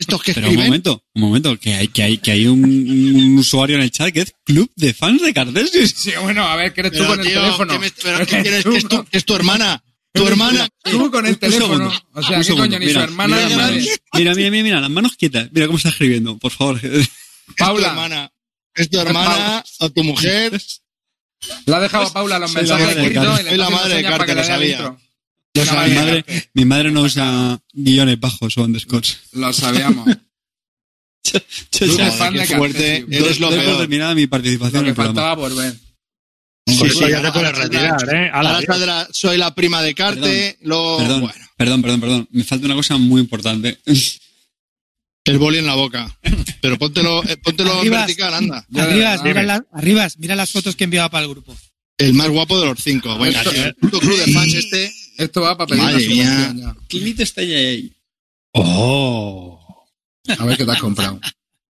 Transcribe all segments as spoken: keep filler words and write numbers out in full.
estos que Pero escriben... un momento, un momento, que hay, que hay, que hay un, un usuario en el chat que es Club de Fans de Cartesius. Sí, bueno, a ver, que eres tú Pero, con el tío, teléfono. ¿qué me- pero ¿qué tienes? Que es tu, que es tu hermana. Tu hermana. Tú con el Un teléfono. segundo, O sea, un ¿qué segundo, coño? Ni mira, su hermana mira, ni mira, madre. mira, mira, mira, mira, las manos quietas. Mira cómo está escribiendo, por favor. Es tu Paula. hermana. Es tu hermana o tu mujer. Le ha dejado a Paula los Soy la mensajes madre de escritos Carlos. y le Soy la está madre de haciendo señas para que Carlos, le lo dé el sabía. intro. Lo Una Mi sabía. madre. madre, mi madre no usa guiones bajos o underscores. Lo sabíamos. Yo Tú ya eres fan qué de fuerte. Cartesius. Eres lo doy por peor. terminada mi participación Lo en que el programa. faltaba por ver. Sí, Pues sí, ya te ahora- puedes ahora- retirar, ¿eh? Ala, Ahora adiós. saldrá, soy la prima de Carte, luego... Perdón, Bueno, perdón, perdón, perdón. Me falta una cosa muy importante. el boli en la boca. Pero póntelo, eh, póntelo en Arribas. vertical, anda. Yo de Arribas, verdad. mira, la- arribas, mira las fotos que enviaba para el grupo. El más guapo de los cinco. Venga, Esto- tío, el puto club de fans este... Esto va para pedir Madre una subvención mía. ya. Clinito está ya ahí. Oh. A ver qué te has comprado.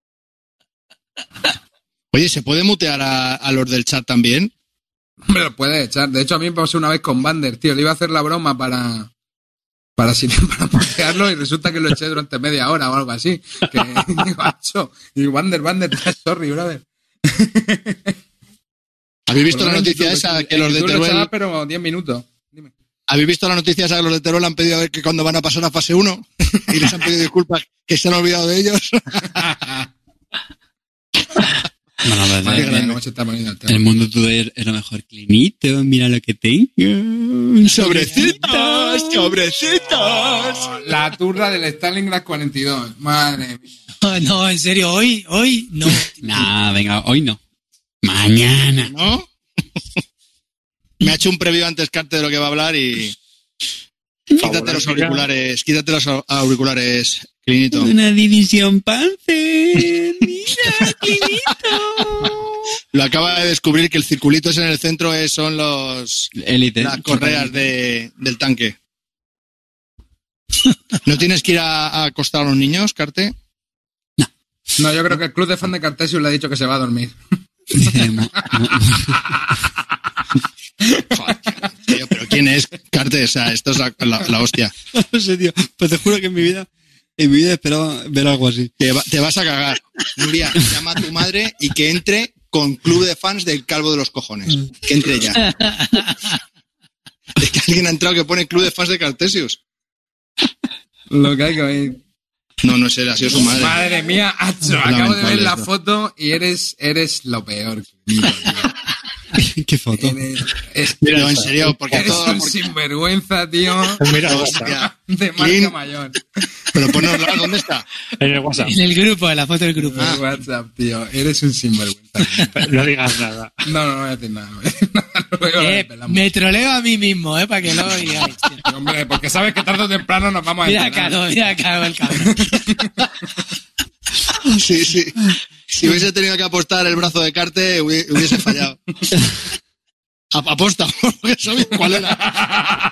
Oye, ¿se puede mutear a, a los del chat también? Hombre, lo puedes echar. De hecho, a mí me pasó una vez con Bander, tío. Le iba a hacer la broma para... Para, si- para bloquearlo y resulta que lo eché durante media hora o algo así. Que digo, "Acho". Digo, Bander, Bander, sorry, brother. ¿Habéis visto la Perdón, noticia tú- esa en que los de YouTube lo Teruel... echaba, pero diez minutos. Dime. ¿Habéis visto la noticia esa que los de Teruel han pedido a ver que cuando van a pasar a fase uno? Y les han pedido disculpas que se han olvidado de ellos. Bueno, pues, Madre eh, mía, cómo se está poniendo el tema. el mundo today es lo mejor. Clinito, mira lo que tengo. ¡Sobrecitos! ¡Sobrecitos! Oh, la turra del Stalingrad cuarenta y dos. Madre mía. No, no, en serio, hoy, hoy, no. Nah, venga, hoy no. Mañana. ¿No? Me ha hecho un preview antes, Carte, de lo que va a hablar y... Quítate los auriculares, quítate los au- auriculares, Clinito. Una división Panzer. Mira, Clinito. Lo acaba de descubrir que el circulito ese en el centro es, son los Élite. las correas de, del tanque. ¿No tienes que ir a, a acostar a los niños, Carte? No, yo creo que el club de fan de Cartesius le ha dicho que se va a dormir. Dice, mo- mo- Joder, tío, pero ¿quién es Carte? O sea, esto es la, la- la hostia. No sé, tío. Pues te juro que en mi vida, en mi vida esperaba ver algo así. Te, va- te vas a cagar. Un día llama a tu madre y que entre con club de fans del Calvo de los Cojones. Que entre ya. Es que alguien ha entrado que pone club de fans de Cartesius. Lo que hay que oír. No, no sé, ha sido su madre. Madre mía, Acho, acabo de Lamentable ver la esto. foto y eres, eres lo peor. ¿Qué foto? Eres, es- Mira, no, en serio, porque eres todo... un porque- sinvergüenza, tío. Mira, Hostia. De marca Clint. mayor. Pero ponnos, ¿dónde está? en el WhatsApp. En el grupo, en la foto del grupo. Por WhatsApp, tío. Eres un sinvergüenza. No digas nada. No, no, no voy a decir nada. No voy a decir nada. Luego lo Eh, desvelamos. me troleo a mí mismo, eh, para que lo oigáis. tío. Hombre, porque sabes que tarde o temprano nos vamos a Mira, enterar. cago, mira, cago el cabrón. Sí, sí. Si hubiese tenido que apostar el brazo de Carte, hubi- hubiese fallado. A- Aposta, porque sabía cuál era.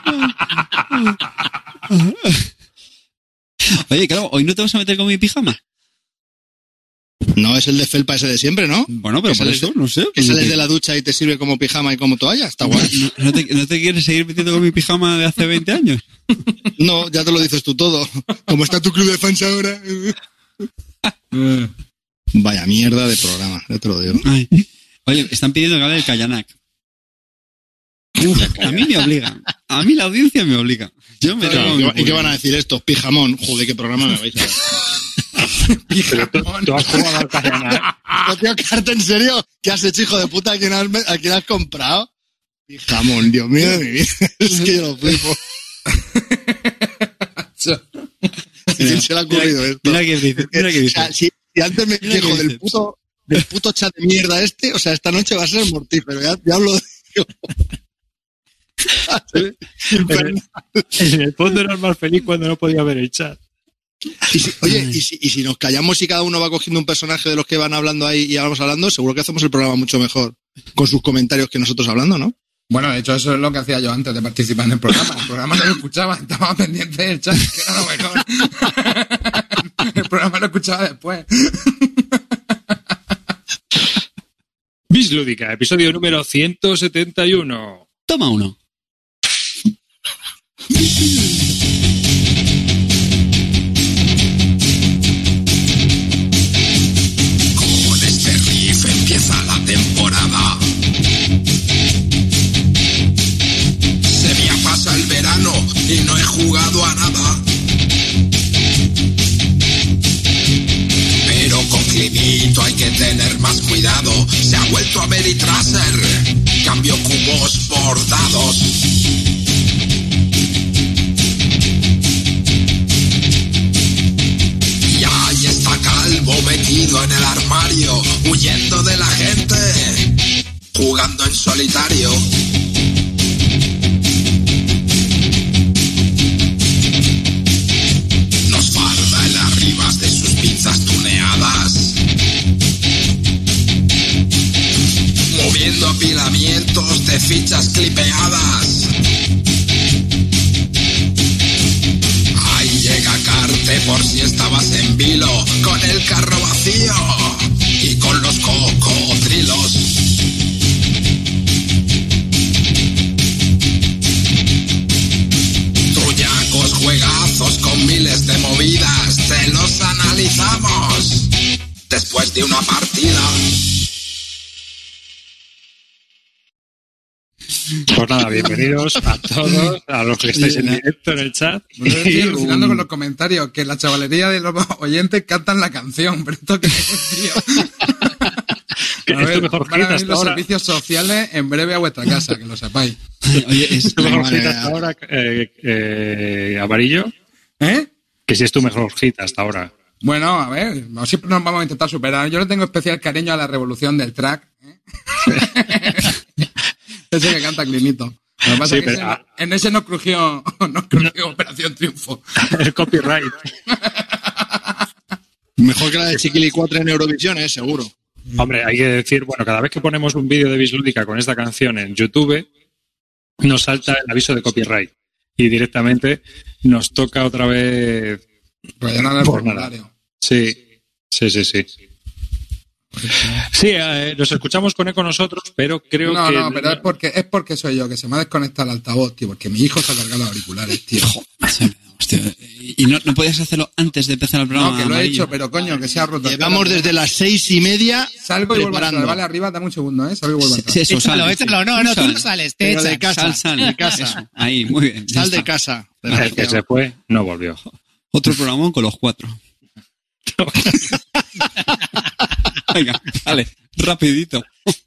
Oye, claro, hoy no te vas a meter con mi pijama. No, es el de felpa ese de siempre, ¿no? Bueno, pero Que por sales eso, de- no sé. Que sales de la ducha y te sirve como pijama y como toalla. Está guay. ¿No, no te, ¿No te quieres seguir metiendo con mi pijama de hace veinte años? No, ya te lo dices tú todo. Como está tu club de fans ahora. Vaya mierda de programa, ya te lo digo. Ay. Oye, están pidiendo que hable del Kayanak. A mí me obligan. A mí la audiencia me obliga. Yo me Claro, tengo ¿y que qué van a decir estos? Pijamón. Joder, qué programa me vais a dar. Pero tú, tú has jugado al Cayana. No, tío, Carte, ¿en serio? ¿Qué has hecho, hijo de puta? ¿A quién has, me- a quién has comprado? Pijamón, Dios mío de mi vida. Es que yo lo flipo. ¿A quién se le ha ocurrido esto? Mira que dice, mira que O dice. sea, si, si antes me Mira quejo qué del dices. puto, del puto chat de mierda este, o sea, esta noche va a ser mortífero. Ya, ya hablo de... En el fondo eras más feliz cuando no podía ver el chat. Y si- oye, y si, y si nos callamos y cada uno va cogiendo un personaje de los que van hablando ahí y vamos hablando, seguro que hacemos el programa mucho mejor con sus comentarios que nosotros hablando, ¿no? Bueno, de hecho, eso es lo que hacía yo antes de participar en el programa. El programa no lo escuchaba, estaba pendiente del chat, que era lo mejor. El programa lo escuchaba después. Bis Lúdica, episodio número ciento setenta y uno. Toma uno. más cuidado. Se ha vuelto a Meritraser, cambio cubos por dados. Y ahí está Calvo metido en el armario, huyendo de la gente, jugando en solitario. Nos farda el arribas de sus pinzas tuneadas, moviendo apilamientos de fichas clipeadas. Ahí llega Carte por si estabas en vilo, con el carro vacío y con los cocodrilos. Truyacos, juegazos con miles de movidas, te los analizamos después de una partida. Pues nada, bienvenidos a todos, a los que estáis en directo en el chat. Bueno, yo estoy Y alucinando un- con los comentarios, que la chavalería de los oyentes cantan la canción, pero esto que es, tío. que A es tu ver, mejor van a hit venir hasta los ahora. servicios sociales en breve a vuestra casa, que lo sepáis. Oye, es, Es tu mejor Madre hit mía. hasta ahora, eh, eh, Amarillo. ¿Eh? Que si es tu mejor hit hasta ahora. Bueno, a ver, no, siempre nos vamos a intentar superar. Yo le tengo especial cariño a la revolución del track. ¿eh? Ese que canta Clinito. Lo que pasa Sí, es que pero- ese- en ese no crujió, no crujió Operación Triunfo. El copyright. Mejor que la de Chiquilicuatre en Eurovisión, eh, seguro. Hombre, hay que decir, bueno, cada vez que ponemos un vídeo de Bislúdica con esta canción en YouTube, nos salta el aviso de copyright. Y directamente nos toca otra vez. Rellenar el Por nada. formulario. Sí, sí, sí, sí. Sí, eh, nos escuchamos con eco nosotros, pero creo No, que. no, pero es porque, es porque soy yo, que se me ha desconectado el altavoz, tío, porque mi hijo se ha cargado los auriculares, tío. hostia, y no, no podías hacerlo antes de empezar el programa. No, que lo he Amarillo? hecho, pero coño, que se ha roto. Llevamos desde las seis y media Salgo y vuelvo a preparando. entrar, vale, arriba, dame un segundo, ¿eh? Salgo y vuelvo a entrar. Sí, eso, Échalo, sal, échalo. sí. No, no, tú Sal. no sales, te Pero de echas. casa, Sal, sal. de casa. Eso, ahí, muy bien. ya Sal de está. casa. El que se fue no volvió. Otro programa con los cuatro. Venga, vale, rapidito.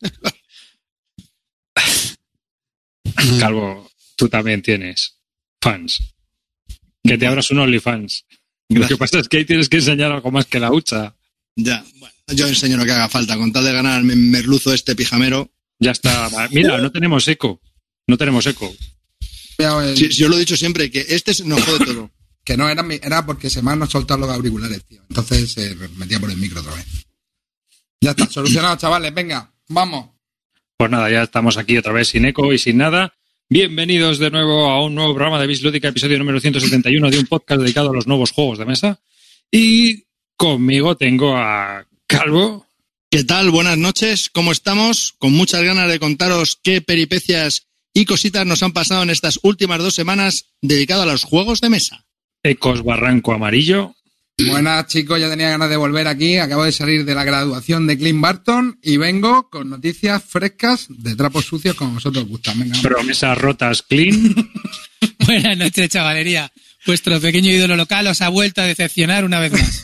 Calvo, tú también tienes fans. Que te abras un OnlyFans. Lo que pasa es que ahí tienes que enseñar algo más que la hucha. Ya, bueno, yo enseño lo que haga falta. Con tal de ganar al merluzo este pijamero. Ya está. Mira, no tenemos eco. No tenemos eco. Cuidado, el- Si, si yo lo he dicho siempre, que este es- nos jode todo. Que no, era, mi- era porque se me han soltado los auriculares, tío. Entonces se metía por el micro otra vez. Ya está, solucionado, chavales, venga, vamos. Pues nada, ya estamos aquí otra vez sin eco y sin nada. Bienvenidos de nuevo a un nuevo programa de Bislúdica, episodio número ciento setenta y uno de un podcast dedicado a los nuevos juegos de mesa. Y conmigo tengo a Calvo. ¿Qué tal? Buenas noches. ¿Cómo estamos? Con muchas ganas de contaros qué peripecias y cositas nos han pasado en estas últimas dos semanas dedicado a los juegos de mesa. Ecos Barranco Amarillo. Buenas, chicos, ya tenía ganas de volver aquí. Acabo de salir de la graduación de Clint Barton y vengo con noticias frescas de trapos sucios como a vosotros os gustan. Venga, Promesas rotas clean. Buenas noches, chavalería. Vuestro pequeño ídolo local os ha vuelto a decepcionar una vez más.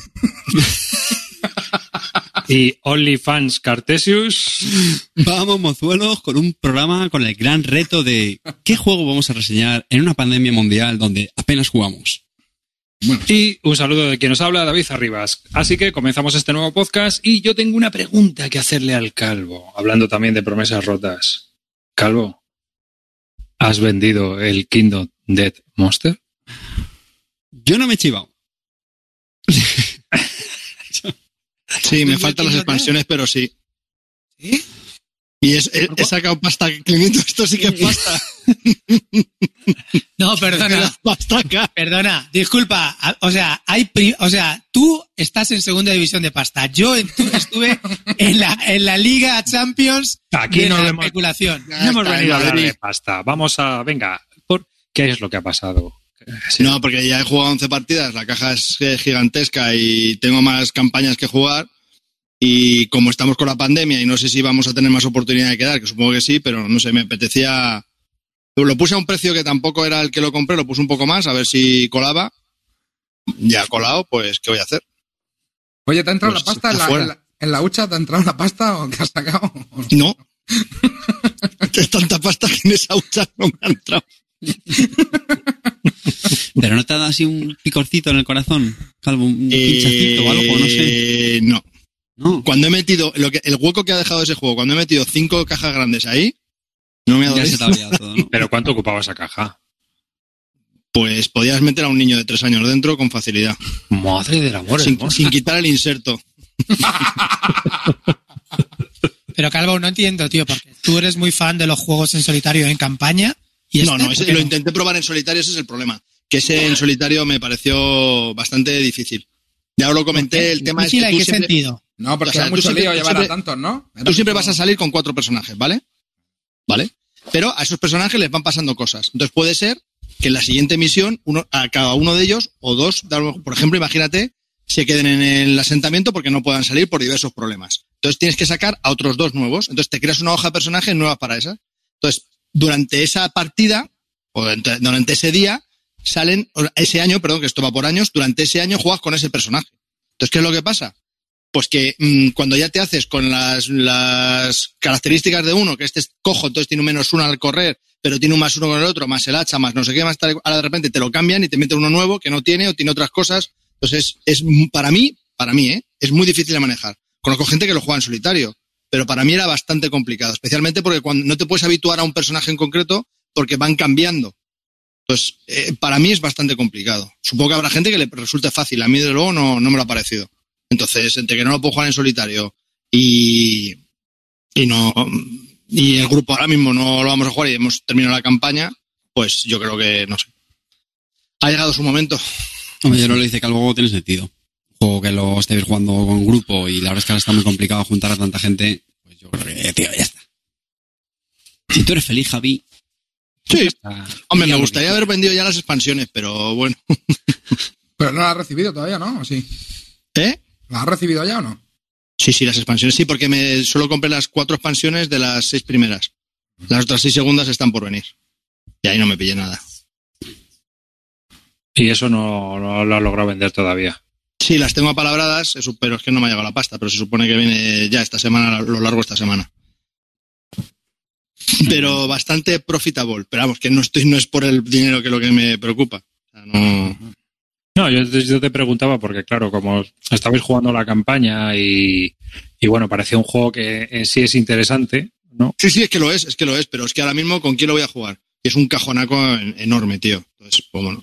Y OnlyFans Cartesius. Vamos, mozuelos, con un programa con el gran reto de ¿qué juego vamos a reseñar en una pandemia mundial donde apenas jugamos? Y un saludo de quien nos habla, David Arribas. Así que comenzamos este nuevo podcast y yo tengo una pregunta que hacerle al Calvo, hablando también de promesas rotas. Calvo, ¿has vendido el Kingdom Dead Monster? Yo no me he chivado. Sí, me faltan las expansiones, pero sí. ¿Sí? Y es, he, he sacado pasta. Clemento, esto sí que es pasta. No, perdona. Pastaca. Perdona, disculpa. a- O sea, hay pri- o sea, tú estás en segunda división de pasta. Yo en- tú- estuve en la, en la Liga Champions Aquí de no la lo hemos- especulación. No hemos está, venido a en hablar Madrid. de pasta. Vamos a... Venga, ¿por ¿qué es lo que ha pasado? Sí. No, porque ya he jugado once partidas, la caja es eh, gigantesca y tengo más campañas que jugar. Y como estamos con la pandemia y no sé si vamos a tener más oportunidad de quedar, que supongo que sí, pero no sé, me apetecía... Lo puse a un precio que tampoco era el que lo compré, lo puse un poco más, a ver si colaba. Ya ha colado, pues, ¿qué voy a hacer? Oye, ¿te ha entrado Pues la pasta en está la, fuera. en la- ¿En la hucha te ha entrado la pasta o qué has sacado? No. Es tanta pasta que en esa hucha no me ha entrado. ¿Pero no te ha dado así un picorcito en el corazón, Calvo? ¿Un Eh, pinchacito o algo? No sé. No. No, Cuando he metido, lo que, el hueco que ha dejado ese juego, cuando he metido cinco cajas grandes ahí, no me ha dado. ya se te ha olvidado todo, ¿no? ¿Pero cuánto ocupaba esa caja? Pues podías meter a un niño de tres años dentro con facilidad. Madre del amor, Sin, hermoso. sin quitar el inserto. Pero Calvo, no entiendo, tío, porque tú eres muy fan de los juegos en solitario en campaña. Y No, este, no, ese, ¿por qué lo no? intenté probar en solitario, ese es el problema. Que ese en solitario me pareció bastante difícil. Ya os lo comenté, el tema es Difícil, que ¿en tú qué siempre, sentido? No, porque O sea, es tú mucho siempre- lío tú llevar siempre- a tantos, ¿no? Era tú siempre mucho- vas a salir con cuatro personajes, ¿vale? ¿Vale? Pero a esos personajes les van pasando cosas. Entonces puede ser que en la siguiente misión, uno, a cada uno de ellos, o dos, por ejemplo, imagínate, se queden en el asentamiento porque no puedan salir por diversos problemas. Entonces tienes que sacar a otros dos nuevos. Entonces te creas una hoja de personajes nueva para esa. Entonces, durante esa partida, o durante, durante ese día, salen, ese año, perdón, que esto va por años, durante ese año juegas con ese personaje. Entonces, ¿qué es lo que pasa? Pues que mmm, cuando ya te haces con las, las características de uno, que este es cojo, entonces tiene un menos uno al correr, pero tiene un más uno con el otro, más el hacha, más no sé qué, más tal, ahora de repente te lo cambian y te meten uno nuevo que no tiene o tiene otras cosas. Entonces, es, es para mí, para mí, ¿eh? Es muy difícil de manejar. Conozco gente que lo juega en solitario, pero para mí era bastante complicado, especialmente porque cuando no te puedes habituar a un personaje en concreto porque van cambiando. Entonces, eh, para mí es bastante complicado. Supongo que habrá gente que le resulte fácil. A mí, desde luego, no, no me lo ha parecido. Entonces, entre que no lo puedo jugar en solitario y, y no y el grupo ahora mismo no lo vamos a jugar y hemos terminado la campaña, pues yo creo que, no sé. Ha llegado su momento. Hombre, yo no lo dice Calvo, tiene sentido. Un juego que lo estéis jugando con grupo y la verdad es que ahora está muy complicado juntar a tanta gente, pues yo creo que, tío, ya está. Si tú eres feliz, Javi. Sí. Ah, Hombre, me digamos gustaría que- haber vendido ya las expansiones, pero bueno. Pero no la has recibido todavía, ¿no? ¿O sí? ¿Eh? ¿La has recibido ya o no? Sí, sí, las expansiones sí, porque me solo compré las cuatro expansiones de las seis primeras. Las otras seis segundas están por venir. Y ahí no me pillé nada. Y eso no, no lo has logrado vender todavía. Sí, las tengo apalabradas, eso, pero es que no me ha llegado la pasta, pero se supone que viene ya esta semana, a lo largo de esta semana. Pero bastante profitable. Pero vamos, que no estoy, no es por el dinero que lo que me preocupa. O sea, no... No, yo, yo te preguntaba porque, claro, como estabais jugando la campaña y, y bueno, parecía un juego que en sí es interesante, ¿no? Sí, sí, es que lo es, es que lo es, pero es que ahora mismo ¿con quién lo voy a jugar? Es un cajonaco en- enorme, tío. Entonces, pues bueno.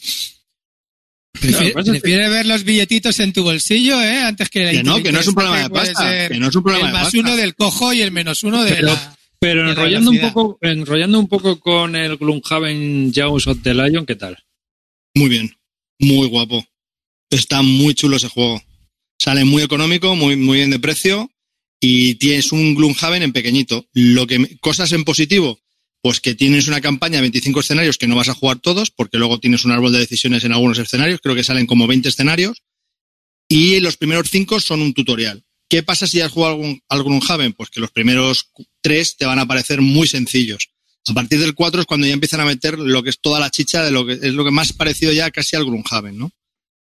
Prefiere, Claro, pues es que- prefiere ver los billetitos en tu bolsillo, ¿eh? Antes que la Que no, que no es un problema de puede pasta. ser Que no es un problema el de más pasta. uno del cojo y el menos uno de Pero- la... Pero de la enrollando un velocidad. poco, enrollando un poco con el Gloomhaven Jaws of the Lion, ¿qué tal? Muy bien. Muy guapo. Está muy chulo ese juego. Sale muy económico, muy, muy bien de precio y tienes un Gloomhaven en pequeñito. Lo que me- cosas en positivo, pues que tienes una campaña de veinticinco escenarios que no vas a jugar todos, porque luego tienes un árbol de decisiones en algunos escenarios, creo que salen como veinte escenarios, y los primeros cinco son un tutorial. ¿Qué pasa si has jugado algún, al Gloomhaven? Pues que los primeros cu- tres te van a parecer muy sencillos. A partir del cuatro es cuando ya empiezan a meter lo que es toda la chicha de lo que es lo que más parecido ya casi al Gloomhaven, ¿no?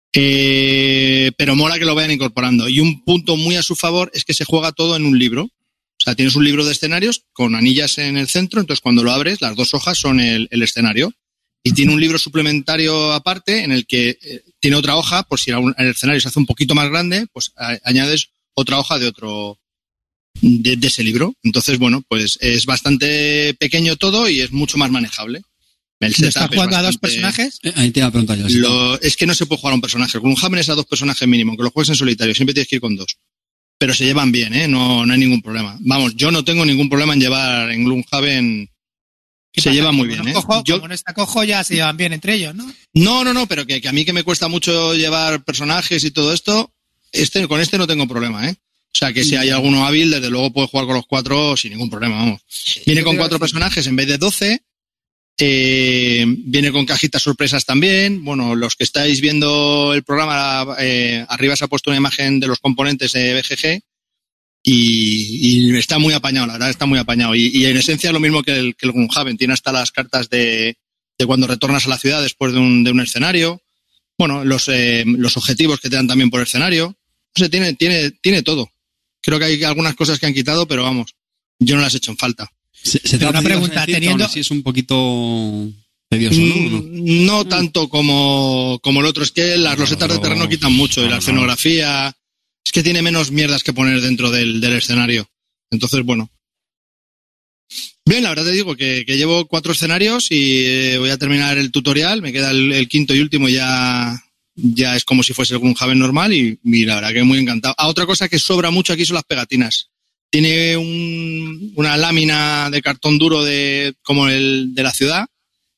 Eh, pero mola que lo vayan incorporando. Y un punto muy a su favor es que se juega todo en un libro. O sea, tienes un libro de escenarios con anillas en el centro, entonces cuando lo abres, las dos hojas son el, el escenario. Y tiene un libro suplementario aparte en el que eh, tiene otra hoja, por si el escenario se hace un poquito más grande, pues a, añades otra hoja de otro de, de ese libro. Entonces, bueno, pues es bastante pequeño todo y es mucho más manejable. El ¿Estás setup es jugando a dos bastante- personajes? Eh, Ahí te iba a preguntar yo. sí. lo, es que no se puede jugar a un personaje. Con un Gloomhaven es a dos personajes mínimo. Aunque lo juegues en solitario, siempre tienes que ir con dos. Pero se llevan bien, ¿eh? No, no hay ningún problema. Vamos, yo no tengo ningún problema en llevar en Gloomhaven. ¿Qué Se pasa? llevan muy Como bien, no ¿eh? cojo- Yo- Como no está cojo, ya se llevan bien entre ellos, ¿no? No, no, no, pero que, que a mí que me cuesta mucho llevar personajes y todo esto, este, con este no tengo problema, ¿eh? O sea, que si hay alguno hábil, desde luego puedes jugar con los cuatro sin ningún problema, vamos. Viene con cuatro personajes en vez de doce. Eh, viene con cajitas sorpresas también. Bueno, los que estáis viendo el programa, eh, arriba se ha puesto una imagen de los componentes de B G G y, y está muy apañado, la verdad, está muy apañado. Y, y en esencia es lo mismo que el, que el Gloomhaven. Tiene hasta las cartas de, de cuando retornas a la ciudad después de un, de un escenario. Bueno, los, eh, los objetivos que te dan también por escenario. No sé, tiene, tiene, tiene todo. Creo que hay algunas cosas que han quitado, pero vamos, yo no las he hecho en falta. Se, se Pero una trata, pregunta, ibas a decir, teniendo- que aún así es un poquito tedioso, ¿no? ¿no? Mm, No tanto como, como el otro. Es que las No, losetas de no, terreno quitan mucho. Y no, la no. escenografía... Es que tiene menos mierdas que poner dentro del, del escenario. Entonces, bueno. Bien, la verdad te digo que, que llevo cuatro escenarios y eh, voy a terminar el tutorial. Me queda el, el quinto y último, ya, ya es como si fuese algún Gloomhaven normal y, y la verdad que muy encantado. Ah, otra cosa que sobra mucho aquí son las pegatinas. Tiene un, una lámina de cartón duro de, como el de la ciudad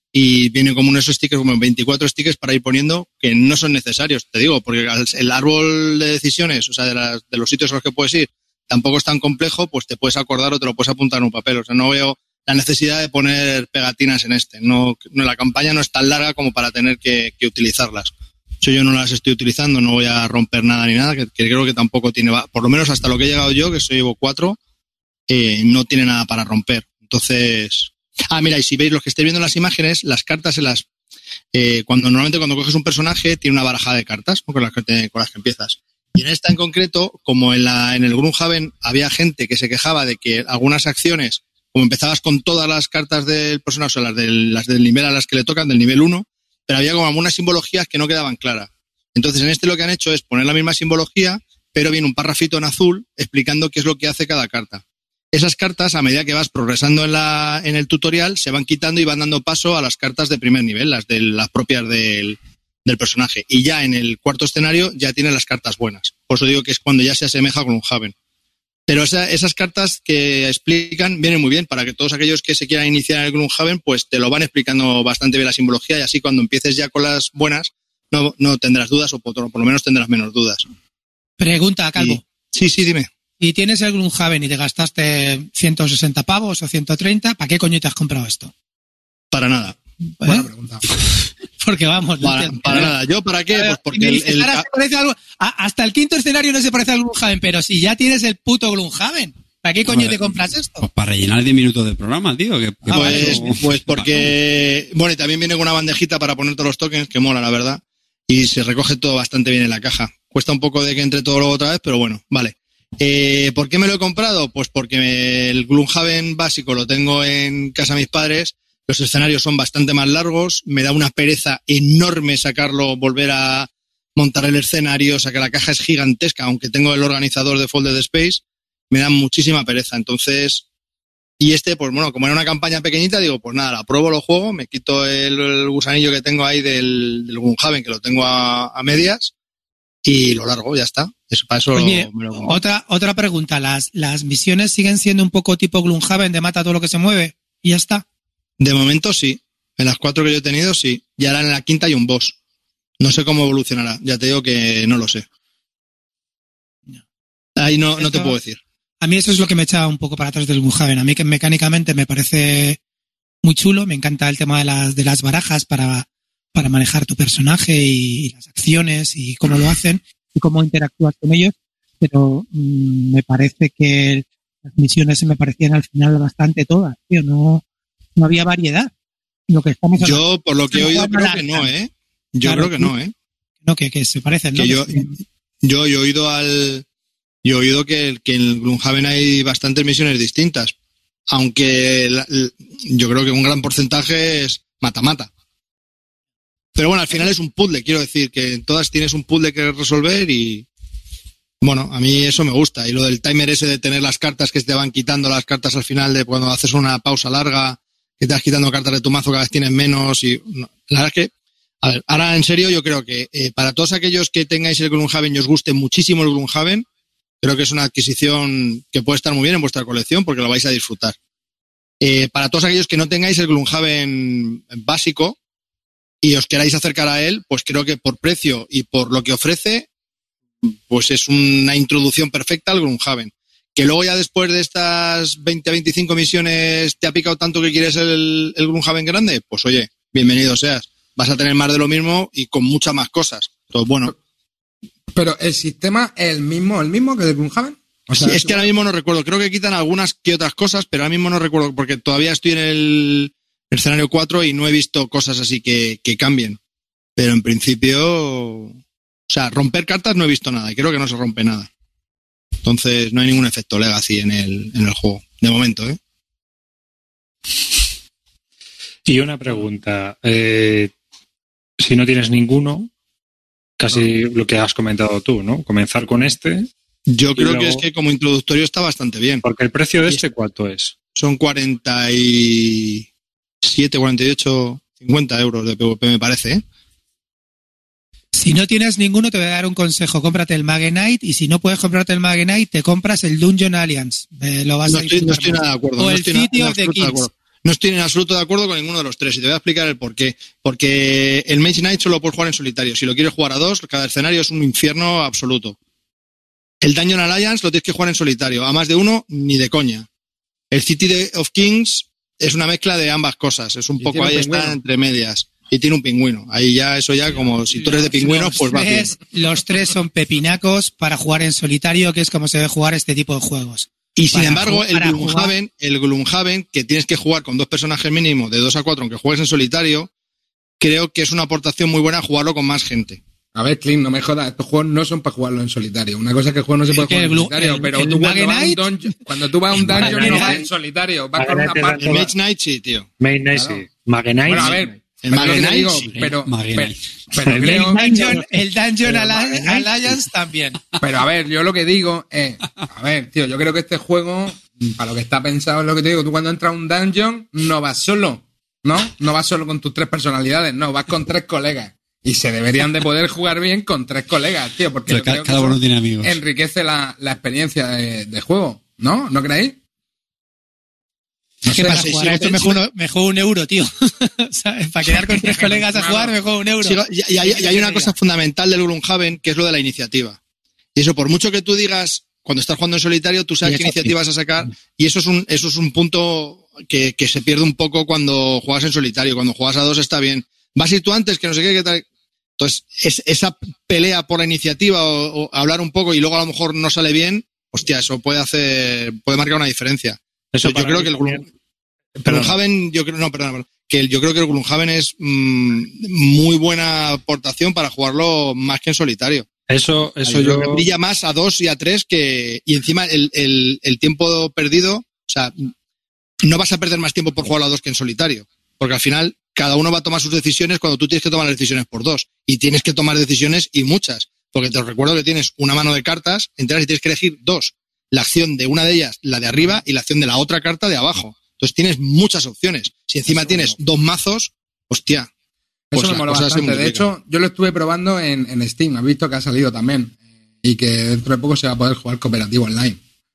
y viene como unos stickers, como veinticuatro stickers para ir poniendo que no son necesarios, te digo, porque el árbol de decisiones, o sea, de, las, de los sitios a los que puedes ir, tampoco es tan complejo, pues te puedes acordar o te lo puedes apuntar en un papel. O sea, no veo la necesidad de poner pegatinas en este. No, no la campaña no es tan larga como para tener que, que utilizarlas. Yo, yo no las estoy utilizando, no voy a romper nada ni nada, que, que creo que tampoco tiene, por lo menos hasta lo que he llegado yo, que soy llevo cuatro, eh, no tiene nada para romper. Entonces, ah, mira, y si veis los que estéis viendo las imágenes, las cartas en las, eh, cuando normalmente cuando coges un personaje tiene una baraja de cartas, ¿no? con las que te, con las que empiezas. Y en esta en concreto, como en la, en el Gloomhaven había gente que se quejaba de que algunas acciones, como empezabas con todas las cartas del personaje, o sea, las del, las del nivel a las que le tocan, del nivel uno, pero había como algunas simbologías que no quedaban claras. Entonces, en este lo que han hecho es poner la misma simbología, pero viene un parrafito en azul explicando qué es lo que hace cada carta. Esas cartas, a medida que vas progresando en, la, en el tutorial, se van quitando y van dando paso a las cartas de primer nivel, las, de, las propias del, del personaje. Y ya en el cuarto escenario ya tiene las cartas buenas. Por eso digo que es cuando ya se asemeja con un Gloomhaven. Pero esa, esas cartas que explican vienen muy bien para que todos aquellos que se quieran iniciar en el Gloomhaven pues te lo van explicando bastante bien la simbología y así cuando empieces ya con las buenas no, no tendrás dudas o por, por lo menos tendrás menos dudas. Pregunta, Calvo. Y, sí, sí, dime. Si tienes el Gloomhaven y te gastaste ciento sesenta pavos o ciento treinta, ¿para qué coño te has comprado esto? Para nada. ¿Eh? Buena pregunta. Porque vamos, no Para, entiendo. para nada. ¿Yo para qué? Pues Y porque me el, dices, el- ahora se parece algo- a- hasta el quinto escenario no se parece al Gloomhaven, pero si ya tienes el puto Gloomhaven, ¿para qué coño Joder. te compras esto? Pues para rellenar diez minutos de programa, tío. Que, que Ah, para Pues, eso- pues porque, bueno, y también viene con una bandejita para poner todos los tokens, que mola, la verdad. Y se recoge todo bastante bien en la caja. Cuesta un poco de que entre todo luego otra vez, pero bueno, vale. Eh, ¿Por qué me lo he comprado? Pues porque me- el Gloomhaven básico lo tengo en casa de mis padres. Los escenarios son bastante más largos. Me da una pereza enorme sacarlo, volver a montar el escenario. O sea que la caja es gigantesca, aunque tengo el organizador de Folded Space. Me da muchísima pereza. Entonces, y este, pues bueno, como era una campaña pequeñita, digo, pues nada, la pruebo, lo juego, me quito el, el gusanillo que tengo ahí del, del Gloomhaven, que lo tengo a, a medias, y lo largo, ya está. Eso, para eso Oye, me lo compro. otra, otra pregunta. ¿Las, ¿Las misiones siguen siendo un poco tipo Gloomhaven de mata todo lo que se mueve? Y ya está. De momento sí. En las cuatro que yo he tenido, sí. Y ahora en la quinta hay un boss. No sé cómo evolucionará. Ya te digo que no lo sé. Ahí no, no te Esto- puedo decir. A mí eso es lo que me echa un poco para atrás del Gloomhaven. A mí que mecánicamente me parece muy chulo. Me encanta el tema de las, de las barajas para, para manejar tu personaje y, y las acciones y cómo lo hacen y cómo interactúas con ellos. Pero mm, me parece que las misiones se me parecían al final bastante todas, tío. No, no había variedad. Lo que estamos hablando, Yo, por lo que he oído, creo que no, ¿eh? Yo Claro, creo que no, ¿eh? no, que, que se parecen, ¿no? Que yo, Que- yo, yo he oído al, yo he oído que, que en el Gloomhaven hay bastantes misiones distintas. Aunque la- l- yo creo que un gran porcentaje es mata-mata. Pero bueno, al final es un puzzle, quiero decir, que en todas tienes un puzzle que resolver y, bueno, a mí eso me gusta. Y lo del timer ese de tener las cartas que te van quitando las cartas al final de cuando haces una pausa larga, que te vas quitando cartas de tu mazo, cada vez tienes menos y no, la verdad es que, a ver, ahora en serio yo creo que eh, para todos aquellos que tengáis el Gloomhaven y os guste muchísimo el Gloomhaven, creo que es una adquisición que puede estar muy bien en vuestra colección porque lo vais a disfrutar. Eh, para todos aquellos que no tengáis el Gloomhaven básico y os queráis acercar a él, pues creo que por precio y por lo que ofrece, pues es una introducción perfecta al Gloomhaven. Que luego ya después de estas veinte a veinticinco misiones te ha picado tanto que quieres el, el Gloomhaven grande, pues oye, bienvenido seas. Vas a tener más de lo mismo y con muchas más cosas. Entonces, bueno, Pero el sistema es el mismo, el mismo que el Gloomhaven. O sea, sí, es que ahora mismo no recuerdo. Creo que quitan algunas que otras cosas, pero ahora mismo no recuerdo porque todavía estoy en el escenario cuatro y no he visto cosas así que, que cambien. Pero en principio, o sea, romper cartas no he visto nada y creo que no se rompe nada. Entonces no hay ningún efecto legacy en el, en el juego, de momento, ¿eh? Y una pregunta. Eh, si no tienes ninguno, casi lo que has comentado tú, ¿no? Comenzar con este. Yo creo luego, que es que como introductorio está bastante bien. Porque el precio de este, ¿cuánto es? Son cuarenta y siete, cuarenta y ocho, cincuenta euros de PvP, me parece, ¿eh? Si no tienes ninguno, te voy a dar un consejo. Cómprate el Magenite y si no puedes comprarte el Magenite, te compras el Dungeon Alliance. Eh, lo vas No a estoy, no estoy más. nada de acuerdo. O no el estoy City na- of the absoluto de Kings. acuerdo. No estoy en absoluto de acuerdo con ninguno de los tres y te voy a explicar el por qué. Porque el Mage Knight solo puedes jugar en solitario. Si lo quieres jugar a dos, cada escenario es un infierno absoluto. El Dungeon Alliance lo tienes que jugar en solitario. A más de uno, ni de coña. El City of Kings es una mezcla de ambas cosas. Es un Y poco tiene un ahí, pingüino. está entre medias. Y tiene un pingüino. Ahí ya, eso ya, como si tú eres de pingüinos, Los pues va bien. tres, los tres son pepinacos para jugar en solitario, que es como se debe jugar este tipo de juegos. Y sin Para embargo, ju- el para Gloomhaven, el Gloomhaven, que tienes que jugar con dos personajes mínimo, de dos a cuatro, aunque juegues en solitario, creo que es una aportación muy buena jugarlo con más gente. A ver, Clint, no me jodas, estos juegos no son para jugarlo en solitario. Una cosa es que el juego no se puede que jugar en el Glu- solitario, el- pero el tú cuando vas, a un Magenite- dungeon, cuando tú vas a un dungeon no Magenite- vas en solitario, vas con una Magenite- parte. El Mage Knight sí, tío. Main Knight, Claro. sí. Magenite. Bueno, a ver, El pero lo que te Magenite, digo, sí. pero, Magenite. pero, pero El creo, El Dungeon, el Dungeon Pero Alli- Magenite, Alliance también. pero a ver, yo lo que digo es, a ver, tío, yo creo que este juego, para lo que está pensado es lo que te digo, tú cuando entras a un dungeon no vas solo, ¿no? No vas solo con tus tres personalidades, no, vas con tres colegas. Y se deberían de poder jugar bien con tres colegas, tío, porque Pero yo ca- creo que cada eso uno tiene amigos. enriquece la, la experiencia de, de juego, ¿no? ¿No creéis? Es que sé, para sí, jugar sí, a esto sí, me sí. juego, me juego un euro, tío. ¿Sabes? Para quedar con tres colegas a jugar, me juego un euro. Sigo- y, y hay, y hay una cosa fundamental del Gloomhaven, que es lo de la iniciativa. Y eso, por mucho que tú digas, cuando estás jugando en solitario, tú sabes Y qué eso iniciativa vas a sacar, y eso es un, eso es un punto que, que se pierde un poco cuando juegas en solitario. Cuando juegas a dos está bien. Vas a ir tú antes, que no sé qué, qué tal. Entonces, es, esa pelea por la iniciativa o, o hablar un poco y luego a lo mejor no sale bien, hostia, eso puede hacer, puede marcar una diferencia. Eso yo para creo mí que el también- Gloom- Perdón. Gloomhaven, yo creo, no, perdón, perdón, que el- yo creo que el Gloomhaven es mm, muy buena aportación para jugarlo más que en solitario. Eso, eso Yo creo yo. que brilla más a dos y a tres que, y encima el, el, el tiempo perdido, o sea, no vas a perder más tiempo por jugarlo a dos que en solitario, porque al final cada uno va a tomar sus decisiones cuando tú tienes que tomar las decisiones por dos, y tienes que tomar decisiones y muchas, porque te recuerdo que tienes una mano de cartas enteras y tienes que elegir dos, la acción de una de ellas, la de arriba, y la acción de la otra carta de abajo. Entonces tienes muchas opciones. Si encima Eso tienes no. dos mazos, hostia. Eso pues me la mola cosa se bastante. De multiplica. hecho, yo lo estuve probando en, en Steam. Has visto que ha salido también. Y que dentro de poco se va a poder jugar cooperativo online.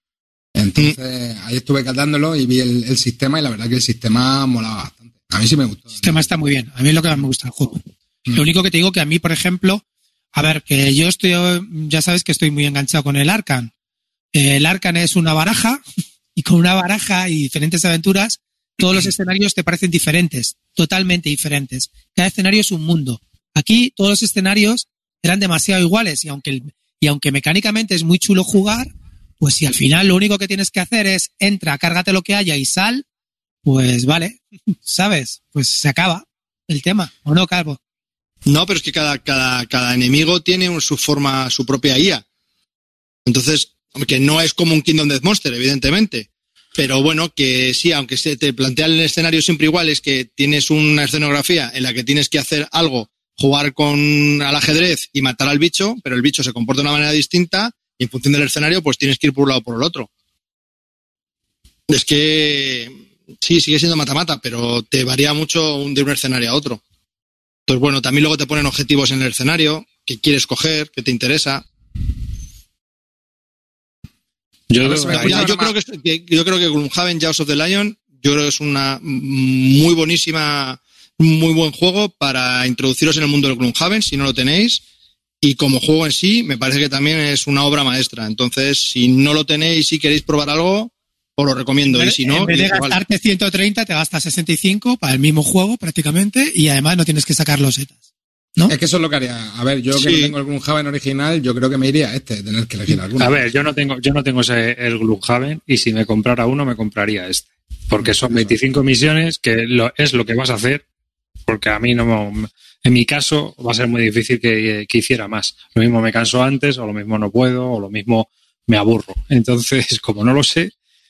Entonces, ahí estuve catándolo y vi el, el sistema y la verdad que el sistema molaba bastante. A mí sí me gustó. El sistema está muy bien. A mí es lo que más me gusta del juego. Mm. Lo único que te digo que a mí, por ejemplo, a ver, que yo estoy, ya sabes que estoy muy enganchado con el Arcan. El Arcan es una baraja y con una baraja y diferentes aventuras, todos los escenarios te parecen diferentes, totalmente diferentes. Cada escenario es un mundo. Aquí todos los escenarios eran demasiado iguales y aunque, el- y aunque mecánicamente es muy chulo jugar, pues si al final lo único que tienes que hacer es entra, cárgate lo que haya y sal, pues vale, ¿sabes? Pues se acaba el tema, ¿o no, Calvo? No, pero es que cada, cada, cada enemigo tiene un- su forma, su propia I A. Entonces, hombre, que no es como un Kingdom Death Monster, evidentemente. Pero bueno, que sí, aunque se te plantea el escenario siempre igual, es que tienes una escenografía en la que tienes que hacer algo, jugar con al ajedrez y matar al bicho, pero el bicho se comporta de una manera distinta y en función del escenario, pues tienes que ir por un lado o por el otro. Es que sí, sigue siendo mata-mata, pero te varía mucho un- de un escenario a otro. Entonces, bueno, también luego te ponen objetivos en el escenario que quieres coger, que te interesa. Yo, A ver si me Ya, escucha ya, yo, nomás. creo que, es- que- yo creo que Gloomhaven Jaws of the Lion, yo creo que es una muy buenísima, un muy buen juego para introduciros en el mundo del Gloomhaven, si no lo tenéis. Y como juego en sí, me parece que también es una obra maestra. Entonces, si no lo tenéis y queréis probar algo, os lo recomiendo. Y si no, en vez de igual. gastarte ciento treinta, te gastas sesenta y cinco para el mismo juego prácticamente y además no tienes que sacar los setas. ¿No? Es que eso es lo que haría. A ver, yo que Sí. no tengo algún Gloomhaven original, yo creo que me iría a este, tener que elegir alguno. a ver, yo no tengo, yo no tengo ese, el Gloomhaven y si me comprara uno me compraría este. Porque son veinticinco misiones que lo, es lo que vas a hacer. Porque a mí no, en mi caso va a ser muy difícil que, que hiciera más. Lo mismo me canso antes, o lo mismo no puedo, o lo mismo me aburro. Entonces, como no lo sé,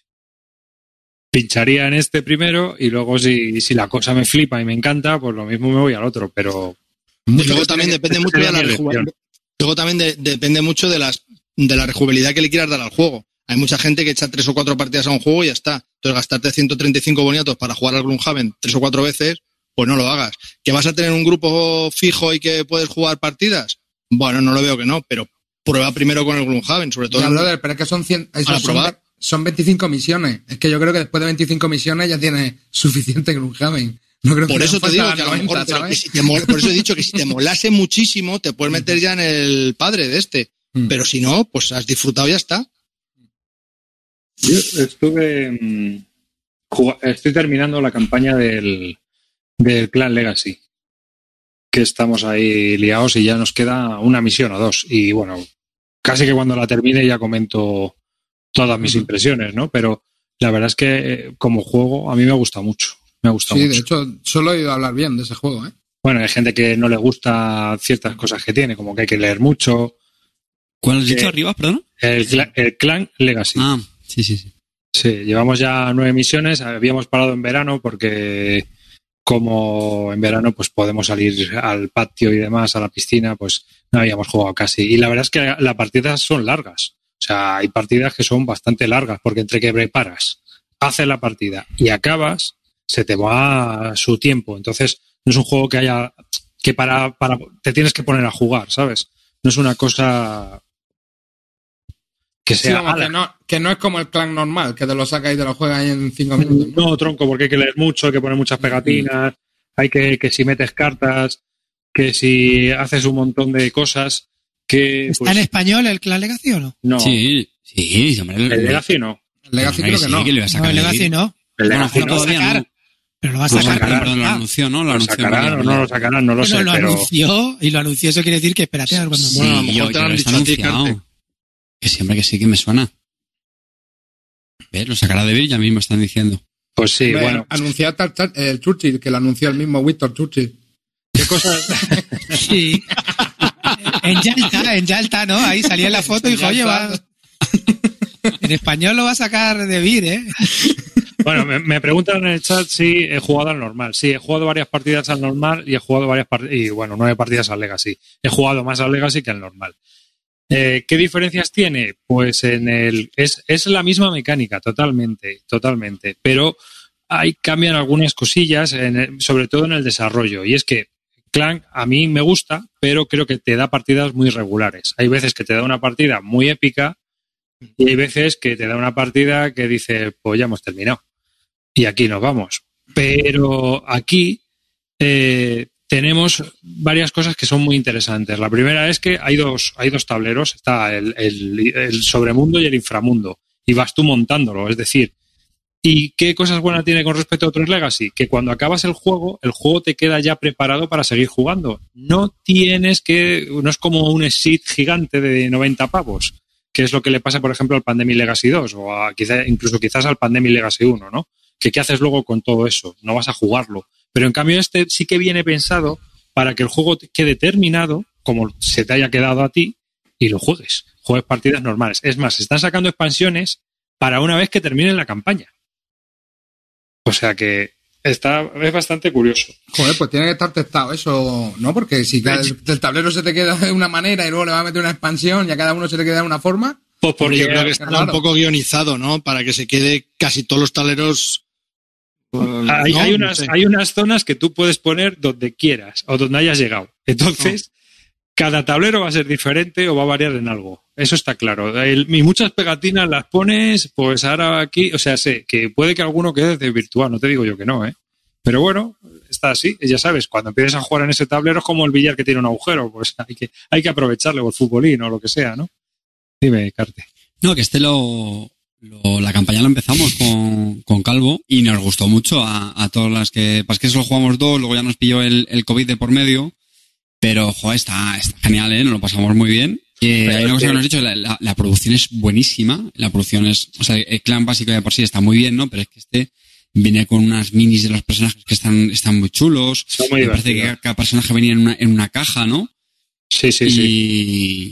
pincharía en este primero y luego si, si la cosa me flipa y me encanta, pues lo mismo me voy al otro, pero... Y luego también depende mucho de la rejugabilidad. Luego también de, depende mucho de las de la rejugabilidad que le quieras dar al juego. Hay mucha gente que echa tres o cuatro partidas a un juego y ya está. Entonces gastarte ciento treinta y cinco boniatos para jugar al Gloomhaven tres o cuatro veces, pues no lo hagas. ¿Que vas a tener un grupo fijo y que puedes jugar partidas? Bueno, no lo veo que no, pero prueba primero con el Gloomhaven, sobre todo. Ya, brother, pero es que son cien, esos son, son veinticinco misiones. Es que yo creo que después de veinticinco misiones ya tienes suficiente Gloomhaven. No creo por que eso te digo que a lo mejor, noventa, pero que si te mola, por eso he dicho que si te molase muchísimo, te puedes meter ya en el padre de este. Mm. Pero si no, pues has disfrutado y ya está. Yo estuve mmm, estoy terminando la campaña del, del Clan Legacy, que estamos ahí liados y ya nos queda una misión o dos. Y bueno, casi que cuando la termine ya comento todas mis impresiones, ¿no? Pero la verdad es que como juego a mí me gusta mucho. Me ha gustado sí, mucho. De hecho, solo he oído hablar bien de ese juego, ¿eh? Bueno, hay gente que no le gusta ciertas cosas que tiene, como que hay que leer mucho. ¿Cuál has dicho arriba, perdón? El, el Clan Legacy. Ah, sí, sí, sí. Sí, llevamos ya nueve misiones, habíamos parado en verano porque como en verano pues podemos salir al patio y demás, a la piscina, pues no habíamos jugado casi. Y la verdad es que las partidas son largas. O sea, hay partidas que son bastante largas porque entre que preparas, haces la partida y acabas, se te va su tiempo. Entonces, no es un juego que haya que para, para te tienes que poner a jugar, ¿sabes? No es una cosa que sea... Sí, vamos, que, no, que no es como el Clan normal, que te lo sacas y te lo juegas ahí en cinco minutos. No, no, tronco, porque hay que leer mucho, hay que poner muchas pegatinas, mm. hay que, que si metes cartas, que si haces un montón de cosas, que... ¿Está pues, en español el Clan Legacy o no? No. Sí, sí. Hombre, el, el Legacy no. El Legacy creo que, sí, no. Que le iba a sacar no, el Legacy no. El Legacy bueno, no. todavía no. Pero lo va a Lo sacar. sacarán, perdón, lo anunció, ¿no? Lo, lo anunció sacarán o no lo sacarán, no lo bueno, sé, lo pero... anunció, y lo anunció, eso quiere decir que espérate a ver cuando... Sí, bueno, a lo mejor yo, te yo lo han lo dicho está a ti, anunciado. Carte. Que siempre que sí que me suena. ¿Ves? Lo sacará de ver, ya mismo están diciendo. Pues sí, Hombre, bueno. Anunció hasta el, el Churchill, que lo anunció el mismo Víctor Churchill. ¿Qué cosas? Sí. En Yalta, en Yalta, ¿no? Ahí salía en la foto y dijo, oye, va... En español lo va a sacar de Vir, ¿eh? Bueno, me, me preguntan en el chat si he jugado al normal. Sí, he jugado varias partidas al normal y he jugado varias partidas, y bueno, nueve partidas al Legacy. He jugado más al Legacy que al normal. Eh, ¿Qué diferencias tiene? Pues en el es, es la misma mecánica, totalmente, totalmente. Pero ahí cambian algunas cosillas, en el, sobre todo en el desarrollo. Y es que Clan a mí me gusta, pero creo que te da partidas muy regulares. Hay veces que te da una partida muy épica y hay veces que te da una partida que dice, pues ya hemos terminado. Y aquí nos vamos. Pero aquí eh, tenemos varias cosas que son muy interesantes. La primera es que hay dos, hay dos tableros. Está el, el, el sobremundo y el inframundo. Y vas tú montándolo. Es decir, ¿y qué cosas buenas tiene con respecto a otros Legacy? Que cuando acabas el juego, el juego te queda ya preparado para seguir jugando. No tienes que... No es como un exit gigante de noventa pavos, que es lo que le pasa, por ejemplo, al Pandemic Legacy dos o a, quizá, incluso quizás al Pandemic Legacy uno, ¿no? Que ¿qué haces luego con todo eso? No vas a jugarlo. Pero en cambio este sí que viene pensado para que el juego quede terminado, como se te haya quedado a ti, y lo juegues. Juegues partidas normales. Es más, se están sacando expansiones para una vez que terminen la campaña. O sea que está, es bastante curioso. Joder, pues tiene que estar testado eso, ¿no? Porque si cada, el tablero se te queda de una manera y luego le va a meter una expansión y a cada uno se le queda de una forma... Pues porque yo creo que está claro. Un poco guionizado, ¿no? Para que se quede casi todos los tableros... Hay, no, hay, unas, no sé. hay unas zonas que tú puedes poner donde quieras o donde hayas llegado. Entonces, no. cada tablero va a ser diferente o va a variar en algo. Eso está claro. El, y muchas pegatinas las pones, pues ahora aquí, o sea, sé que puede que alguno quede de virtual, no te digo yo que no, ¿eh? Pero bueno, está así. Ya sabes, cuando empieces a jugar en ese tablero es como el billar que tiene un agujero, pues hay que, hay que aprovecharle, o el futbolín o lo que sea, ¿no? Dime, Carte. No, que este lo... Lo, la campaña la empezamos con, con Calvo y nos gustó mucho a, a todas las que... Pues que solo jugamos dos, luego ya nos pilló el, el COVID de por medio, pero joder, está, está genial, ¿eh? Nos lo pasamos muy bien. Eh, hay una cosa que nos has dicho, la, la, la producción es buenísima, la producción es... O sea, el clan básico de por sí está muy bien, ¿no? Pero es que este viene con unas minis de los personajes que están, están muy chulos. Muy Me parece que cada, cada personaje venía en una, en una caja, ¿no? Sí, sí, y, sí.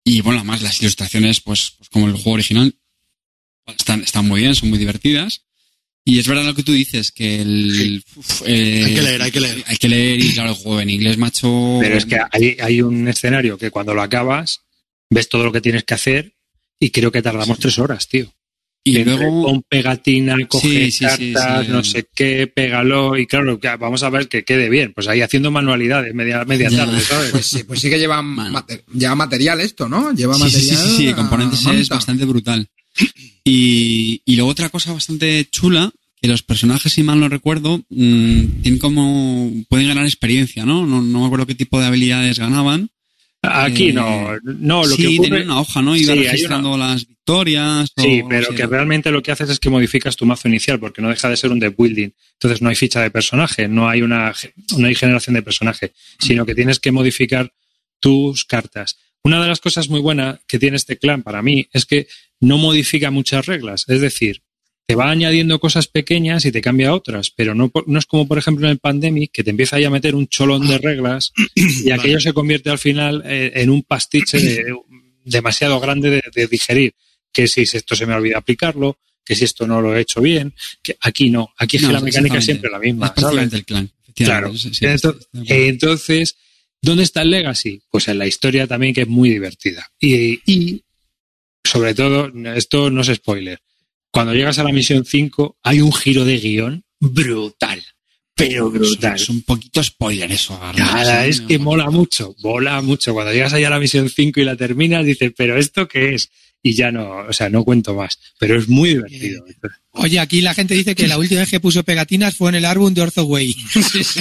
Y bueno, además las ilustraciones, pues, pues como el juego original, están, están muy bien, son muy divertidas. Y es verdad lo que tú dices, que el... Uf, eh, hay que leer, hay que leer. Hay que leer y claro, el juego en inglés, macho... Pero es que hay, hay un escenario que cuando lo acabas, ves todo lo que tienes que hacer y creo que tardamos tres horas, tío. Y Entre luego... Con pegatina, coge Sí, sí, sí, cartas, sí. no sé qué, pégalo y claro, que vamos a ver que quede bien. Pues ahí haciendo manualidades media, media Ya. tarde, ¿sabes? Pues sí, pues sí que lleva, Bueno. mate- lleva material esto, ¿no? Lleva Sí, sí, sí, material. sí, sí, a componentes manta. es bastante brutal. Y, y luego otra cosa bastante chula, que los personajes, si mal no recuerdo, mmm, tienen como... pueden ganar experiencia, ¿no? ¿no? No me acuerdo qué tipo de habilidades ganaban. Aquí Eh, no, no, lo sí, que ocurre... tenían una hoja, ¿no? Iba Sí, hay registrando una- las victorias. Sí, o- pero sí, que realmente lo que haces es que modificas tu mazo inicial, porque no deja de ser un deck building. Entonces no hay ficha de personaje, no hay una no hay generación de personaje, sino que tienes que modificar tus cartas. Una de las cosas muy buenas que tiene este clan para mí es que no modifica muchas reglas. Es decir, te va añadiendo cosas pequeñas y te cambia otras, pero no, por- no es como, por ejemplo, en el Pandemic, que te empieza ahí a meter un cholón de reglas y aquello Vale. se convierte al final eh, en un pastiche de- demasiado grande de, de digerir. Que si esto se me olvida aplicarlo, que si esto no lo he hecho bien, que aquí no, aquí es No, que la mecánica es exactamente. siempre la misma, Es prácticamente ¿sabes? el clan. Claro. efectivamente, sí, sí, Entonces, sí, sí, sí. entonces, ¿dónde está el Legacy? Pues en la historia también, que es muy divertida. Y, y sobre todo, esto no es spoiler, cuando llegas a la misión cinco hay un giro de guión brutal, pero brutal. Es un poquito spoiler eso. Arnaud, Nada, sí, es que un mola poquito. mucho, mola mucho. Cuando llegas allá a la misión cinco y la terminas, dices, ¿pero esto qué es? Y ya no, o sea, no cuento más. Pero es muy divertido. Oye, aquí la gente dice que la última vez que puso pegatinas fue en el álbum de Orzo Way. Sí, sí.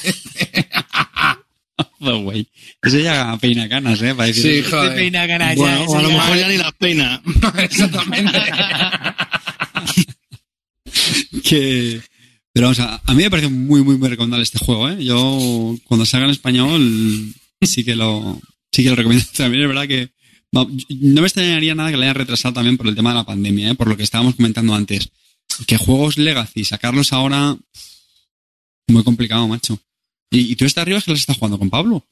Oh, güey. Eso ya peina canas, ¿eh? Para decir Sí, eso. joder. Te peina ganas Bueno, ya, o a lo eso ya- mejor ya ni las peina. Exactamente. que... Pero vamos a, a mí me parece muy, muy, muy recomendable este juego, ¿eh? Yo, cuando salga en español, sí que lo, sí que lo recomiendo. También es verdad que no no me extrañaría nada que le haya retrasado también por el tema de la pandemia, ¿eh? Por lo que estábamos comentando antes. Que juegos Legacy, sacarlos ahora, muy complicado, macho. ¿Y, y tú estás arriba es que los estás jugando con Pablo?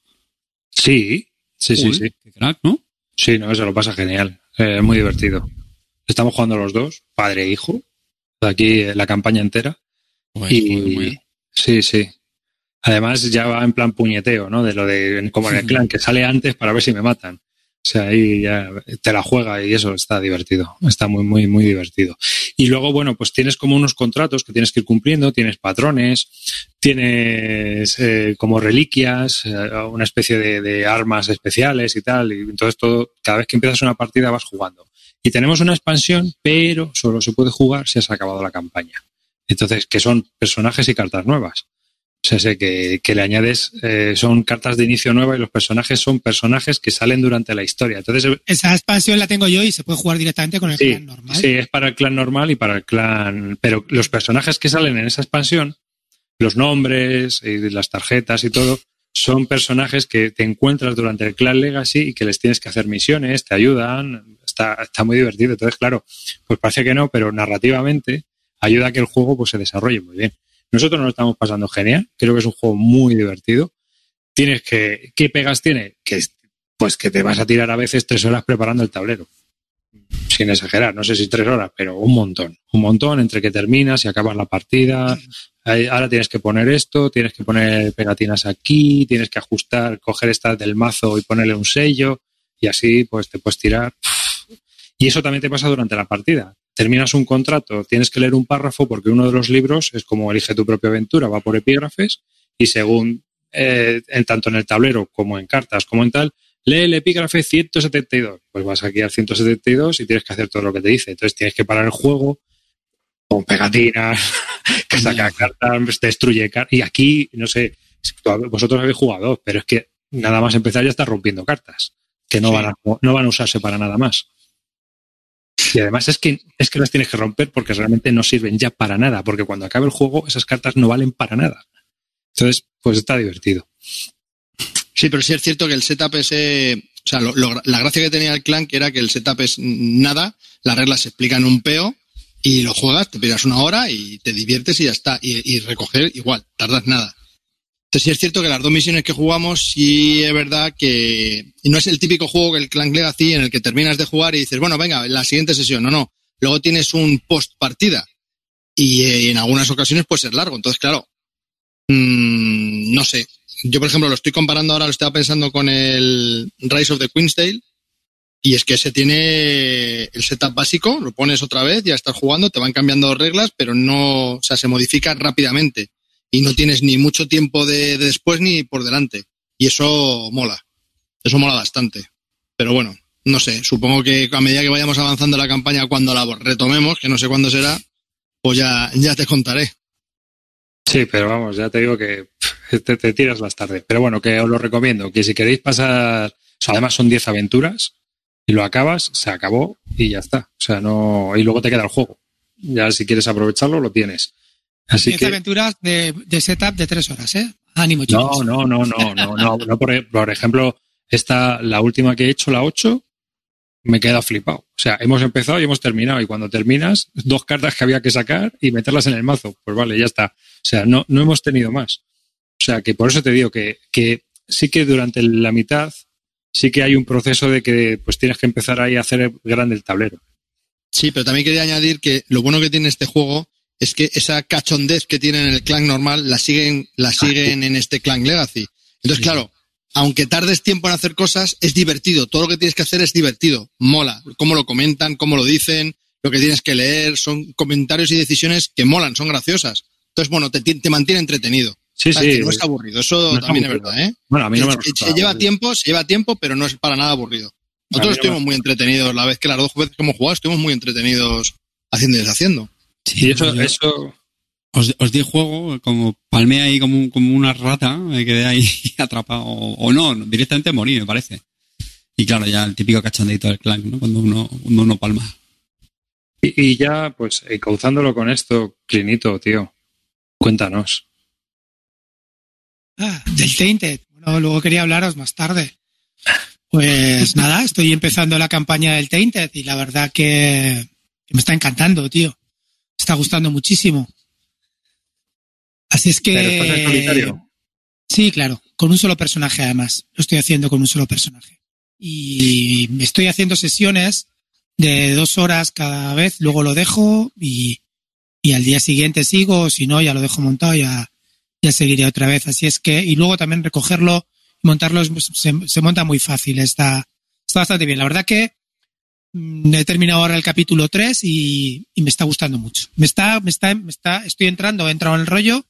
Sí, sí, sí, Uy, sí. qué crack, ¿no? Sí, no, se lo pasa genial. Eh, Es muy divertido. Estamos jugando los dos, padre e hijo. Aquí eh, la campaña entera. Pues, Y joder, muy bien. sí, sí. Además ya va en plan puñeteo, ¿no? De lo de como en el clan, que sale antes para ver si me matan. O sea, ahí ya te la juega y eso está divertido. Está muy, muy, muy divertido. Y luego, bueno, pues tienes como unos contratos que tienes que ir cumpliendo, tienes patrones, tienes eh, como reliquias, eh, una especie de, de armas especiales y tal. Y entonces todo, cada vez que empiezas una partida vas jugando. Y tenemos una expansión, pero solo se puede jugar si has acabado la campaña. Entonces, que son personajes y cartas nuevas. O sea, sé que, que le añades, eh, son cartas de inicio nueva y los personajes son personajes que salen durante la historia. Entonces, Esa expansión la tengo yo y se puede jugar directamente con el sí, clan normal. sí, es para el clan normal y para el clan... Pero los personajes que salen en esa expansión, los nombres y las tarjetas y todo, son personajes que te encuentras durante el clan Legacy y que les tienes que hacer misiones, te ayudan, está, está muy divertido. Entonces, claro, pues parece que no, pero narrativamente ayuda a que el juego pues se desarrolle muy bien. Nosotros nos lo estamos pasando genial, creo que es un juego muy divertido. Tienes que, ¿qué pegas tiene? Que pues que te vas a tirar a veces tres horas preparando el tablero. Sin exagerar, no sé si tres horas, pero un montón. Un montón entre que terminas y acabas la partida. Ahora tienes que poner esto, tienes que poner pegatinas aquí, tienes que ajustar, coger estas del mazo y ponerle un sello y así pues te puedes tirar. Y eso también te pasa durante la partida. Terminas un contrato, tienes que leer un párrafo porque uno de los libros es como elige tu propia aventura, va por epígrafes y según, eh, en tanto en el tablero como en cartas como en tal, lee el epígrafe ciento setenta y dos. Pues vas aquí al ciento setenta y dos y tienes que hacer todo lo que te dice. Entonces tienes que parar el juego con pegatinas, que saca cartas, destruye cartas. Y aquí, no sé, vosotros habéis jugado, pero es que nada más empezar ya está rompiendo cartas, que no, sí. van, a, no van a usarse para nada más. Y además es que, es que las tienes que romper porque realmente no sirven ya para nada, porque cuando acabe el juego esas cartas no valen para nada. Entonces, pues está divertido. Sí, pero sí es cierto que el setup ese... O sea, lo, lo, la gracia que tenía el clan que era que el setup es nada, las reglas se explican un peo y lo juegas, te pegas una hora y te diviertes y ya está. Y, y recoger igual, tardas nada. Entonces sí es cierto que las dos misiones que jugamos sí es verdad que y no es el típico juego que el Clank Legacy en el que terminas de jugar y dices, bueno, venga, la siguiente sesión. No, no. Luego tienes un post partida y eh, en algunas ocasiones puede ser largo. Entonces, claro, mmm, no sé. Yo, por ejemplo, lo estoy comparando ahora, lo estaba pensando con el Rise of the Queensdale y es que ese tiene el setup básico, lo pones otra vez, ya estás jugando, te van cambiando reglas, pero no, o sea, se modifica rápidamente. Y no tienes ni mucho tiempo de, de después ni por delante. Y eso mola. Eso mola bastante. Pero bueno, no sé. Supongo que a medida que vayamos avanzando la campaña, cuando la retomemos, que no sé cuándo será, pues ya, ya te contaré. Sí, pero vamos, ya te digo que te, te tiras las tardes. Pero bueno, que os lo recomiendo. Que si queréis pasar... O sea, además son diez aventuras y lo acabas, se acabó y ya está. O sea, no... Y luego te queda el juego. Ya si quieres aprovecharlo, lo tienes. Así que aventuras de, de setup de tres horas, ¿eh? Ánimo, chicos. No, no, no, no, no, no, no por, por ejemplo, esta, la última que he hecho, la ocho, me he quedado flipado. O sea, hemos empezado y hemos terminado. Y cuando terminas, dos cartas que había que sacar y meterlas en el mazo. Pues vale, ya está. O sea, no, no hemos tenido más. O sea, que por eso te digo que, que sí que durante la mitad sí que hay un proceso de que pues tienes que empezar ahí a hacer grande el tablero. Sí, pero también quería añadir que lo bueno que tiene este juego es que esa cachondez que tienen en el Clank normal la siguen, la siguen en este Clank Legacy. Entonces, claro, aunque tardes tiempo en hacer cosas, es divertido. Todo lo que tienes que hacer es divertido. Mola. Cómo lo comentan, cómo lo dicen, lo que tienes que leer. Son comentarios y decisiones que molan, son graciosas. Entonces, bueno, te, te mantiene entretenido. Sí, sí. No es aburrido. Eso no también es, es verdad, ¿eh? Bueno, a mí no me se, se lleva tiempo, se lleva tiempo, pero no es para nada aburrido. Nosotros estuvimos muy entretenidos. La vez que las dos veces que hemos jugado, estuvimos muy entretenidos haciendo y deshaciendo. Sí, y eso, eso... Os, os di juego, como palmé ahí como, como una rata, me quedé ahí atrapado, o, o no, directamente morí, me parece. Y claro, ya el típico cachondeito del Clank, ¿no? Cuando uno, cuando uno palma. Y, y ya, pues, cauzándolo con esto, Clinito, tío, cuéntanos. Ah, del Tainted. Bueno, luego quería hablaros más tarde. Pues nada, estoy empezando la campaña del Tainted y la verdad que, que me está encantando, tío. Me está gustando muchísimo. Así es que... ¿Pero estás en solitario? Sí, claro, con un solo personaje además. Lo estoy haciendo con un solo personaje. Y estoy haciendo sesiones de dos horas cada vez, luego lo dejo y, y al día siguiente sigo, o si no, ya lo dejo montado, ya, ya seguiré otra vez. Así es que... Y luego también recogerlo, montarlo, se, se monta muy fácil, está, está bastante bien. La verdad que mmm, he terminado ahora el capítulo tres y, y me está gustando mucho. Me está, me está, me está, estoy entrando, he entrado en el rollo.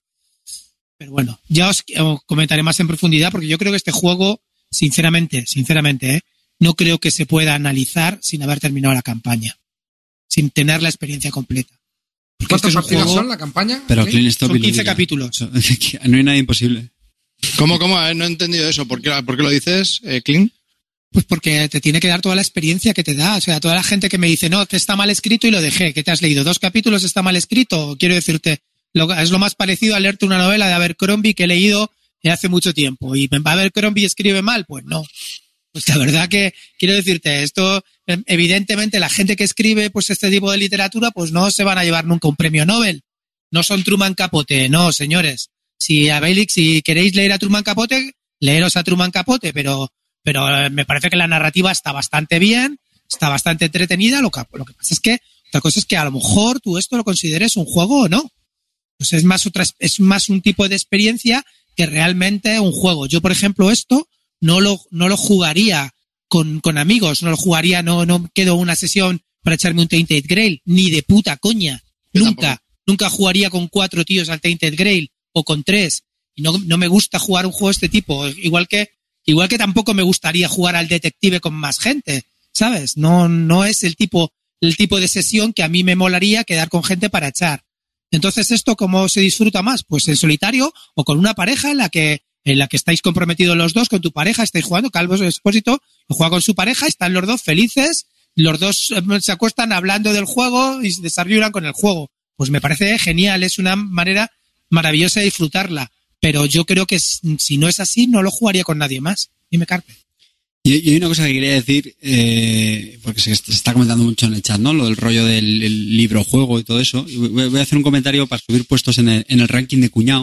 Pero bueno, ya os comentaré más en profundidad porque yo creo que este juego, sinceramente, sinceramente, ¿eh? no creo que se pueda analizar sin haber terminado la campaña, sin tener la experiencia completa. ¿Cuántas este partidas juego, son la campaña? Pero ¿Sí? Stop son quince capítulos. No hay nada imposible. ¿Cómo, cómo? A ver, no he entendido eso. ¿Por qué, por qué lo dices, eh, Clint? Pues porque te tiene que dar toda la experiencia que te da. O sea, toda la gente que me dice, no, que está mal escrito y lo dejé. ¿Qué te has leído? ¿Dos capítulos está mal escrito? Quiero decirte... Lo, es lo más parecido a leerte una novela de Abercrombie que he leído hace mucho tiempo. ¿Y Abercrombie escribe mal? Pues no. Pues la verdad que quiero decirte, esto, evidentemente la gente que escribe pues este tipo de literatura pues no se van a llevar nunca un premio Nobel. No son Truman Capote, no, señores. Si a Bélix, si queréis leer a Truman Capote, leeros a Truman Capote, pero, pero me parece que la narrativa está bastante bien, está bastante entretenida. Lo que, lo que pasa es que, otra cosa es que a lo mejor tú esto lo consideres un juego o no. Pues es más otra, es más un tipo de experiencia que realmente un juego. Yo, por ejemplo, esto no lo, no lo jugaría con, con amigos, no lo jugaría, no, no quedo una sesión para echarme un Tainted Grail, ni de puta coña. Yo nunca, tampoco. Nunca jugaría con cuatro tíos al Tainted Grail o con tres. Y no, no me gusta jugar un juego de este tipo. Igual que, igual que tampoco me gustaría jugar al detective con más gente, ¿sabes? No, no es el tipo, el tipo de sesión que a mí me molaría quedar con gente para echar. Entonces, ¿esto cómo se disfruta más? Pues en solitario o con una pareja en la que en la que estáis comprometidos los dos, con tu pareja, estáis jugando, Calvo Expósito juega con su pareja, están los dos felices, los dos se acuestan hablando del juego y se desarrollan con el juego. Pues me parece genial, es una manera maravillosa de disfrutarla. Pero yo creo que si no es así, no lo jugaría con nadie más. Dime, Carpe. Y, y hay una cosa que quería decir, eh, porque se, se está comentando mucho en el chat, ¿no? Lo del rollo del el libro-juego y todo eso. Y voy, voy a hacer un comentario para subir puestos en el, en el ranking de cuñado.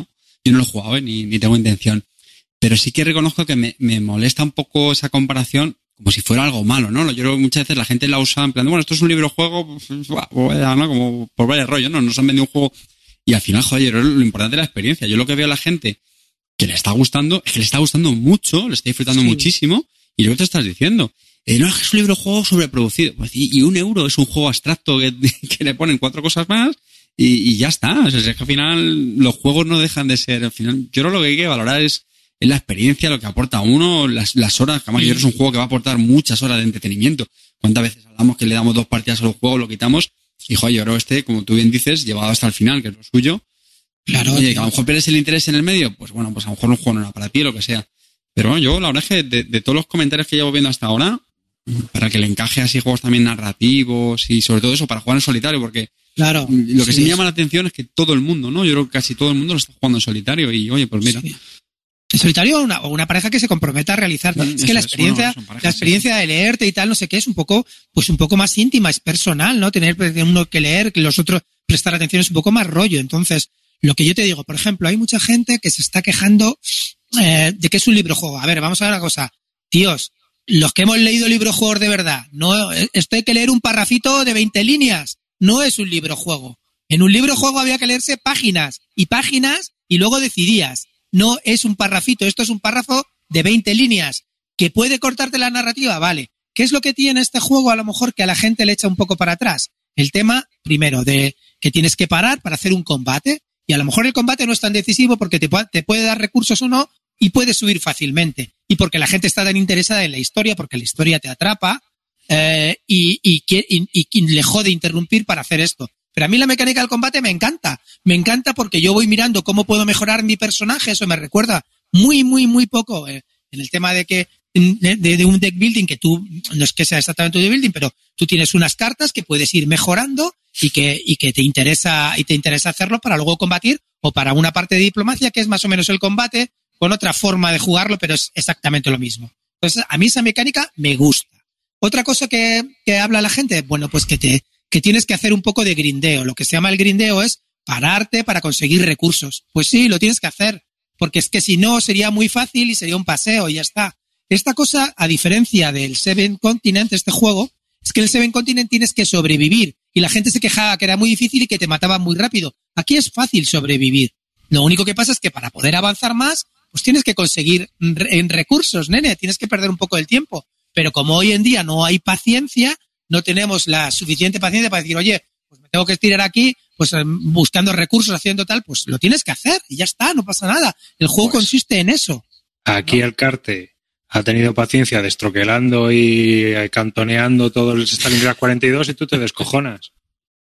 yo no lo he jugado, ¿eh? ni, ni tengo intención. Pero sí que reconozco que me, me molesta un poco esa comparación como si fuera algo malo, ¿no? Yo creo que muchas veces la gente la usa en plan, bueno, esto es un libro juego, pues, ¿no? Como por varios rollos, ¿no? Nos han vendido un juego y al final, joder, lo importante es la experiencia. Yo lo que veo a la gente que le está gustando, es que le está gustando mucho, le está disfrutando sí. muchísimo, y lo que te estás diciendo, eh, no, es que es un libro juego sobreproducido, pues, y, y un euro es un juego abstracto que, que le ponen cuatro cosas más, y, y ya está. O sea, es que al final los juegos no dejan de ser, al final, yo creo que lo que hay que valorar es, es la experiencia, lo que aporta a uno, las, las horas, que además yo creo que es un juego que va a aportar muchas horas de entretenimiento. ¿Cuántas veces hablamos que le damos dos partidas a los juegos, lo quitamos? Y joder, yo creo que este, como tú bien dices, llevado hasta el final, que es lo suyo. Claro. Oye, que a lo mejor pierdes el interés en el medio, pues bueno, pues a lo mejor un juego no era para ti, lo que sea. Pero bueno, yo la verdad es que de, de todos los comentarios que llevo viendo hasta ahora, para que le encaje así juegos también narrativos y sobre todo eso, para jugar en solitario, porque claro, lo que sí, sí me llama la atención es que todo el mundo, ¿no? Yo creo que casi todo el mundo lo está jugando en solitario y oye, pues mira. Sí. En solitario o una, una pareja que se comprometa a realizar. No, es que eso, la experiencia, bueno, parejas, la experiencia sí. de leerte y tal, no sé qué, es un poco, pues un poco más íntima, es personal, ¿no? Tener uno que leer, que los otros prestar atención es un poco más rollo. Entonces, lo que yo te digo, por ejemplo, hay mucha gente que se está quejando eh, de que es un libro juego. A ver, vamos a ver una cosa. Tíos, los que hemos leído libro juegos de verdad, no, esto hay que leer un parrafito de veinte líneas. No es un libro juego. En un libro juego había que leerse páginas y páginas y luego decidías. No es un parrafito, esto es un párrafo de veinte líneas. ¿Que puede cortarte la narrativa? Vale. ¿Qué es lo que tiene este juego a lo mejor que a la gente le echa un poco para atrás? El tema, primero, de que tienes que parar para hacer un combate y a lo mejor el combate no es tan decisivo porque te, te puede dar recursos o no y puedes subir fácilmente. Y porque la gente está tan interesada en la historia, porque la historia te atrapa eh, y, y, y, y, y le jode interrumpir para hacer esto. Pero a mí la mecánica del combate me encanta. Me encanta porque yo voy mirando cómo puedo mejorar mi personaje. Eso me recuerda muy, muy, muy poco eh, en el tema de que de, de un deck building que tú, no es que sea exactamente un deck building, pero tú tienes unas cartas que puedes ir mejorando y que, y que te interesa, y te interesa hacerlo para luego combatir o para una parte de diplomacia que es más o menos el combate con otra forma de jugarlo, pero es exactamente lo mismo. Entonces, a mí esa mecánica me gusta. Otra cosa que, que habla la gente, bueno, pues que te, que tienes que hacer un poco de grindeo. Lo que se llama el grindeo es pararte para conseguir recursos. Pues sí, lo tienes que hacer, porque es que si no sería muy fácil y sería un paseo y ya está. Esta cosa, a diferencia del Seven Continent, este juego, es que en el Seven Continent tienes que sobrevivir y la gente se quejaba que era muy difícil y que te mataban muy rápido. Aquí es fácil sobrevivir. Lo único que pasa es que para poder avanzar más, pues tienes que conseguir en recursos, nene, tienes que perder un poco el tiempo. Pero como hoy en día no hay paciencia, no tenemos la suficiente paciencia para decir, oye, pues me tengo que estirar aquí, pues buscando recursos, haciendo tal, pues lo tienes que hacer y ya está, no pasa nada. El juego pues, consiste en eso. Aquí ¿no? El Carte ha tenido paciencia destroquelando y cantoneando todo el Stalingrad cuarenta y dos y tú te descojonas.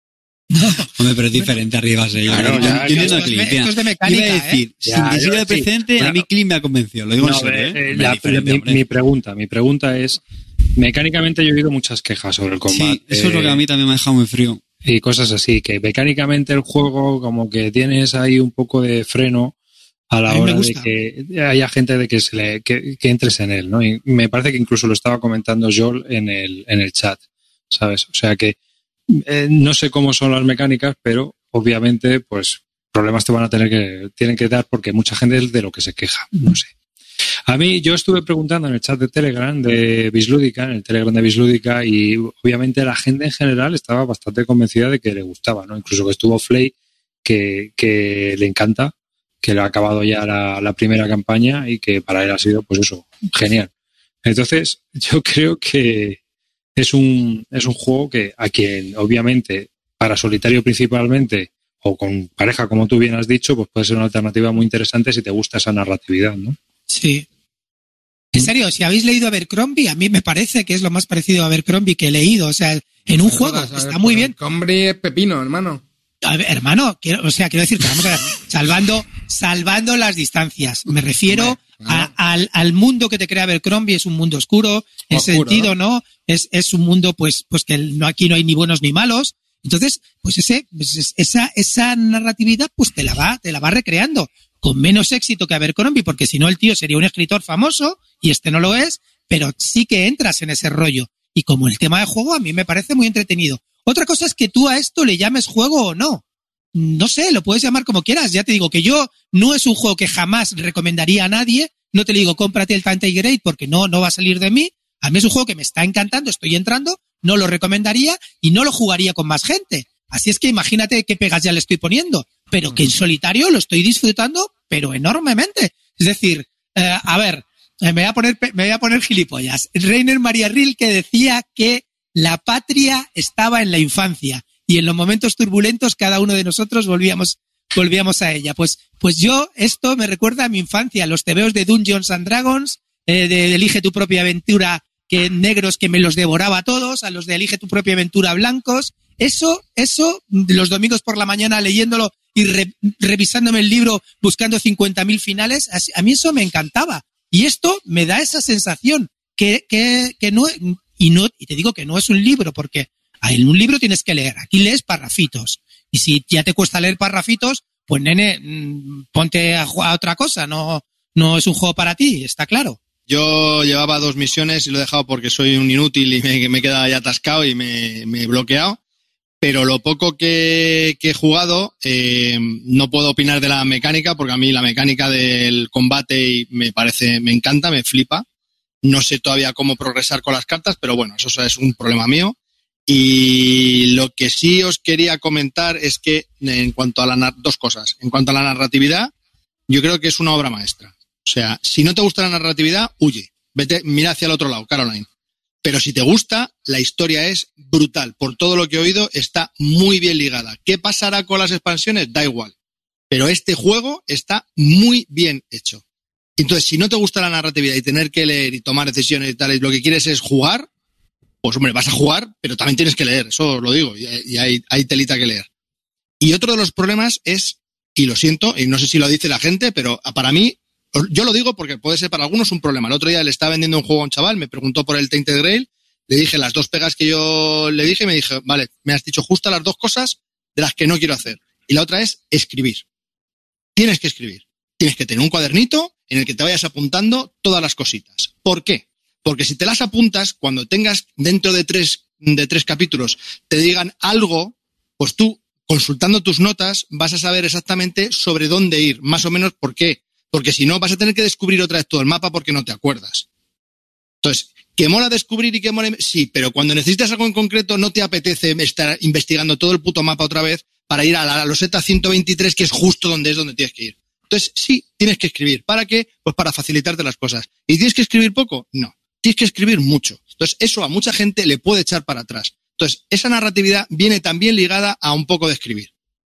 No. Hombre, pero es diferente arriba, sí. Claro, ya, yo esto, es, esto es de mecánica, iba a decir, ¿eh? sin ya, que sirva de sí. presente, Bueno, a mí Clean me ha convencido. Lo digo no, en serio, eh, ¿eh? La, mi, mi pregunta, mi pregunta es, mecánicamente yo he oído muchas quejas sobre el combate. Sí, eso eh, es lo que a mí también me ha dejado muy frío. Y cosas así, que mecánicamente el juego como que tienes ahí un poco de freno a la a hora de que haya gente de que se le que, que entres en él, ¿no? Y me parece que incluso lo estaba comentando Joel en el en el chat, ¿sabes? O sea que eh, no sé cómo son las mecánicas, pero obviamente pues problemas te van a tener que tienen que dar porque mucha gente es de lo que se queja, no sé. A mí, yo estuve preguntando en el chat de Telegram de Bislúdica, en el Telegram de Bislúdica, y obviamente la gente en general estaba bastante convencida de que le gustaba, ¿no? Incluso que estuvo Flay, que, que le encanta, que le ha acabado ya la, la primera campaña y que para él ha sido, pues eso, genial. Entonces, yo creo que es un, es un juego que a quien, obviamente, para solitario principalmente, o con pareja, como tú bien has dicho, pues puede ser una alternativa muy interesante si te gusta esa narratividad, ¿no? Sí. En serio, si habéis leído Abercrombie, a mí me parece que es lo más parecido a Abercrombie que he leído. O sea, en un juego jodas, está ver, muy bien. Abercrombie es pepino, hermano. A ver, hermano, quiero, o sea, quiero decir, vamos a ver, salvando, salvando las distancias. Me refiero a, al, al mundo que te crea Abercrombie, es un mundo oscuro, en oscuro, sentido, ¿no? ¿no? Es, es un mundo, pues, pues que no, aquí no hay ni buenos ni malos. Entonces, pues ese, pues esa, esa narratividad, pues te la va, te la va recreando. Con menos éxito que Abercrombie, porque si no el tío sería un escritor famoso, y este no lo es, pero sí que entras en ese rollo. Y como el tema de juego a mí me parece muy entretenido. Otra cosa es que tú a esto le llames juego o no. no sé, lo puedes llamar como quieras. Ya te digo que yo no es un juego que jamás recomendaría a nadie. No te digo, cómprate el Tantigrade porque no, no va a salir de mí. A mí es un juego que me está encantando, estoy entrando, no lo recomendaría y no lo jugaría con más gente. Así es que imagínate qué pegas ya le estoy poniendo. Pero que en solitario lo estoy disfrutando, pero enormemente. Es decir, eh, a ver, me voy a poner, me voy a poner gilipollas. Rainer Maria Rilke decía que la patria estaba en la infancia y en los momentos turbulentos cada uno de nosotros volvíamos, volvíamos a ella. Pues, pues yo, esto me recuerda a mi infancia, los tebeos de Dungeons and Dragons, eh, de Elige tu propia aventura, que negros que me los devoraba a todos, a los de Elige tu propia aventura blancos. Eso, eso, los domingos por la mañana leyéndolo y re, revisándome el libro, buscando cincuenta mil finales, a, a mí eso me encantaba. Y esto me da esa sensación que, que, que no, y no, y te digo que no es un libro, porque en un libro tienes que leer, aquí lees parrafitos. Y si ya te cuesta leer parrafitos, pues nene, ponte a, a otra cosa, no, no es un juego para ti, está claro. Yo llevaba dos misiones y lo he dejado porque soy un inútil y me, me he quedado ya atascado y me, me he bloqueado. Pero lo poco que, que he jugado, eh, no puedo opinar de la mecánica, porque a mí la mecánica del combate me parece, me encanta, me flipa. No sé todavía cómo progresar con las cartas, pero bueno, eso es un problema mío. Y lo que sí os quería comentar es que, en cuanto a la, dos cosas. En cuanto a la narratividad, yo creo que es una obra maestra. O sea, si no te gusta la narratividad, huye. Vete, mira hacia el otro lado, Caroline. Pero si te gusta, la historia es brutal. Por todo lo que he oído, está muy bien ligada. ¿Qué pasará con las expansiones? Da igual. Pero este juego está muy bien hecho. Entonces, si no te gusta la narratividad y tener que leer y tomar decisiones y tal, y lo que quieres es jugar, pues hombre, vas a jugar, pero también tienes que leer. Eso lo digo, y hay, hay telita que leer. Y otro de los problemas es, y lo siento, y no sé si lo dice la gente, pero para mí, yo lo digo porque puede ser para algunos un problema. El otro día le estaba vendiendo un juego a un chaval, me preguntó por el Tainted Grail, le dije las dos pegas que yo le dije y me dije, vale, me has dicho justo las dos cosas de las que no quiero hacer. Y la otra es escribir. Tienes que escribir. Tienes que tener un cuadernito en el que te vayas apuntando todas las cositas. ¿Por qué? Porque si te las apuntas, cuando tengas dentro de tres, de tres capítulos te digan algo, pues tú, consultando tus notas, vas a saber exactamente sobre dónde ir, más o menos por qué. Porque si no, vas a tener que descubrir otra vez todo el mapa porque no te acuerdas. Entonces, ¿que mola descubrir y que mola? Sí, pero cuando necesitas algo en concreto no te apetece estar investigando todo el puto mapa otra vez para ir a la loseta ciento veintitrés, que es justo donde es donde tienes que ir. Entonces, sí, tienes que escribir. ¿Para qué? Pues para facilitarte las cosas. ¿Y tienes que escribir poco? No. Tienes que escribir mucho. Entonces, eso a mucha gente le puede echar para atrás. Entonces, esa narratividad viene también ligada a un poco de escribir.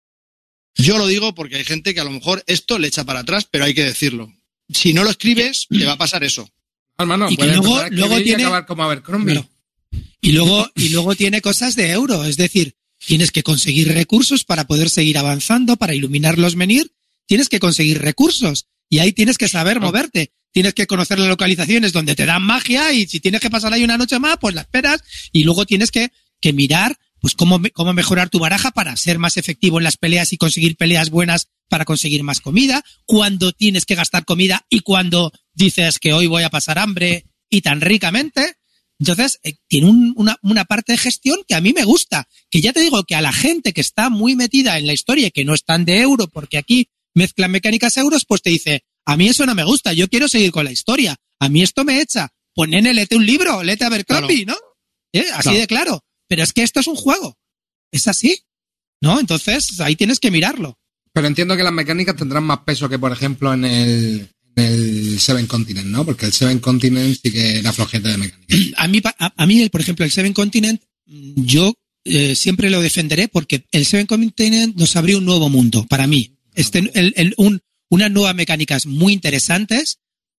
Yo lo digo porque hay gente que a lo mejor esto le echa para atrás, pero hay que decirlo. Si no lo escribes, te va a pasar eso. Hermano, y que luego, luego tiene, acabar como Abercrombie. Claro. Y luego, y luego tiene cosas de euro. Es decir, tienes que conseguir recursos para poder seguir avanzando, para iluminar los menhir. Tienes que conseguir recursos. Y ahí tienes que saber moverte. Tienes que conocer las localizaciones donde te dan magia y si tienes que pasar ahí una noche más, pues la esperas. Y luego tienes que, que mirar pues cómo, cómo mejorar tu baraja para ser más efectivo en las peleas y conseguir peleas buenas para conseguir más comida, cuando tienes que gastar comida y cuando dices que hoy voy a pasar hambre y tan ricamente. Entonces, eh, tiene un, una, una parte de gestión que a mí me gusta, que ya te digo que a la gente que está muy metida en la historia y que no están de euro, porque aquí mezclan mecánicas euros, pues te dice, a mí eso no me gusta, yo quiero seguir con la historia, a mí esto me echa, pues nene, léete un libro, léete Abercrombie, claro. ¿No? ¿Eh? Así claro. De claro. Pero es que esto es un juego. Es así. ¿No? Entonces, ahí tienes que mirarlo. Pero entiendo que las mecánicas tendrán más peso que, por ejemplo, en el, en el Seven Continent, ¿no? Porque el Seven Continent sí que era flojeta de mecánica. A mí, a, a mí por ejemplo, el Seven Continent, yo eh, siempre lo defenderé porque el Seven Continent nos abrió un nuevo mundo, para mí. Este, el, el, un, unas nuevas mecánicas muy interesantes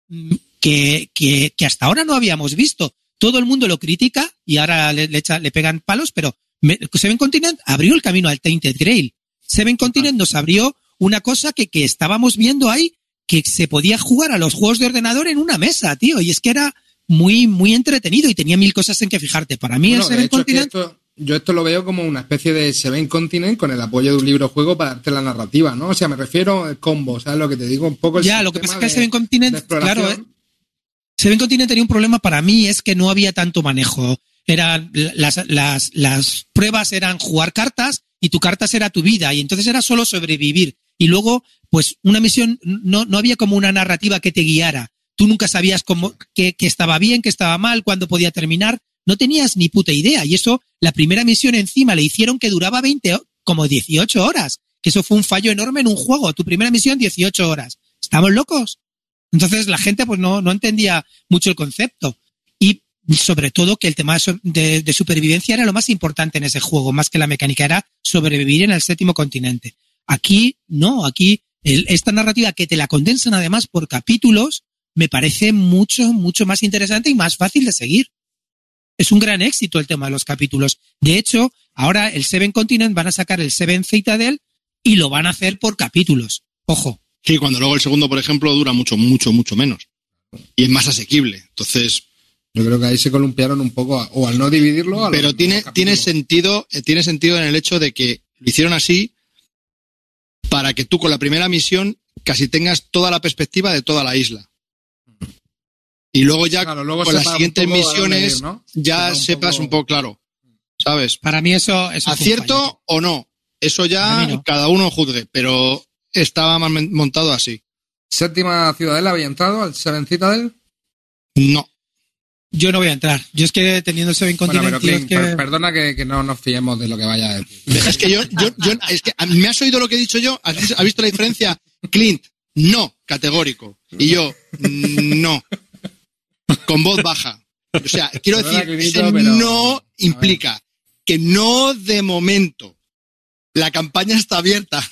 que, que, que hasta ahora no habíamos visto. Todo el mundo lo critica y ahora le, le, echa, le pegan palos, pero me, Seven Continent abrió el camino al Tainted Grail. Seven Continent nos abrió una cosa que, que estábamos viendo ahí, que se podía jugar a los juegos de ordenador en una mesa, tío, y es que era muy, muy entretenido y tenía mil cosas en que fijarte. Para mí bueno, el Seven Continent... Esto, yo esto lo veo como una especie de Seven Continent con el apoyo de un libro juego para darte la narrativa, ¿no? O sea, me refiero al combo, ¿sabes lo que te digo? Un poco el ya, lo que pasa es que el Seven Continent, claro, ¿eh? Seven Continent tenía un problema para mí, es que no había tanto manejo. Eran las, las, las pruebas eran jugar cartas y tu carta era tu vida, y entonces era solo sobrevivir. Y luego, pues una misión, no, no había como una narrativa que te guiara. Tú nunca sabías cómo, que, que estaba bien, que estaba mal, cuándo podía terminar. No tenías ni puta idea. Y eso, la primera misión encima le hicieron que duraba veinte, como dieciocho horas. Que eso fue un fallo enorme en un juego. Tu primera misión, dieciocho horas. ¿Estamos locos? Entonces la gente pues no, no entendía mucho el concepto. Y sobre todo que el tema de, de supervivencia era lo más importante en ese juego, más que la mecánica, era sobrevivir en el séptimo continente. Aquí no, aquí el, esta narrativa que te la condensan además por capítulos me parece mucho, mucho más interesante y más fácil de seguir. Es un gran éxito el tema de los capítulos. De hecho, ahora el Seven Continent van a sacar el Seven Citadel y lo van a hacer por capítulos. Ojo. Sí, cuando luego el segundo, por ejemplo, dura mucho, mucho, mucho menos. Y es más asequible. Entonces, yo creo que ahí se columpiaron un poco, o al no dividirlo. A pero los, tiene, los tiene sentido, tiene sentido en el hecho de que lo hicieron así para que tú con la primera misión casi tengas toda la perspectiva de toda la isla. Y luego ya claro, luego con las siguientes misiones ir, ¿no? ya un sepas poco... un poco claro, ¿sabes? Para mí eso, eso acierto o no, eso ya no. Cada uno juzgue, pero estaba más montado así. ¿Séptima Ciudadela había entrado al Seven Citadel? No. Yo no voy a entrar. Yo es que teniendo el Seven Continent... Bueno, pero Clint, es que... per- perdona que, que no nos fiemos de lo que vaya a decir. Es que yo, yo, yo, es que ¿me has oído lo que he dicho yo? ¿Has, has visto la diferencia? Clint, no, categórico. Y yo, no. Con voz baja. O sea, quiero Perdona, decir, Clinito, ese pero... no implica que no de momento. La campaña está abierta.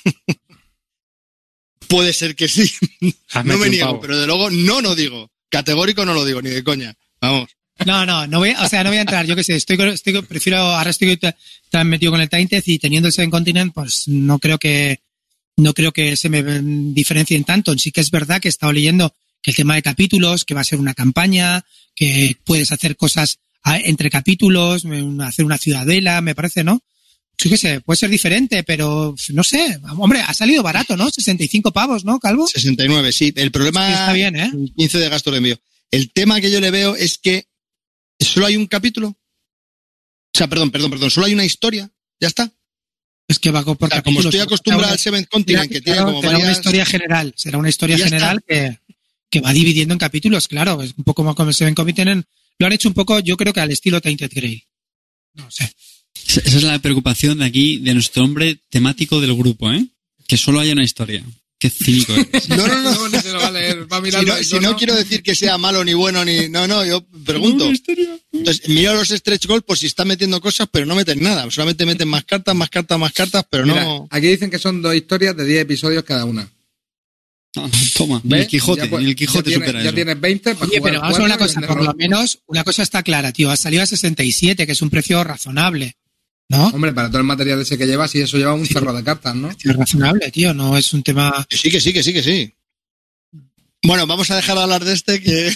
Puede ser que sí. No me niego, pero de luego no, no digo. Categórico no lo digo, ni de coña. Vamos. No, no, no voy, o sea, no voy a entrar. Yo qué sé, estoy, estoy, prefiero, ahora estoy tan metido con el Tainted y teniendo el Seven Continent, pues no creo que, no creo que se me diferencien tanto. Sí que es verdad que he estado leyendo que el tema de capítulos, que va a ser una campaña, que puedes hacer cosas entre capítulos, hacer una ciudadela, me parece, ¿no? Yo qué sé, puede ser diferente, pero no sé. Hombre, ha salido barato, ¿no? sesenta y cinco pavos, ¿no, Calvo? sesenta y nueve, sí. El problema sí, está bien, ¿eh? quince de gasto de envío. El tema que yo le veo es que solo hay un capítulo. O sea, perdón, perdón, perdón. Solo hay una historia. Ya está. Es que va por o sea, como estoy acostumbrado al Seventh Continent, que tiene como será varias... una historia general. Será una historia general que, que va dividiendo en capítulos, claro. Es un poco como el Seventh Continent. Lo han hecho un poco, yo creo que al estilo Tainted Grail. No sé. Esa es la preocupación de aquí, de nuestro hombre temático del grupo, ¿eh? Que solo haya una historia. Qué cínico es. No, no, no. no se lo va a leer, va a si no, si no quiero decir que sea malo ni bueno, ni... No, no, yo pregunto. Entonces, mira los stretch goals por si están metiendo cosas, pero no meten nada. Solamente meten más cartas, más cartas, más cartas, pero Mira, no... Aquí dicen que son dos historias de diez episodios cada una. Ah, toma, ni el Quijote, pues, ni el Quijote ya supera tienes, eso. Ya tienes veinte para Oye, jugar pero vamos a una cosa, por lo menos, una cosa está clara, tío. Ha salido a sesenta y siete, que es un precio razonable, ¿no? Hombre, para todo el material ese que llevas, y eso lleva un cerro de cartas, ¿no? Es razonable, tío, no es un tema... Sí, que sí, que sí, que sí. Bueno, vamos a dejar de hablar de este que...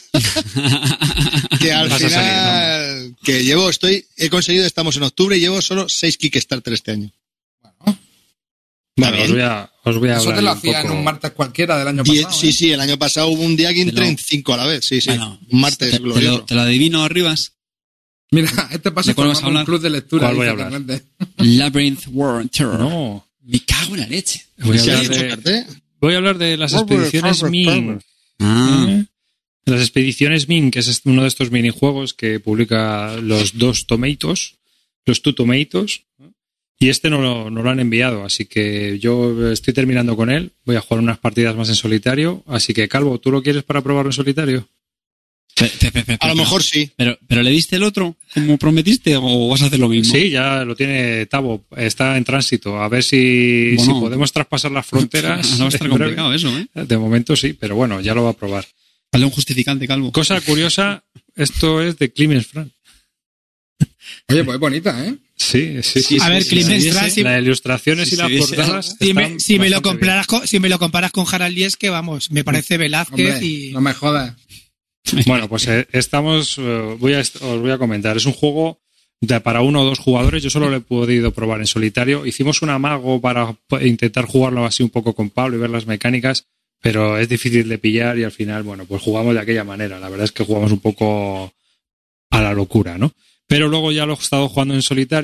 que al final... Salir, ¿no? Que llevo, estoy... He conseguido, estamos en octubre y llevo solo seis Kickstarter este año. Bueno... Bueno, os voy a, os voy a Eso hablar te lo un hacía poco... en un martes cualquiera del año pasado. Sí, ¿eh? sí, el año pasado hubo un día que entré no. en cinco a la vez. Sí, sí. Bueno, un martes te, glorioso. te, lo, te lo adivino, Arribas. Mira, este paso ¿De cuál vas a formando un hablar? club de lectura. ¿Cuál voy a hablar? Realmente. Labyrinth War Terror. No. Me cago en la leche. Voy a, ¿Sí hablar has de, hecho cartel? voy a hablar de las expediciones Min. Ah. ¿Eh? Las expediciones Min, que es uno de estos minijuegos que publica los dos Tomatoes, los Two Tomatoes, y este no lo, no lo han enviado, así que yo estoy terminando con él. Voy a jugar unas partidas más en solitario, así que Calvo, ¿tú lo quieres para probarlo en solitario? Pe, pe, pe, pe, A lo pe, mejor sí. Pero, pero ¿le diste el otro como prometiste o vas a hacer lo mismo? Sí, ya lo tiene Tavo, está en tránsito. A ver si, bueno, si podemos traspasar las fronteras. No va a estar complicado eso, ¿eh? De momento sí, pero bueno, ya lo va a probar. Dale un justificante, Calvo. Cosa curiosa, esto es de Clemens Frank. Oye, pues es bonita, ¿eh? Sí, sí, sí. A sí, ver, sí, Clemens sí, Frank, sí, si- las ilustraciones si y las se dice- portadas. Si me, están si me lo bastante comparas con, si me lo comparas con Harald Diez, que vamos, me parece Velázquez Hombre, y... no me jodas. bien. Bueno, pues eh, estamos, eh, voy a, os voy a comentar. Es un juego de, para uno o dos jugadores. Yo solo lo he podido probar en solitario. Hicimos un amago para p- intentar jugarlo así un poco con Pablo y ver las mecánicas, pero es difícil de pillar y al final, bueno, pues jugamos de aquella manera. La verdad es que jugamos un poco a la locura, ¿no? Pero luego ya lo he estado jugando en solitario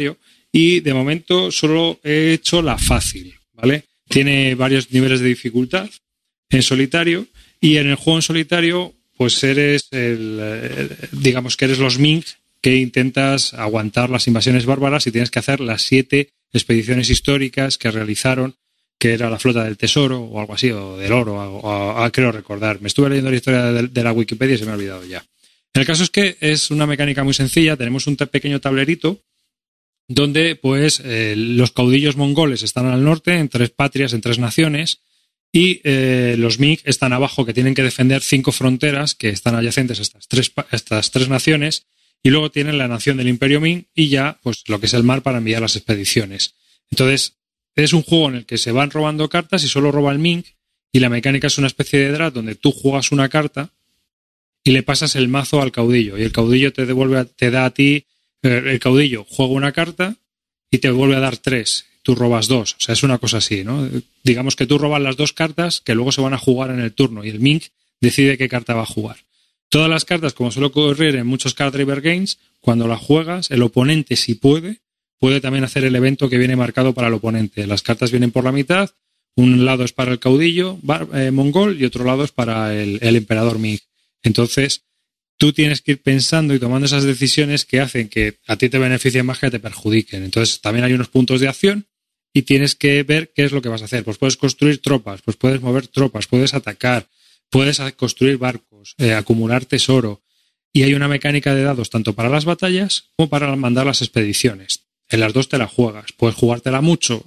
y de momento solo he hecho la fácil, ¿vale? Tiene varios niveles de dificultad en solitario y en el juego en solitario pues eres el, el, digamos que eres los Ming que intentas aguantar las invasiones bárbaras y tienes que hacer las siete expediciones históricas que realizaron, que era la flota del tesoro o algo así, o del oro, o, o, o, creo recordar. Me estuve leyendo la historia de, de la Wikipedia y se me ha olvidado ya. El caso es que es una mecánica muy sencilla. Tenemos un pequeño tablerito donde pues eh, los caudillos mongoles están al norte, en tres patrias, en tres naciones, y eh, los Ming están abajo, que tienen que defender cinco fronteras que están adyacentes a estas tres, estas tres naciones, y luego tienen la nación del Imperio Ming y ya pues lo que es el mar para enviar las expediciones. Entonces, es un juego en el que se van robando cartas y solo roba el Ming, y la mecánica es una especie de draft donde tú juegas una carta y le pasas el mazo al caudillo, y el caudillo te devuelve, te da a ti, el caudillo juega una carta y te vuelve a dar tres. Tú robas dos, o sea, es una cosa así, ¿no? Digamos que tú robas las dos cartas que luego se van a jugar en el turno y el Ming decide qué carta va a jugar. Todas las cartas, como suele ocurrir en muchos card driver games, cuando las juegas, el oponente, si puede, puede también hacer el evento que viene marcado para el oponente. Las cartas vienen por la mitad, un lado es para el caudillo eh, mongol y otro lado es para el, el emperador Ming. Entonces, tú tienes que ir pensando y tomando esas decisiones que hacen que a ti te beneficien más que te perjudiquen. Entonces, también hay unos puntos de acción y tienes que ver qué es lo que vas a hacer. Pues puedes construir tropas, pues puedes mover tropas, puedes atacar, puedes construir barcos, eh, acumular tesoro. Y hay una mecánica de dados tanto para las batallas como para mandar las expediciones. En las dos te la juegas. Puedes jugártela mucho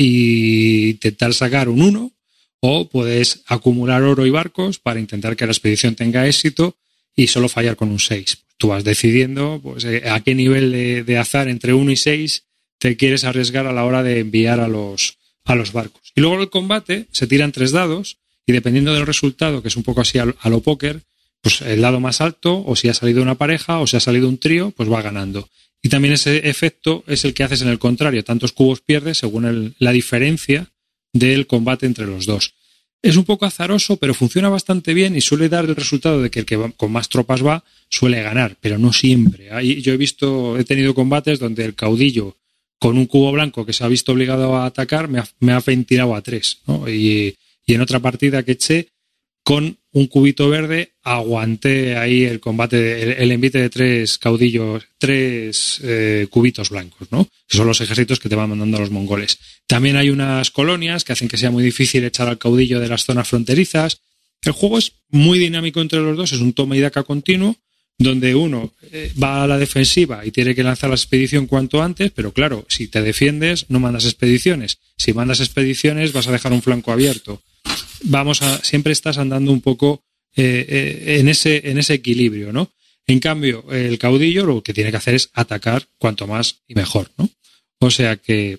e intentar sacar un uno, o puedes acumular oro y barcos para intentar que la expedición tenga éxito y solo fallar con un seis. Tú vas decidiendo pues, a qué nivel de, de azar entre uno y seis te quieres arriesgar a la hora de enviar a los, a los barcos. Y luego el combate se tiran tres dados y dependiendo del resultado, que es un poco así a, a lo póker, pues el dado más alto, o si ha salido una pareja o si ha salido un trío, pues va ganando. Y también ese efecto es el que haces en el contrario. Tantos cubos pierdes según el, la diferencia del combate entre los dos. Es un poco azaroso, pero funciona bastante bien y suele dar el resultado de que el que va, con más tropas va suele ganar, pero no siempre. Hay, yo he visto, he tenido combates donde el caudillo con un cubo blanco que se ha visto obligado a atacar me ha, me ha ventilado a tres, ¿no? Y, y en otra partida que eché con un cubito verde aguanté ahí el combate, el, el envite de tres caudillos, tres eh, cubitos blancos, ¿no? Que son los ejércitos que te van mandando los mongoles. También hay unas colonias que hacen que sea muy difícil echar al caudillo de las zonas fronterizas. El juego es muy dinámico entre los dos, es un toma y daca continuo, donde uno eh, va a la defensiva y tiene que lanzar la expedición cuanto antes, pero claro, si te defiendes no mandas expediciones. Si mandas expediciones vas a dejar un flanco abierto. Vamos a, siempre estás andando un poco eh, eh, en ese, en ese equilibrio, ¿no? En cambio, el caudillo lo que tiene que hacer es atacar cuanto más y mejor, ¿no? O sea que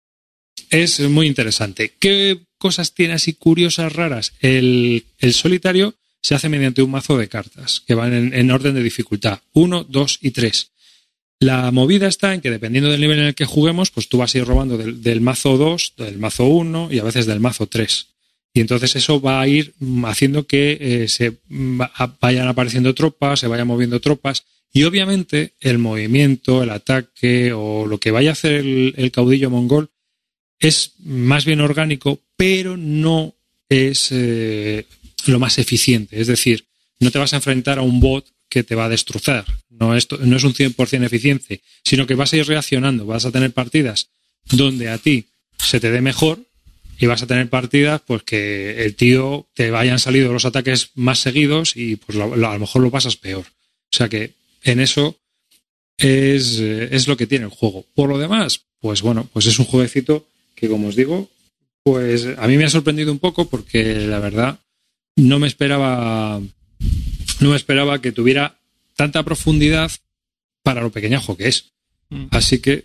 es muy interesante. ¿Qué cosas tiene así curiosas, raras? El, el solitario se hace mediante un mazo de cartas que van en, en orden de dificultad, uno, dos y tres. La movida está en que dependiendo del nivel en el que juguemos, pues tú vas a ir robando del, del mazo dos, del mazo uno y a veces del mazo tres. Y entonces eso va a ir haciendo que eh, se vayan apareciendo tropas, se vayan moviendo tropas. Y obviamente el movimiento, el ataque o lo que vaya a hacer el, el caudillo mongol es más bien orgánico, pero no es eh, lo más eficiente. Es decir, no te vas a enfrentar a un bot que te va a destrozar. No es, no es un cien por ciento eficiente, sino que vas a ir reaccionando. Vas a tener partidas donde a ti se te dé mejor y vas a tener partidas pues que el tío te vayan salido los ataques más seguidos y pues lo, lo, a lo mejor lo pasas peor. O sea que en eso es, es lo que tiene el juego. Por lo demás, pues bueno, pues es un jueguecito que, como os digo, pues a mí me ha sorprendido un poco porque la verdad no me esperaba no me esperaba que tuviera tanta profundidad para lo pequeñajo que es. Mm. Así que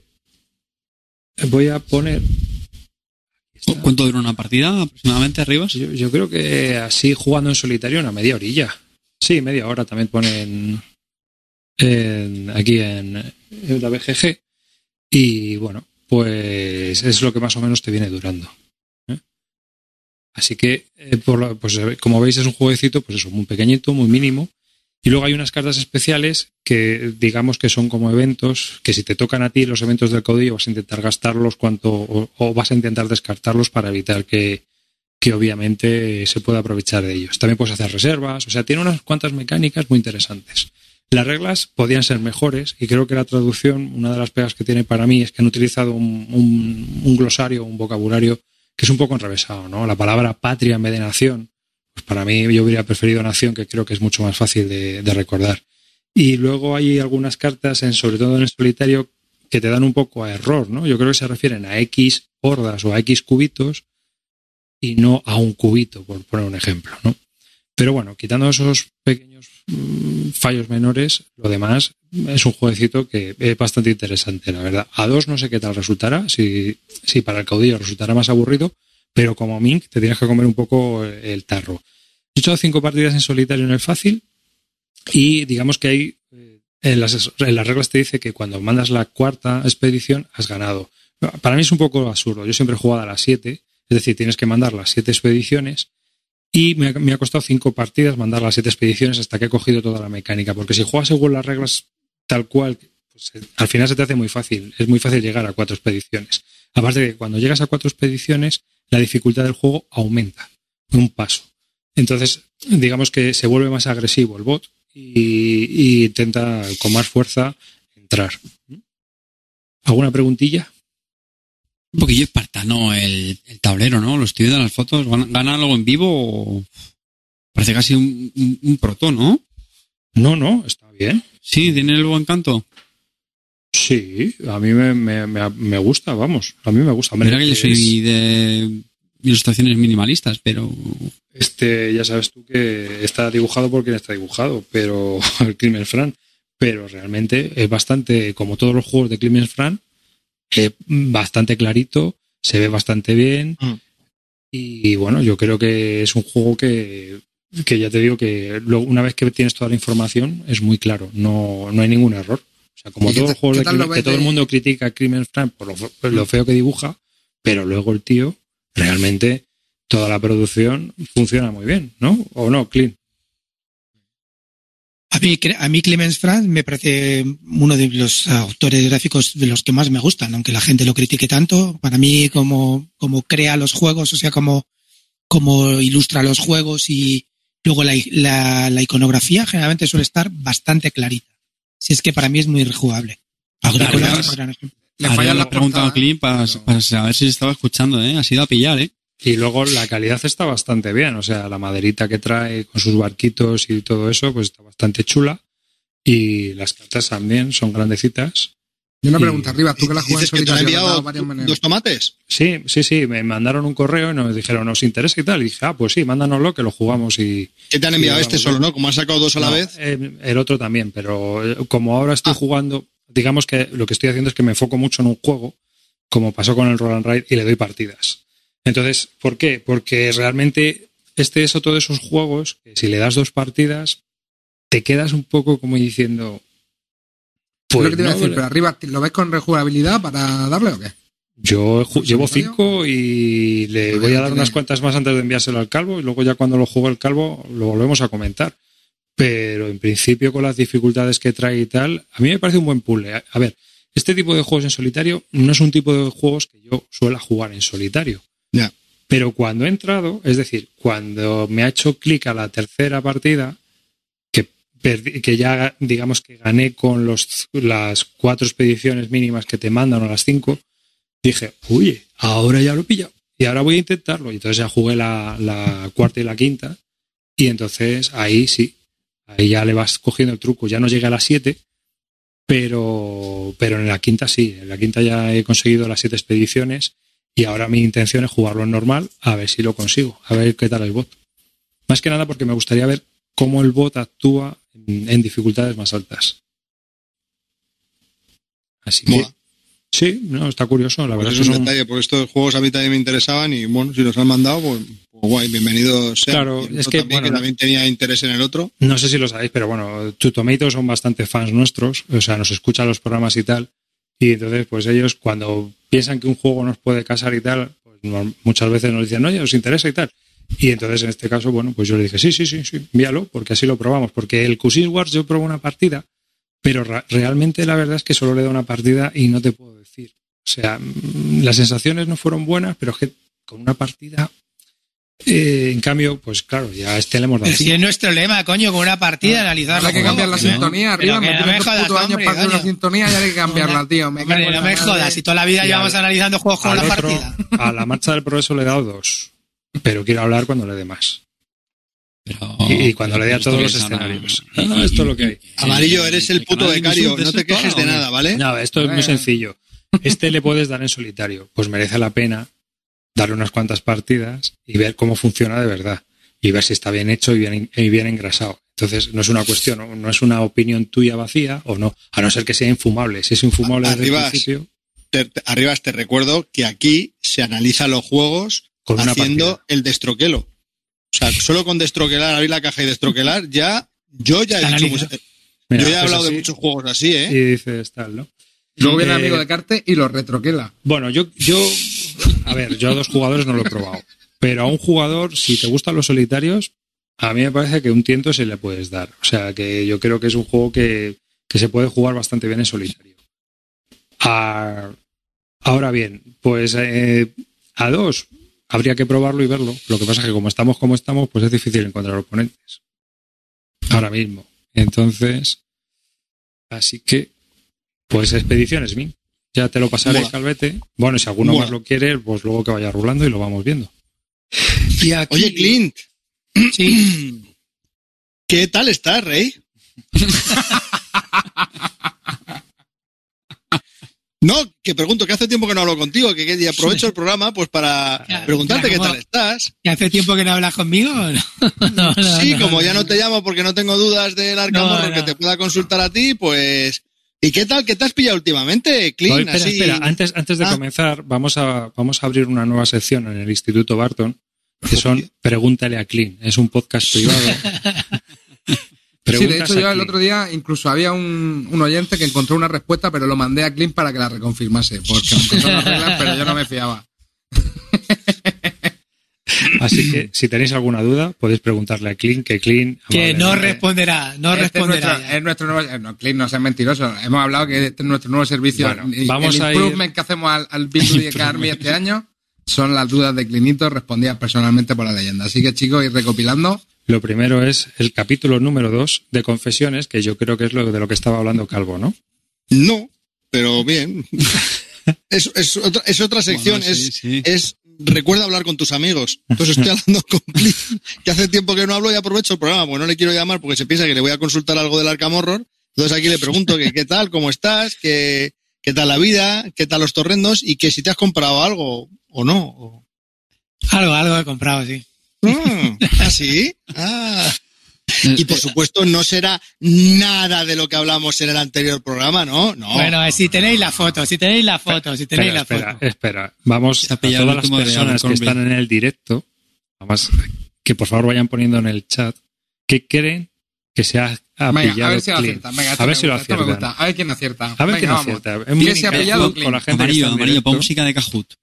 voy a poner... ¿Cuánto dura una partida aproximadamente, Rivas? Yo, yo creo que así jugando en solitario una media orilla. Sí, media hora también ponen en, aquí en, en la B G G. Y bueno, pues es lo que más o menos te viene durando. ¿eh? Así que, eh, por lo, pues como veis, es un jueguecito, pues eso, muy pequeñito, muy mínimo. Y luego hay unas cartas especiales que digamos que son como eventos, que si te tocan a ti los eventos del caudillo vas a intentar gastarlos cuanto, o, o vas a intentar descartarlos para evitar que, que obviamente se pueda aprovechar de ellos. También puedes hacer reservas, o sea, tiene unas cuantas mecánicas muy interesantes. Las reglas podían ser mejores y creo que la traducción, una de las pegas que tiene para mí es que han utilizado un, un, un glosario, un vocabulario que es un poco enrevesado, ¿no? La palabra patria en vez de nación, pues para mí yo hubiera preferido nación, que creo que es mucho más fácil de, de recordar. Y luego hay algunas cartas, en, sobre todo en el solitario, que te dan un poco a error, ¿no? Yo creo que se refieren a X hordas o a X cubitos y no a un cubito, por poner un ejemplo, ¿no? Pero bueno, quitando esos pequeños mmm, fallos menores, lo demás es un jueguecito que es bastante interesante, la verdad. A dos no sé qué tal resultará, si, si para el caudillo resultará más aburrido, pero como Mink te tienes que comer un poco el tarro. He hecho cinco partidas en solitario en el fácil y digamos que hay, en las, en las reglas te dice que cuando mandas la cuarta expedición has ganado. Para mí es un poco absurdo, yo siempre he jugado a las siete, es decir, tienes que mandar las siete expediciones. Y me ha, me ha costado cinco partidas mandar las siete expediciones hasta que he cogido toda la mecánica. Porque si juegas según las reglas tal cual, pues al final se te hace muy fácil. Es muy fácil llegar a cuatro expediciones. Aparte de que cuando llegas a cuatro expediciones, la dificultad del juego aumenta un paso. Entonces, digamos que se vuelve más agresivo el bot y, y intenta con más fuerza entrar. ¿Alguna preguntilla? Un poquillo espartano el, el tablero, ¿no? Lo estoy viendo en las fotos. ¿Gana algo en vivo o...? Parece casi un, un, un proto, ¿no? No, no, está bien. Sí, tiene el buen canto. Sí, a mí me, me, me, me gusta, vamos. A mí me gusta. Mira que yo soy es... de ilustraciones minimalistas, pero... Este, ya sabes tú que está dibujado por quien está dibujado, pero el Clemens Fran. Pero realmente es bastante, como todos los juegos de Clemens Fran, Eh, bastante clarito, se ve bastante bien mm. y, y bueno, yo creo que es un juego que, que ya te digo que luego, una vez que tienes toda la información es muy claro, no, no hay ningún error. O sea, como todos los juegos de Crimen, que todo el mundo critica a Clemens Fran por lo, por lo feo que dibuja, pero luego el tío realmente toda la producción funciona muy bien, ¿no? ¿O no, Clint? A mí, a mí Clemens Fran me parece uno de los autores gráficos de los que más me gustan, aunque la gente lo critique tanto. Para mí, como, como crea los juegos, o sea, como, como ilustra los juegos y luego la, la, la iconografía generalmente suele estar bastante clarita. Si es que para mí es muy rejugable. Agrícola, le falla la pregunta a Clint para, para saber si estaba escuchando, ¿eh? Ha sido a pillar, ¿eh? Y luego la calidad está bastante bien, o sea, la maderita que trae con sus barquitos y todo eso, pues está bastante chula. Y las cartas también son grandecitas. Y una y... pregunta, arriba, ¿tú que la juegas en solitario? ¿Te han enviado dos tomates? Sí, sí, sí, me mandaron un correo y nos dijeron, ¿nos interesa y tal? Y dije, ah, pues sí, mándanoslo que lo jugamos y... ¿Qué te han enviado? Este solo, ¿no? Como has sacado dos a la no, vez. Eh, el otro también, pero como ahora estoy ah. jugando, digamos que lo que estoy haciendo es que me enfoco mucho en un juego, como pasó con el Roll and Ride, y le doy partidas. Entonces, ¿por qué? Porque realmente este es otro de esos juegos que si le das dos partidas te quedas un poco como diciendo... Pues, lo que te iba a decir, no, pero arriba, ¿lo ves con rejugabilidad para darle o qué? Yo llevo cinco y le pues voy a dar unas cuantas más antes de enviárselo al Calvo y luego ya cuando lo juegue el Calvo lo volvemos a comentar. Pero en principio con las dificultades que trae y tal, a mí me parece un buen puzzle. A ver, este tipo de juegos en solitario no es un tipo de juegos que yo suela jugar en solitario. Yeah. Pero cuando he entrado, es decir, cuando me ha hecho clic a la tercera partida, que, perdí, que ya digamos que gané con los, las cuatro expediciones mínimas que te mandan o las cinco, dije, oye, ahora ya lo he pillado y ahora voy a intentarlo. Y entonces ya jugué la, la cuarta y la quinta y entonces ahí sí, ahí ya le vas cogiendo el truco. Ya no llegué a las siete, pero, pero en la quinta sí, en la quinta ya he conseguido las siete expediciones. Y ahora mi intención es jugarlo en normal, a ver si lo consigo, a ver qué tal el bot. Más que nada porque me gustaría ver cómo el bot actúa en, en dificultades más altas. Así que... Mola. Sí, no, está curioso, la pues verdad. Es un son... detalle, porque estos juegos a mí también me interesaban y bueno, si los han mandado, pues, pues guay, bienvenidos sean. Claro, es que, también, bueno, que también tenía interés en el otro. No sé si lo sabéis, pero bueno, Two Tomatoes son bastante fans nuestros, o sea, nos escuchan los programas y tal. Y entonces, pues ellos cuando piensan que un juego nos puede casar y tal, pues muchas veces nos dicen, oye, os interesa y tal. Y entonces, en este caso, bueno, pues yo le dije, sí, sí, sí, sí, envíalo, porque así lo probamos. Porque el Cuisine Wars yo probé una partida, pero ra- realmente la verdad es que solo le he dado una partida y no te puedo decir. O sea, las sensaciones no fueron buenas, pero es que con una partida... Eh, en cambio, pues claro, ya a este le hemos dado. Pero si es nuestro lema, coño, con una partida, analizar Hay que cambiar la ¿no? sintonía, arriba, Pero que me no tienes me dos jodas, putos años hombre, para hacer una coño. sintonía y hay que cambiarla, tío. Me Hombre, cago en no la me madre. jodas, si toda la vida Y llevamos al- analizando juegos con Al la otro, partida. a la marcha del progreso le he dado dos, pero quiero hablar cuando le dé más. Pero, Y, y cuando le dé a esto todos que los es ahora- escenarios. No, no, esto es lo que hay. Amarillo, eres el puto canal de becario, Ubisoft, no ¿eso te es todo quejes de o qué? nada, ¿vale? No, esto es muy sencillo. Este le puedes dar en solitario. Pues merece la pena darle unas cuantas partidas y ver cómo funciona de verdad. Y ver si está bien hecho y bien, y bien engrasado. Entonces, no es una cuestión, no, no es una opinión tuya vacía o no, a no ser que sea infumable. Si es infumable desde el Arribas. principio, Te, te- Arribas, te recuerdo que aquí se analizan los juegos con una haciendo partida. el destroquelo. O sea, solo con destroquelar, abrir la caja y destroquelar, ya, yo ya he, Se dicho, analiza. mucho- Mira, yo ya he haces hablado así de muchos juegos así, ¿eh? Y dices tal, ¿no? Luego viene Eh, el amigo de Carte y lo retroquela. Bueno, yo, yo, a ver, yo a dos jugadores no lo he probado. Pero a un jugador, si te gustan los solitarios, a mí me parece que un tiento se le puedes dar. O sea, que yo creo que es un juego que, que se puede jugar bastante bien en solitario. A- ahora bien, pues eh, a dos habría que probarlo y verlo. Lo que pasa es que como estamos como estamos, pues es difícil encontrar oponentes. Ahora mismo. Entonces, así que, pues Expediciones Min. Ya te lo pasaré, Mola. Calvete. Bueno, si alguno Mola. más lo quiere, pues luego que vaya rulando y lo vamos viendo. Y aquí- Oye, Clint, Sí, ¿qué tal estás, Rey? No, que pregunto, que hace tiempo que no hablo contigo, que, que y aprovecho el programa pues para Ya, preguntarte ya, qué ¿cómo? tal estás. ¿que hace tiempo que no hablas conmigo? o No, no, no, Sí, no, como no, ya no te llamo porque no tengo dudas del Arcamorro No, no. que te pueda consultar a ti, pues... ¿Y qué tal? ¿Qué te has pillado últimamente, Oye, Clint? espera, Así- espera, antes, antes de Ah. comenzar, vamos a, vamos a abrir una nueva sección en el Instituto Barton, que son Pregúntale a Clean. Es un podcast privado. Sí, de Preguntas hecho a yo el Clean. otro día incluso había un, un oyente que encontró una respuesta, pero lo mandé a Clint para que la reconfirmase, porque me encontró las reglas, pero yo no me fiaba. Así que si tenéis alguna duda, podéis preguntarle a Clean, que Clean... Que no amablemente- responderá, no Este es responderá. nuestro, ya. es nuestro nuevo... eh, No, Clint, no seas mentiroso. Hemos hablado que este es nuestro nuevo servicio. Bueno, y vamos el a ir- improvement que hacemos al, al B dos B Army este año son las dudas de Clinito respondidas personalmente por la leyenda. Así que, chicos, ir recopilando. Lo primero es el capítulo número dos de Confesiones, que yo creo que es lo de lo que estaba hablando Calvo, ¿no? No, pero bien. es, es otra, es otra sección, Bueno, sí, es, sí. es recuerda hablar con tus amigos. Entonces estoy hablando con Clint, que hace tiempo que no hablo y aprovecho el programa, porque no le quiero llamar porque se piensa que le voy a consultar algo del Arkham Horror. Entonces aquí le pregunto que qué tal, cómo estás, que, qué tal la vida, qué tal los torrendos y que si te has comprado algo o no. O- Algo, algo he comprado, sí. Ah, ¿ah, sí? Ah. Y por supuesto no será nada de lo que hablamos en el anterior programa, ¿no? No. Bueno, eh, si tenéis la foto, si tenéis la foto, si tenéis Espera, la espera, foto. espera. Vamos Se a ha pillado todas el las último de personas que Abercrombie. están en el directo, además, que por favor vayan poniendo en el chat qué creen que se ha, ha Venga, pillado a ver si lo Clint. aciertan. Venga, esto a ver me si lo gusta, esto me aciertan. gusta. A ver quién acierta. A ver Venga, quién vamos. acierta. En ¿Quién mini se ha Kahoot pillado, con la Clint? gente que Amarillo, está en amarillo, pon directo. música de Kahoot.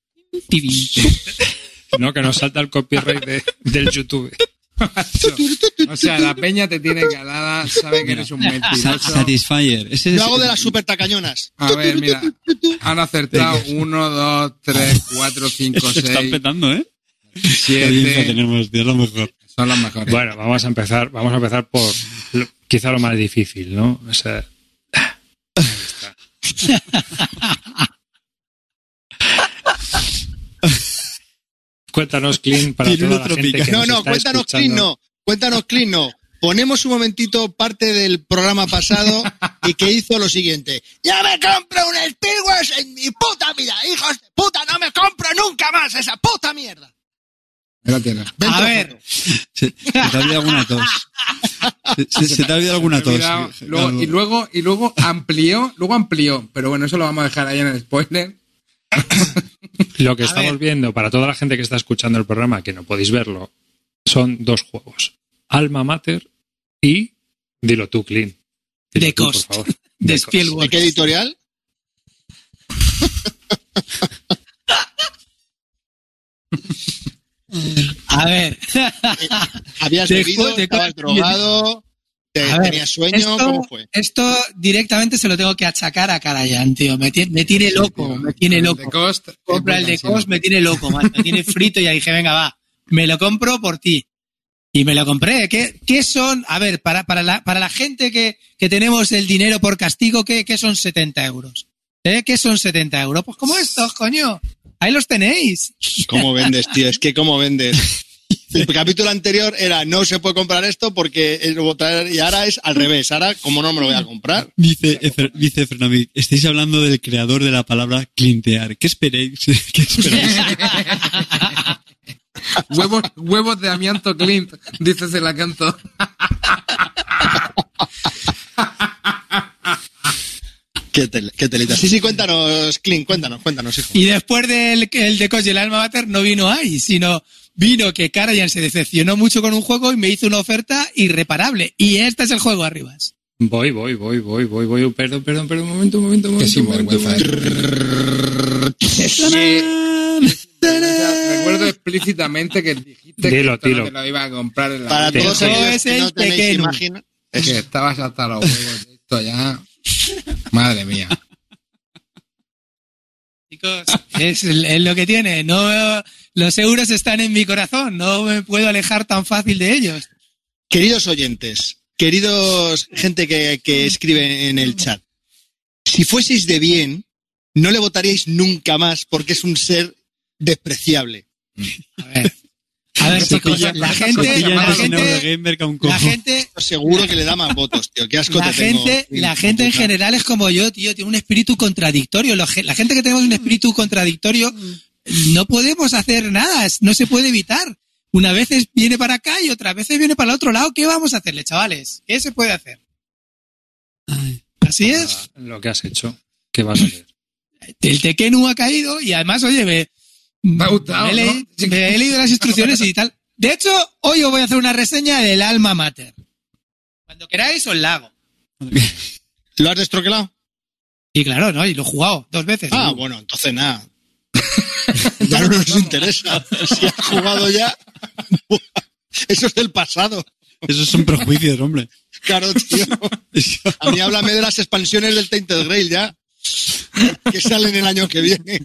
No, que nos salta el copyright de- del YouTube. O sea, la peña te tiene calada, sabe que eres un Sa- mentiroso. Satisfyer. Ese es, Yo hago de las super tacañonas. A ver, mira, han acertado uno, dos, tres, cuatro, cinco, Se están seis, petando, ¿eh? Qué audiencia siete. tenemos, tío, es lo mejor. Son los mejores. Bueno, vamos a empezar, vamos a empezar por lo- quizá lo más difícil, ¿no? O sea, ahí está. Cuéntanos, Clint, para Pirulo toda la gente tropical. que No, nos no, está cuéntanos escuchando. Clint, no. Cuéntanos Clint, no. Ponemos un momentito parte del programa pasado y que hizo lo siguiente. ¡Ya me compro un Speedways en mi puta vida! ¡Hijos de puta! ¡No me compro nunca más esa puta mierda! Ahí lo tienes. Vente, A ver, Se, se te ha olvidado alguna tos. Se, se- se te ha olvidado alguna tos. Cuidado. Luego- y luego, y luego amplió, luego amplió, pero bueno, eso lo vamos a dejar ahí en el spoiler. Lo que A estamos ver. viendo, para toda la gente que está escuchando el programa, que no podéis verlo, son dos juegos. Alma Mater y, dilo tú, Clint. Dilo The tú, por Cost. favor. de The Cost. Spielberg. ¿De qué editorial? A A ver. ¿Habías Después bebido? de- ¿Estabas drogado? ¿Te, A ver, ¿Tenías sueño? Esto, ¿Cómo fue? esto directamente se lo tengo que achacar a Karayan, tío. Me tiene, me tiene loco, me tiene El loco. de Cost es Compra muy el de cansino. Cos, me tiene loco, man. Me tiene frito y ahí dije, venga, va, me lo compro por ti. Y me lo compré. ¿Qué, qué son? A ver, para, para, la, para la gente que, que tenemos el dinero por castigo, ¿qué, qué son setenta euros? ¿Eh? ¿Qué son setenta euros? Pues como estos, coño. Ahí los tenéis. ¿Cómo vendes, tío? Es que ¿cómo vendes? El capítulo anterior era no se puede comprar esto porque es lo traer, y ahora es al revés. Ahora, como no me lo voy a comprar. Dice, Efer- dice Fernando, estáis hablando del creador de la palabra clintear. ¿Qué esperéis? ¿Qué esperáis? Huevos, huevos de amianto Clint, dice Celacanto. Qué, tel, qué telita. Sí, sí, cuéntanos, Clint, cuéntanos, cuéntanos, hijo. Y después del el de Cos y el Alma Mater no vino ahí, sino vino que Karayan se decepcionó mucho con un juego y me hizo una oferta irreparable. Y este es el juego, Arribas. Voy, voy, voy, voy, voy, voy. Perdón, perdón, perdón, un momento, un momento, un Qué momento. un momento, un sinvergüenza. momento. Recuerdo explícitamente que dijiste Dilo, que esto no dilo. te lo iba a comprar en la Para vida. todos Eso aquellos es que el no tenéis Tekkenu. imagina. Es que estabas hasta los huevos de esto ya. Madre mía. Chicos, es, es lo que tiene. No, los euros están en mi corazón. No me puedo alejar tan fácil de ellos. Queridos oyentes, queridos gente que, que escribe en el chat, si fueseis de bien, no le votaríais nunca más porque es un ser despreciable. A ver, a ver chicos, la gente, Cotilla la más en gente, Eurogamer que a un cojo. la gente, Seguro que le da más votos, tío. Qué asco la te tengo. gente, la gente en general es como yo, tío, tiene un espíritu contradictorio. La ge- la gente que tenemos un espíritu contradictorio no podemos hacer nada, es- no se puede evitar. Una vez es- viene para acá y otra vez viene para el otro lado. ¿Qué vamos a hacerle, chavales? ¿Qué se puede hacer? Ay. Así es. Lo que has hecho. ¿Qué vas a hacer? El Tekkenu ha caído y además, oye, me, Me ha gustado, me he, leí- ¿no? me he leído las instrucciones y tal. De hecho, hoy os voy a hacer una reseña del Alma Mater. Cuando queráis os la hago. ¿Lo has destroquelado? Y claro, ¿no? Y lo he jugado dos veces. Ah, bueno, entonces nada. Ya no nos interesa. Si has jugado ya, eso es del pasado. Esos son prejuicios, hombre. Claro, tío. A mí háblame de las expansiones del Tainted Grail ya, que salen el año que viene.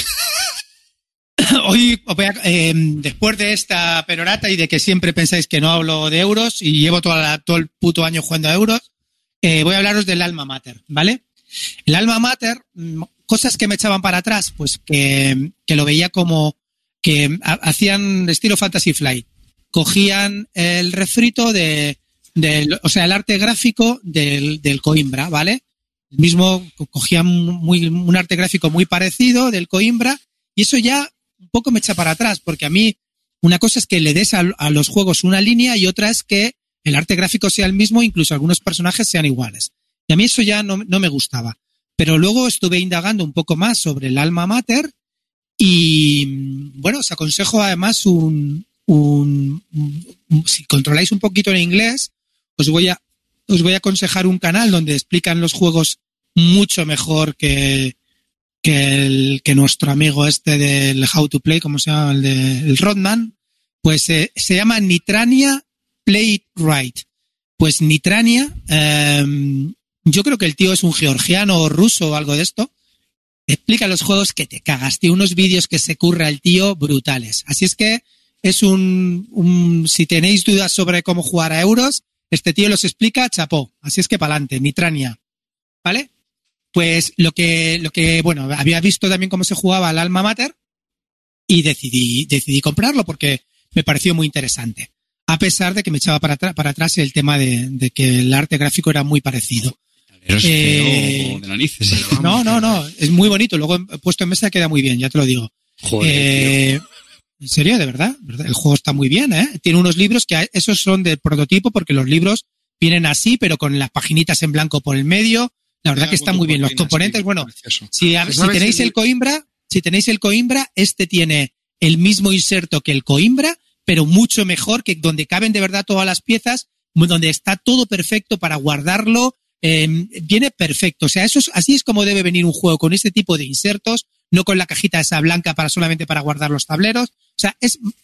Hoy, os voy a- eh, después de esta perorata y de que siempre pensáis que no hablo de euros y llevo toda la- todo el puto año jugando a euros, eh, voy a hablaros del Alma Mater, ¿vale? El Alma Mater, mm, cosas que me echaban para atrás, pues que, que lo veía como que ha- hacían estilo Fantasy Flight. Cogían el refrito de, del, o sea, el arte gráfico del, del Coimbra, ¿vale? El mismo, co- cogían muy, un arte gráfico muy parecido del Coimbra y eso ya un poco me echa para atrás, porque a mí una cosa es que le des a, a los juegos una línea y otra es que el arte gráfico sea el mismo, incluso algunos personajes sean iguales. Y a mí eso ya no, no me gustaba. Pero luego estuve indagando un poco más sobre el Alma Mater y, bueno, os aconsejo además un, un, un- si controláis un poquito el inglés, os voy a, os voy a aconsejar un canal donde explican los juegos mucho mejor que, que, el, que nuestro amigo este del How to Play, ¿cómo se llama? El de el Rodman, pues eh, se llama Nitrania Play It Right. Pues Nitrania, eh, yo creo que el tío es un georgiano o ruso o algo de esto. Explica los juegos que te cagas, tío. Unos vídeos que se curra el tío brutales. Así es que es un, un si tenéis dudas sobre cómo jugar a euros, este tío los explica, chapó. Así es que pa'lante, Nitrania. ¿Vale? Pues lo que, lo que, bueno, había visto también cómo se jugaba al Alma Mater y decidí, decidí comprarlo porque me pareció muy interesante. A pesar de que me echaba para, para atrás el tema de, de que el arte gráfico era muy parecido. Pero es Eh, feo de narices. No, no, no, es muy bonito. Luego puesto en mesa queda muy bien, ya te lo digo. Joder, Eh, en serio, de verdad, ¿verdad? El juego está muy bien, ¿eh? Tiene unos libros que esos son de prototipo porque los libros vienen así, pero con las paginitas en blanco por el medio. La verdad que está muy bien. Los componentes, bueno, si, a- si ¿Sabes tenéis si- el Coimbra, si tenéis el Coimbra, este tiene el mismo inserto que el Coimbra, pero mucho mejor, que donde caben de verdad todas las piezas, donde está todo perfecto para guardarlo, eh, viene perfecto. O sea, eso es, así es como debe venir un juego, con este tipo de insertos, no con la cajita esa blanca para solamente para guardar los tableros. O sea, es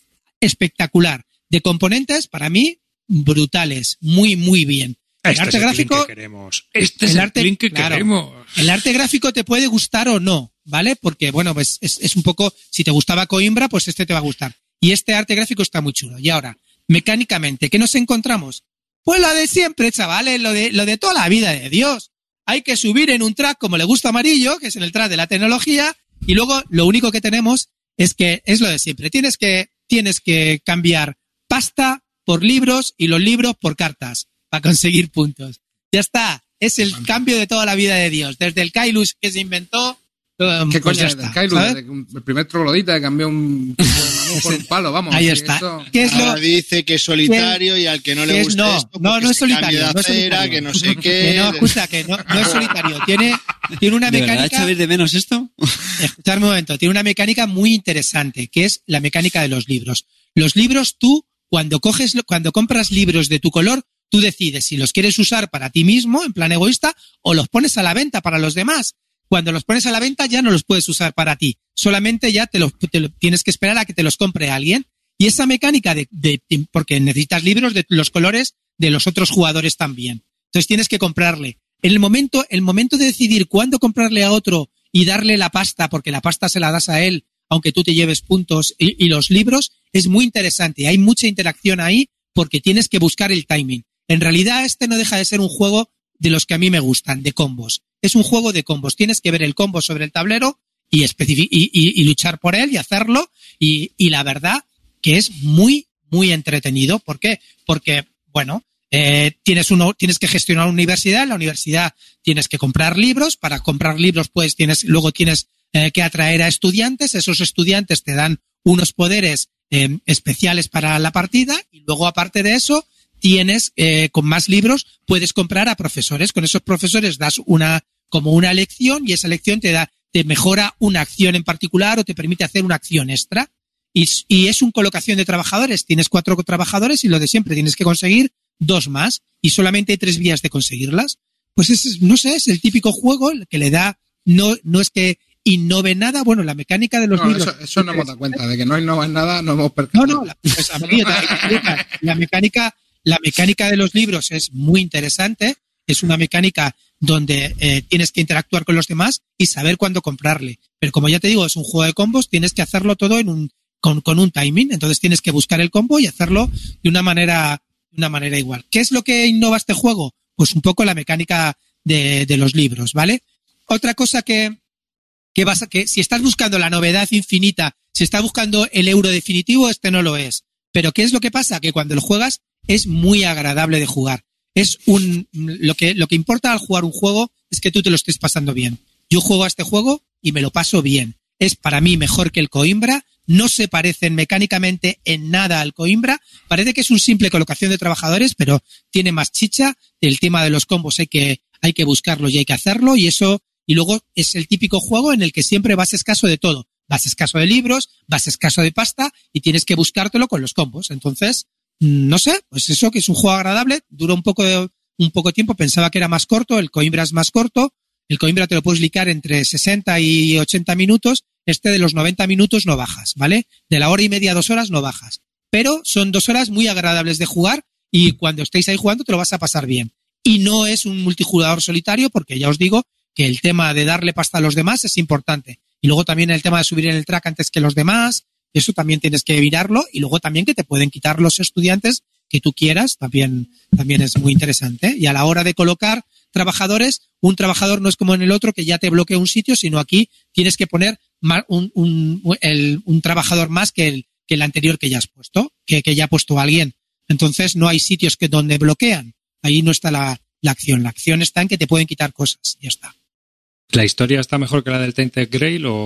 espectacular. De componentes, para mí, brutales. Muy, muy bien. El Este arte es el gráfico... Clean que queremos. Este es el el arte- Clean que claro. queremos. El arte gráfico te puede gustar o no, ¿vale? Porque, bueno, pues es, es un poco... Si te gustaba Coimbra, pues este te va a gustar. Y este arte gráfico está muy chulo. Y ahora, mecánicamente, ¿qué nos encontramos? Pues lo de siempre, chavales, lo de, lo de toda la vida de Dios. Hay que subir en un track como le gusta a Amarillo, que es en el track de la tecnología, y luego lo único que tenemos es que es lo de siempre. Tienes que, tienes que cambiar pasta por libros y los libros por cartas para conseguir puntos. Ya está. Es el cambio de toda la vida de Dios. Desde el Kailus que se inventó, um, ¿Qué pues coño ya es del está. Kailu? ¿sabes? Desde que un- El primer troglodita que cambió un, un por un palo, vamos. Ahí que está. esto- ¿Qué es lo, Ahora dice que es solitario y al que no que le es- guste no, esto, no, pues no que es se cambie solitario, de no es acera, solitario. que no sé Que qué. no, escucha, que no, no es solitario. Tiene, tiene una ¿De verdad mecánica... echabais de menos esto? Escuchadme un momento, tiene una mecánica muy interesante, que es la mecánica de los libros. Los libros, tú, cuando coges, cuando compras libros de tu color, tú decides si los quieres usar para ti mismo, en plan egoísta, o los pones a la venta para los demás. Cuando los pones a la venta ya no los puedes usar para ti. Solamente ya te los, te lo- tienes que esperar a que te los compre alguien. Y esa mecánica de, de, porque necesitas libros de los colores de los otros jugadores también. Entonces tienes que comprarle. En el momento, el momento de decidir cuándo comprarle a otro y darle la pasta, porque la pasta se la das a él, aunque tú te lleves puntos y, y los libros, es muy interesante. Hay mucha interacción ahí porque tienes que buscar el timing. En realidad este no deja de ser un juego de los que a mí me gustan, de combos. Es un juego de combos. Tienes que ver el combo sobre el tablero y, especifi- y, y, y luchar por él y hacerlo. Y, y la verdad que es muy, muy entretenido. ¿Por qué? Porque, bueno, eh, tienes uno, tienes que gestionar una universidad. En la universidad tienes que comprar libros. Para comprar libros, pues tienes, luego tienes eh, que atraer a estudiantes. Esos estudiantes te dan unos poderes eh, especiales para la partida. Y luego, aparte de eso, tienes, eh, con más libros, puedes comprar a profesores. Con esos profesores das una, como una lección y esa lección te da, te mejora una acción en particular o te permite hacer una acción extra. Y, y es un colocación de trabajadores. Tienes cuatro trabajadores y lo de siempre, tienes que conseguir dos más y solamente hay tres vías de conseguirlas. Pues es, no sé, es el típico juego el que le da, no, no es que innove nada. Bueno, la mecánica de los No, libros. eso, eso no hemos dado cuenta, de que no innovas nada, no hemos No, percatado. no, la, pues, a mí, la, la mecánica, la mecánica de los libros es muy interesante. Es una mecánica donde eh, tienes que interactuar con los demás y saber cuándo comprarle. Pero como ya te digo, es un juego de combos, tienes que hacerlo todo en un, con, con un timing. Entonces tienes que buscar el combo y hacerlo de una manera, de una manera igual. ¿Qué es lo que innova este juego? Pues un poco la mecánica de, de los libros, ¿vale? Otra cosa que, que vas a, que si estás buscando la novedad infinita, si estás buscando el euro definitivo, este no lo es. Pero ¿qué es lo que pasa? Que cuando lo juegas es muy agradable de jugar. Es un, lo que, lo que importa al jugar un juego es que tú te lo estés pasando bien. Yo juego a este juego y me lo paso bien. Es para mí mejor que el Coimbra. No se parecen mecánicamente en nada al Coimbra. Parece que es un simple colocación de trabajadores, pero tiene más chicha. El tema de los combos hay que, hay que buscarlo y hay que hacerlo. Y eso, y luego es el típico juego en el que siempre vas escaso de todo. Vas escaso de libros, vas escaso de pasta y tienes que buscártelo con los combos. Entonces, no sé, pues eso, que es un juego agradable, dura un poco de, un poco tiempo, pensaba que era más corto, el Coimbra es más corto, el Coimbra te lo puedes licar entre sesenta y ochenta minutos, este de los noventa minutos no bajas, ¿vale? De la hora y media a dos horas no bajas, pero son dos horas muy agradables de jugar y cuando estéis ahí jugando te lo vas a pasar bien. Y no es un multijugador solitario porque ya os digo que el tema de darle pasta a los demás es importante. Y luego también el tema de subir en el track antes que los demás, eso también tienes que mirarlo. Y luego también que te pueden quitar los estudiantes que tú quieras, también, también es muy interesante. Y a la hora de colocar trabajadores, un trabajador no es como en el otro que ya te bloquea un sitio, sino aquí tienes que poner un, un, el, un trabajador más que el, que el anterior que ya has puesto, que, que ya ha puesto alguien. Entonces no hay sitios que donde bloquean. Ahí no está la, la acción. La acción está en que te pueden quitar cosas. Ya está. ¿La historia está mejor que la del Tainted Grail o,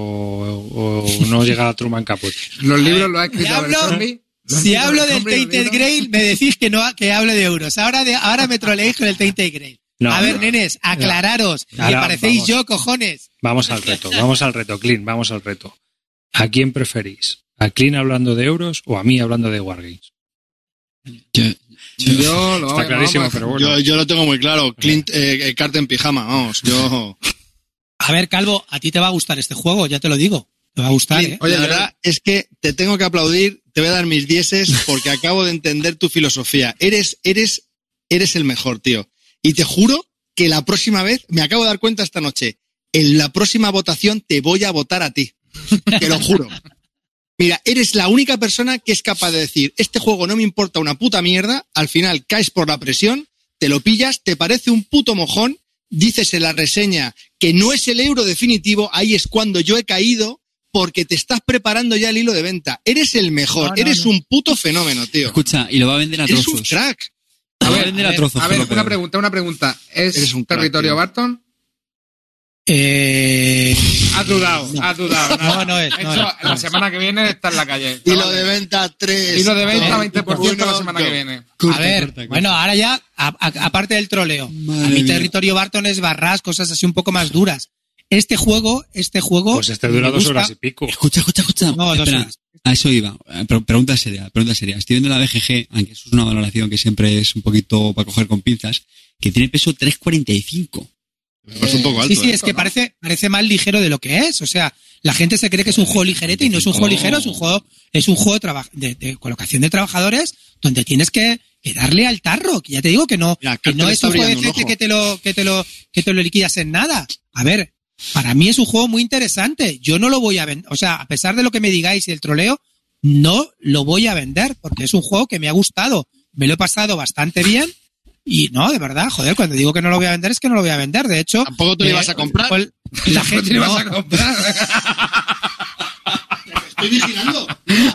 o no llega a Truman Capote? Los libros los ha escrito Si hablo, Abercrombie. si hablo del Tainted Grail, me decís que no que hable de euros. Ahora, de, ahora me troleéis con el Tainted Grail. No, a ver, no. nenes, aclararos. Que Ahora parecéis vamos. yo, cojones. Vamos al reto, vamos al reto, Clint, vamos al reto. ¿A quién preferís? ¿A Clint hablando de euros o a mí hablando de Wargames? Yo, yo- Yo lo Está vamos, clarísimo, vamos a- pero bueno. Yo, yo lo tengo muy claro. Clint, eh, Carter en pijama, vamos. Yo. A ver, Calvo, a ti te va a gustar este juego, ya te lo digo. Te va a gustar, Clint, ¿eh? Oye, la verdad es que te tengo que aplaudir, te voy a dar mis dieces porque acabo de entender tu filosofía. Eres, eres, eres el mejor, tío. Y te juro que la próxima vez, me acabo de dar cuenta esta noche, en la próxima votación te voy a votar a ti. Te lo juro. Mira, eres la única persona que es capaz de decir, este juego no me importa una puta mierda, al final caes por la presión, te lo pillas, te parece un puto mojón, dices en la reseña que no es el euro definitivo, ahí es cuando yo he caído porque te estás preparando ya el hilo de venta. Eres el mejor, no, no, eres no. un puto fenómeno, tío. Escucha, y lo va a vender a trozos. Eres un crack. Lo A va a ver, vender a a ver, trozos. a ver, Felipe. una pregunta, una pregunta. ¿Es Eres un crack, territorio tío. Barton? Eh... Has dudado, No. has dudado. No, no es, De no hecho, es, no la es. semana que viene está en la calle. Hilo de venta tres. Hilo de venta dos, veinte por ciento la uno, semana go. que viene. Corta, a ver, corta, corta. bueno, ahora ya, a- a- aparte del troleo, Madre a mi mía. territorio Barton es barras, cosas así un poco más duras. Este juego, este juego... Pues este dura me dos gusta- horas y pico. Escucha, escucha, escucha. No, dos Espera, horas. a eso iba. Eh, pre- Pregunta seria, pregunta seria. Estoy viendo la B G G, aunque eso es una valoración que siempre es un poquito para coger con pinzas, que tiene peso tres cuarenta y cinco. Es un poco alto. Sí, sí, ¿eh? es que parece, parece más ligero de lo que es. O sea, la gente se cree que es un juego ligerete y no es un juego ligero, es un juego, es un juego de, traba- de, de colocación de trabajadores donde tienes que, que darle al tarro. Que ya te digo que no, Mira, que Carter no es está un juego de brillando un gente ojo. que te lo, que te lo, que te lo liquidas en nada. A ver, para mí es un juego muy interesante. Yo no lo voy a vender. O sea, a pesar de lo que me digáis y el troleo, no lo voy a vender porque es un juego que me ha gustado. Me lo he pasado bastante bien. Y no, de verdad, joder, cuando digo que no lo voy a vender es que no lo voy a vender. De hecho, ¿Tampoco te lo eh, ibas a comprar? pues, la gente ¿Te no, ibas a comprar? Estoy vigilando.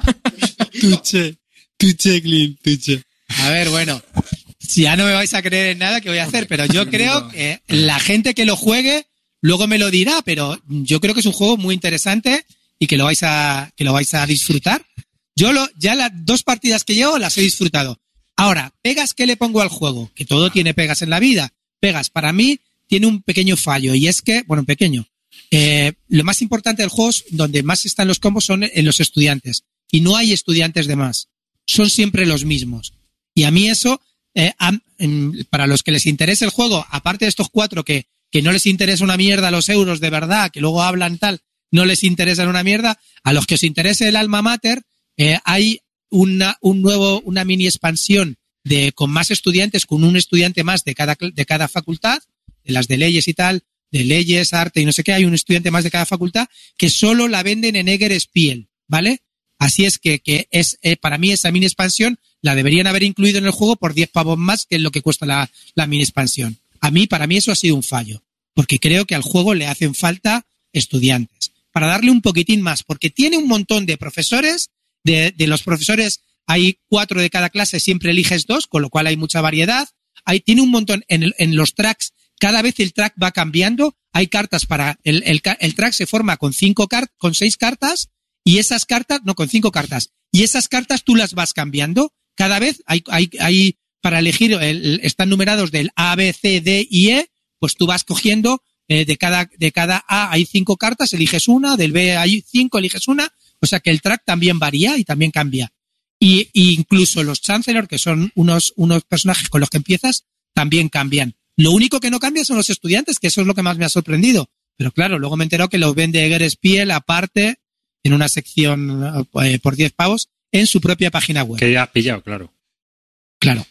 Tuche, tuche, Clint, tuche. A ver, bueno, si ya no me vais a creer en nada, ¿qué voy a hacer? Pero yo creo que la gente que lo juegue luego me lo dirá, pero yo creo que es un juego muy interesante y que lo vais a, que lo vais a disfrutar. Yo lo, ya las dos partidas que llevo las he disfrutado. Ahora, pegas que le pongo al juego, que todo tiene pegas en la vida. Pegas, para mí, tiene un pequeño fallo y es que, bueno, pequeño. Eh, lo más importante del juego es donde más están los combos son en los estudiantes. Y no hay estudiantes de más. Son siempre los mismos. Y a mí eso, eh, am- em, para los que les interese el juego, aparte de estos cuatro que, que no les interesa una mierda los euros de verdad, que luego hablan tal, no les interesa una mierda, a los que os interese el alma mater, eh, hay una, un nuevo, una mini expansión de, con más estudiantes, con un estudiante más de cada, cl- de cada facultad, de las de leyes y tal, de leyes, arte y no sé qué, hay un estudiante más de cada facultad, que solo la venden en Eger Spiel, ¿vale? Así es que, que es, eh, para mí esa mini expansión la deberían haber incluido en el juego por diez pavos más que es lo que cuesta la, la mini expansión. A mí, para mí eso ha sido un fallo, porque creo que al juego le hacen falta estudiantes, para darle un poquitín más, porque tiene un montón de profesores, de, de los profesores hay cuatro de cada clase, siempre eliges dos, con lo cual hay mucha variedad, hay, tiene un montón, en, el, en los tracks, cada vez el track va cambiando, hay cartas para, el, el, el track se forma con cinco cartas, con seis cartas, y esas cartas, no, con cinco cartas, y esas cartas tú las vas cambiando, cada vez hay, hay, hay para elegir, el, están numerados del A, B, C, D y E, pues tú vas cogiendo, eh, de cada, de cada A hay cinco cartas, eliges una, del B hay cinco, eliges una, o sea que el track también varía y también cambia. Y, y incluso los Chancellor, que son unos, unos personajes con los que empiezas, también cambian. Lo único que no cambia son los estudiantes, que eso es lo que más me ha sorprendido. Pero claro, luego me he enterado que los vende Eger Spiel aparte, en una sección eh, por diez pavos, en su propia página web. Que ya has pillado, claro. Claro.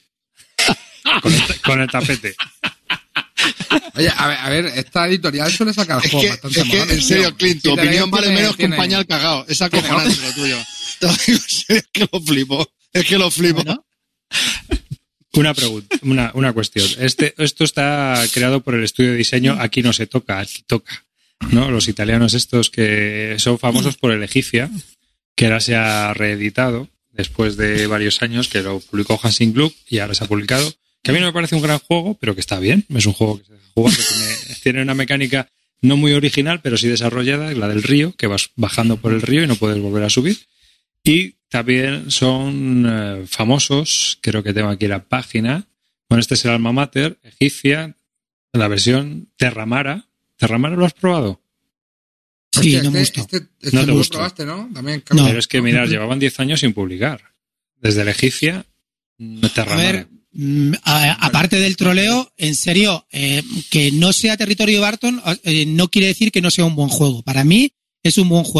Con el, con el tapete. Oye, a ver, a ver, esta editorial suele sacar Es juegos que, bastante es que molones, en serio, tío. Clint, tu Si te opinión ves, vale tiene- menos que un tiene- pañal cagado. Es tiene acojonante lo tuyo. Te lo digo en serio, es que lo flipo. Es que lo flipo. Bueno, Una pregunta, una, una cuestión. Este, esto está creado por el estudio de diseño Aquí no se toca, aquí toca. ¿No? Los italianos estos que son famosos por el Egipcia, que ahora se ha reeditado después de varios años, que lo publicó Hansing Club y ahora se ha publicado. Que a mí no me parece un gran juego, pero que está bien. Es un juego que se juega, que tiene, tiene una mecánica no muy original, pero sí desarrollada, la del río, que vas bajando por el río y no puedes volver a subir. Y también son eh, famosos, creo que tengo aquí la página. Bueno, este es el Alma Mater, Egipcia, la versión Terramara. ¿Terramara lo has probado? sí, Hostia, no me este, gustó. este, este No te tú lo gustó. probaste, ¿no? También, No. Pero es que, mirar, llevaban diez años sin publicar. Desde el Egipcia, mm, A Terramara. ver, mm, a- aparte del troleo, en serio, eh, que no sea territorio Barton eh, no quiere decir que no sea un buen juego. Para mí es un buen juego.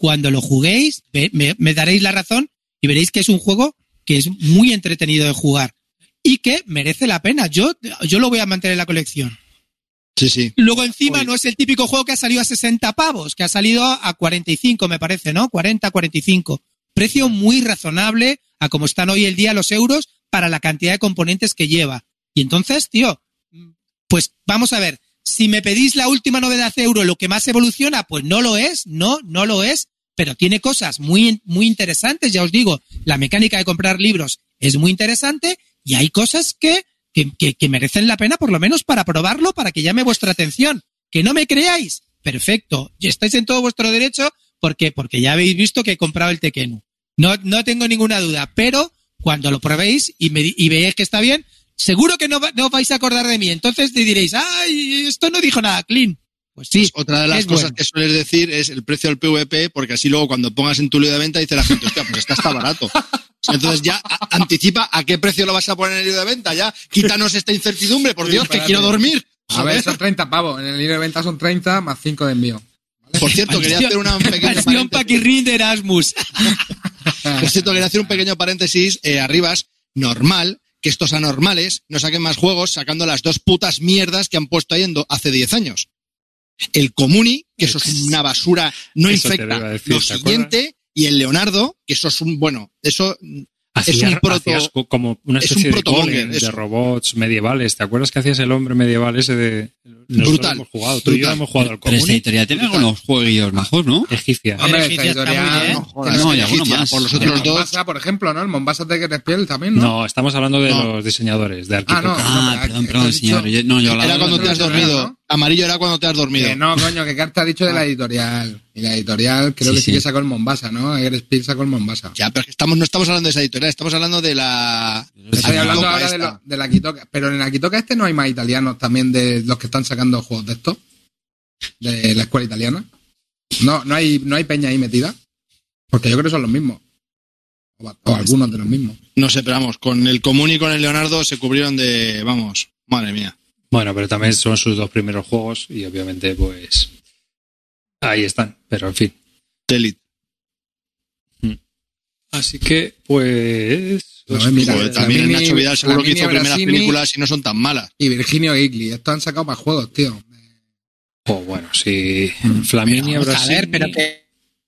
cuando lo juguéis, me, me, me daréis la razón y veréis que es un juego que es muy entretenido de jugar y que merece la pena. Yo, yo lo voy a mantener en la colección. Sí, sí. Luego encima Uy. no es el típico juego que ha salido a sesenta pavos, que ha salido a cuarenta y cinco, me parece, ¿no? cuarenta, cuarenta y cinco. Precio muy razonable a como están hoy el día los euros para la cantidad de componentes que lleva. Y entonces, tío, pues vamos a ver, si me pedís la última novedad euro, lo que más evoluciona, pues no lo es, no, no lo es, pero tiene cosas muy, muy interesantes, ya os digo, la mecánica de comprar libros es muy interesante y hay cosas que, que, que, que merecen la pena por lo menos para probarlo, para que llame vuestra atención. ¿Que no me creáis? Perfecto, y estáis en todo vuestro derecho porque, porque ya habéis visto que he comprado el Tekkenu. No, no tengo ninguna duda, pero cuando lo probéis y, me, y veáis que está bien, seguro que no, no vais a acordar de mí. Entonces te diréis, ¡ay, esto no dijo nada, Clean! Pues sí. Pues otra de las cosas bueno. que sueles decir es el precio del P V P, porque así luego cuando pongas en tu lío de venta dice la gente, hostia, pues está, está barato. Entonces ya a, anticipa a qué precio lo vas a poner en el lío de venta, ya quítanos esta incertidumbre, por Dios, que quiero dormir. A ver, son treinta pavos. En el libro de venta son treinta más cinco de envío. Por cierto, quería hacer una un pequeño Versión paréntesis. Paquirrín de Erasmus. Por cierto, quería hacer un pequeño paréntesis. Eh, Arribas, normal que estos anormales no saquen más juegos sacando las dos putas mierdas que han puesto ahí en do- hace diez años. El Comuni, que eso es una basura, no Eso te lo infecta. iba a decir, Lo ¿te siguiente, y el Leonardo, que eso es un, bueno, eso Hacías, es un proto, hacías co- como una es especie un de protomonger, golem, eso. de robots medievales. ¿Te acuerdas que hacías el hombre medieval ese de... Nosotros Brutal, hemos jugado, tú y yo brutal. hemos jugado al Pero esta Comuni. editorial tiene algunos jueguillos majos, ¿no? Egipcia. A ver, Hombre, Egipcia esta está muy editorial, bien. no jodas, No, y alguno Egipcia, más. por los El otros dos. Mombasa, por ejemplo, ¿no? El Mombasa de Crespiel también, ¿no? No, estamos hablando de No. los diseñadores, de Ah, no. arquitectos. Ah, pero perdón, que- perdón, que has señor. dicho- Yo- No, yo la Era cuando te has editorial, dormido. ¿no? Amarillo era cuando te has dormido. Que no, coño, que Carta ha dicho de la editorial. Y la editorial creo Sí, que sí, sí. que sacó el Mombasa, ¿no? Crespiel sacó el Mombasa. Ya, pero es que estamos, no estamos hablando de esa editorial, estamos hablando de la... Estoy la hablando Kitoka ahora de, esta. lo, de la Kitoka. Pero en la Kitoka este no hay más italianos también de los que están sacando juegos de estos. De la escuela italiana. No, no hay, no hay peña ahí metida. Porque yo creo que son los mismos. O, o algunos de los mismos. No sé, pero vamos, con el Común y con el Leonardo se cubrieron de... Vamos, madre mía. Bueno, pero también son sus dos primeros juegos y obviamente pues ahí están, pero en fin. Telit. Así que pues... A ver, mira, Joder, la también Mini- Nacho Vidal seguro la que Mini hizo primeras Brasini películas y no son tan malas. Y Virginio Gigli. Estos han sacado más juegos, tío. Oh, bueno, sí. Flaminia, Vamos a ver, Brasini, pero que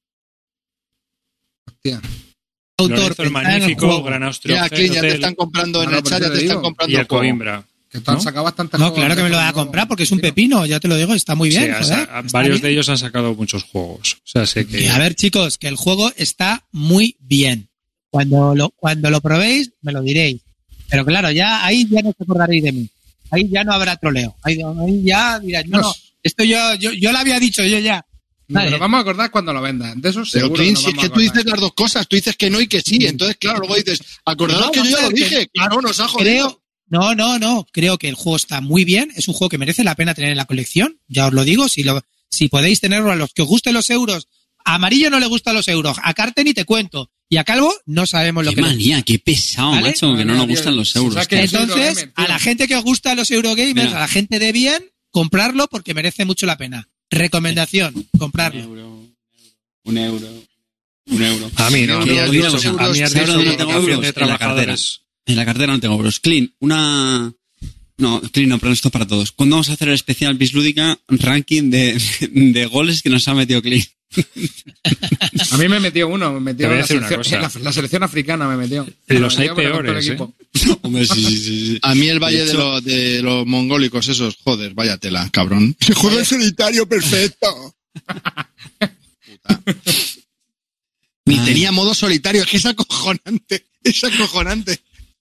Hostia. autor Lorenzo el está en el Magnífico, juego. Gran Austria, Mira, Clint, ya te Hotel están comprando en Claro, el por chat, eso ya te te están digo. comprando y el el juego. Coimbra. Que estos han ¿no? sacado bastantes No, juegos. claro que me lo voy a nuevos, comprar porque es un tío. pepino, ya te lo digo, está muy bien. Sí, o joder, sea, está varios bien. de ellos han sacado muchos juegos. O sea, sé que... Y a ver, chicos, que el juego está muy bien. Cuando lo, cuando lo probéis, me lo diréis. Pero claro, ya ahí ya no os acordaréis de mí. Ahí ya no habrá troleo. Ahí, ahí ya diráis, no, no, esto yo, yo, yo lo había dicho, yo ya. No, Vale. Nos vamos a acordar cuando lo vendan. De eso Pero seguro. Clint, nos si es vamos que a tú acordar. dices las dos cosas, tú dices que no y que sí, entonces claro, luego dices, acordaros No, que yo ya vamos a lo ver, dije, que- claro, nos ha jodido. Creo, no, no, no. Creo que el juego está muy bien. Es un juego que merece la pena tener en la colección. Ya os lo digo. Si lo, si podéis tenerlo a los que os gusten los euros. A Amarillo no le gustan los euros. A Carte ni te cuento. Y a Calvo no sabemos lo Qué que le manía, qué pesado, ¿Vale? macho, que no nos Tío, gustan los si euros. saque- tío. Que soy Entonces, Eurogamer, tío. a la gente que os gustan los Eurogamers, Mira. a la gente de bien, comprarlo porque merece mucho la pena. Recomendación, Un comprarlo. euro, un euro, un euro. A mí no, a mí Mira, has diez dicho, euros, a mí has ¿sabes dicho dónde que tengo vocación euros? de En la cartera. trabajadores. En la cartera no tengo euros. Clean, una... No, Clean no, pero esto es para todos. ¿Cuándo vamos a hacer el especial Bislúdica ranking de, de goles que nos ha metido Clean? A mí me metió uno. Me metió Te voy a la, decir una selección, cosa. la, la selección africana. Me metió. Los Me hay metió, pero con todo el peores, equipo. Hombre, sí, sí, sí, sí. A mí el valle De de, hecho- lo- de los mongólicos esos, joder, vaya tela, cabrón. Se juega en solitario, perfecto. Puta. Ni Ay. tenía modo solitario, es que es acojonante, es acojonante.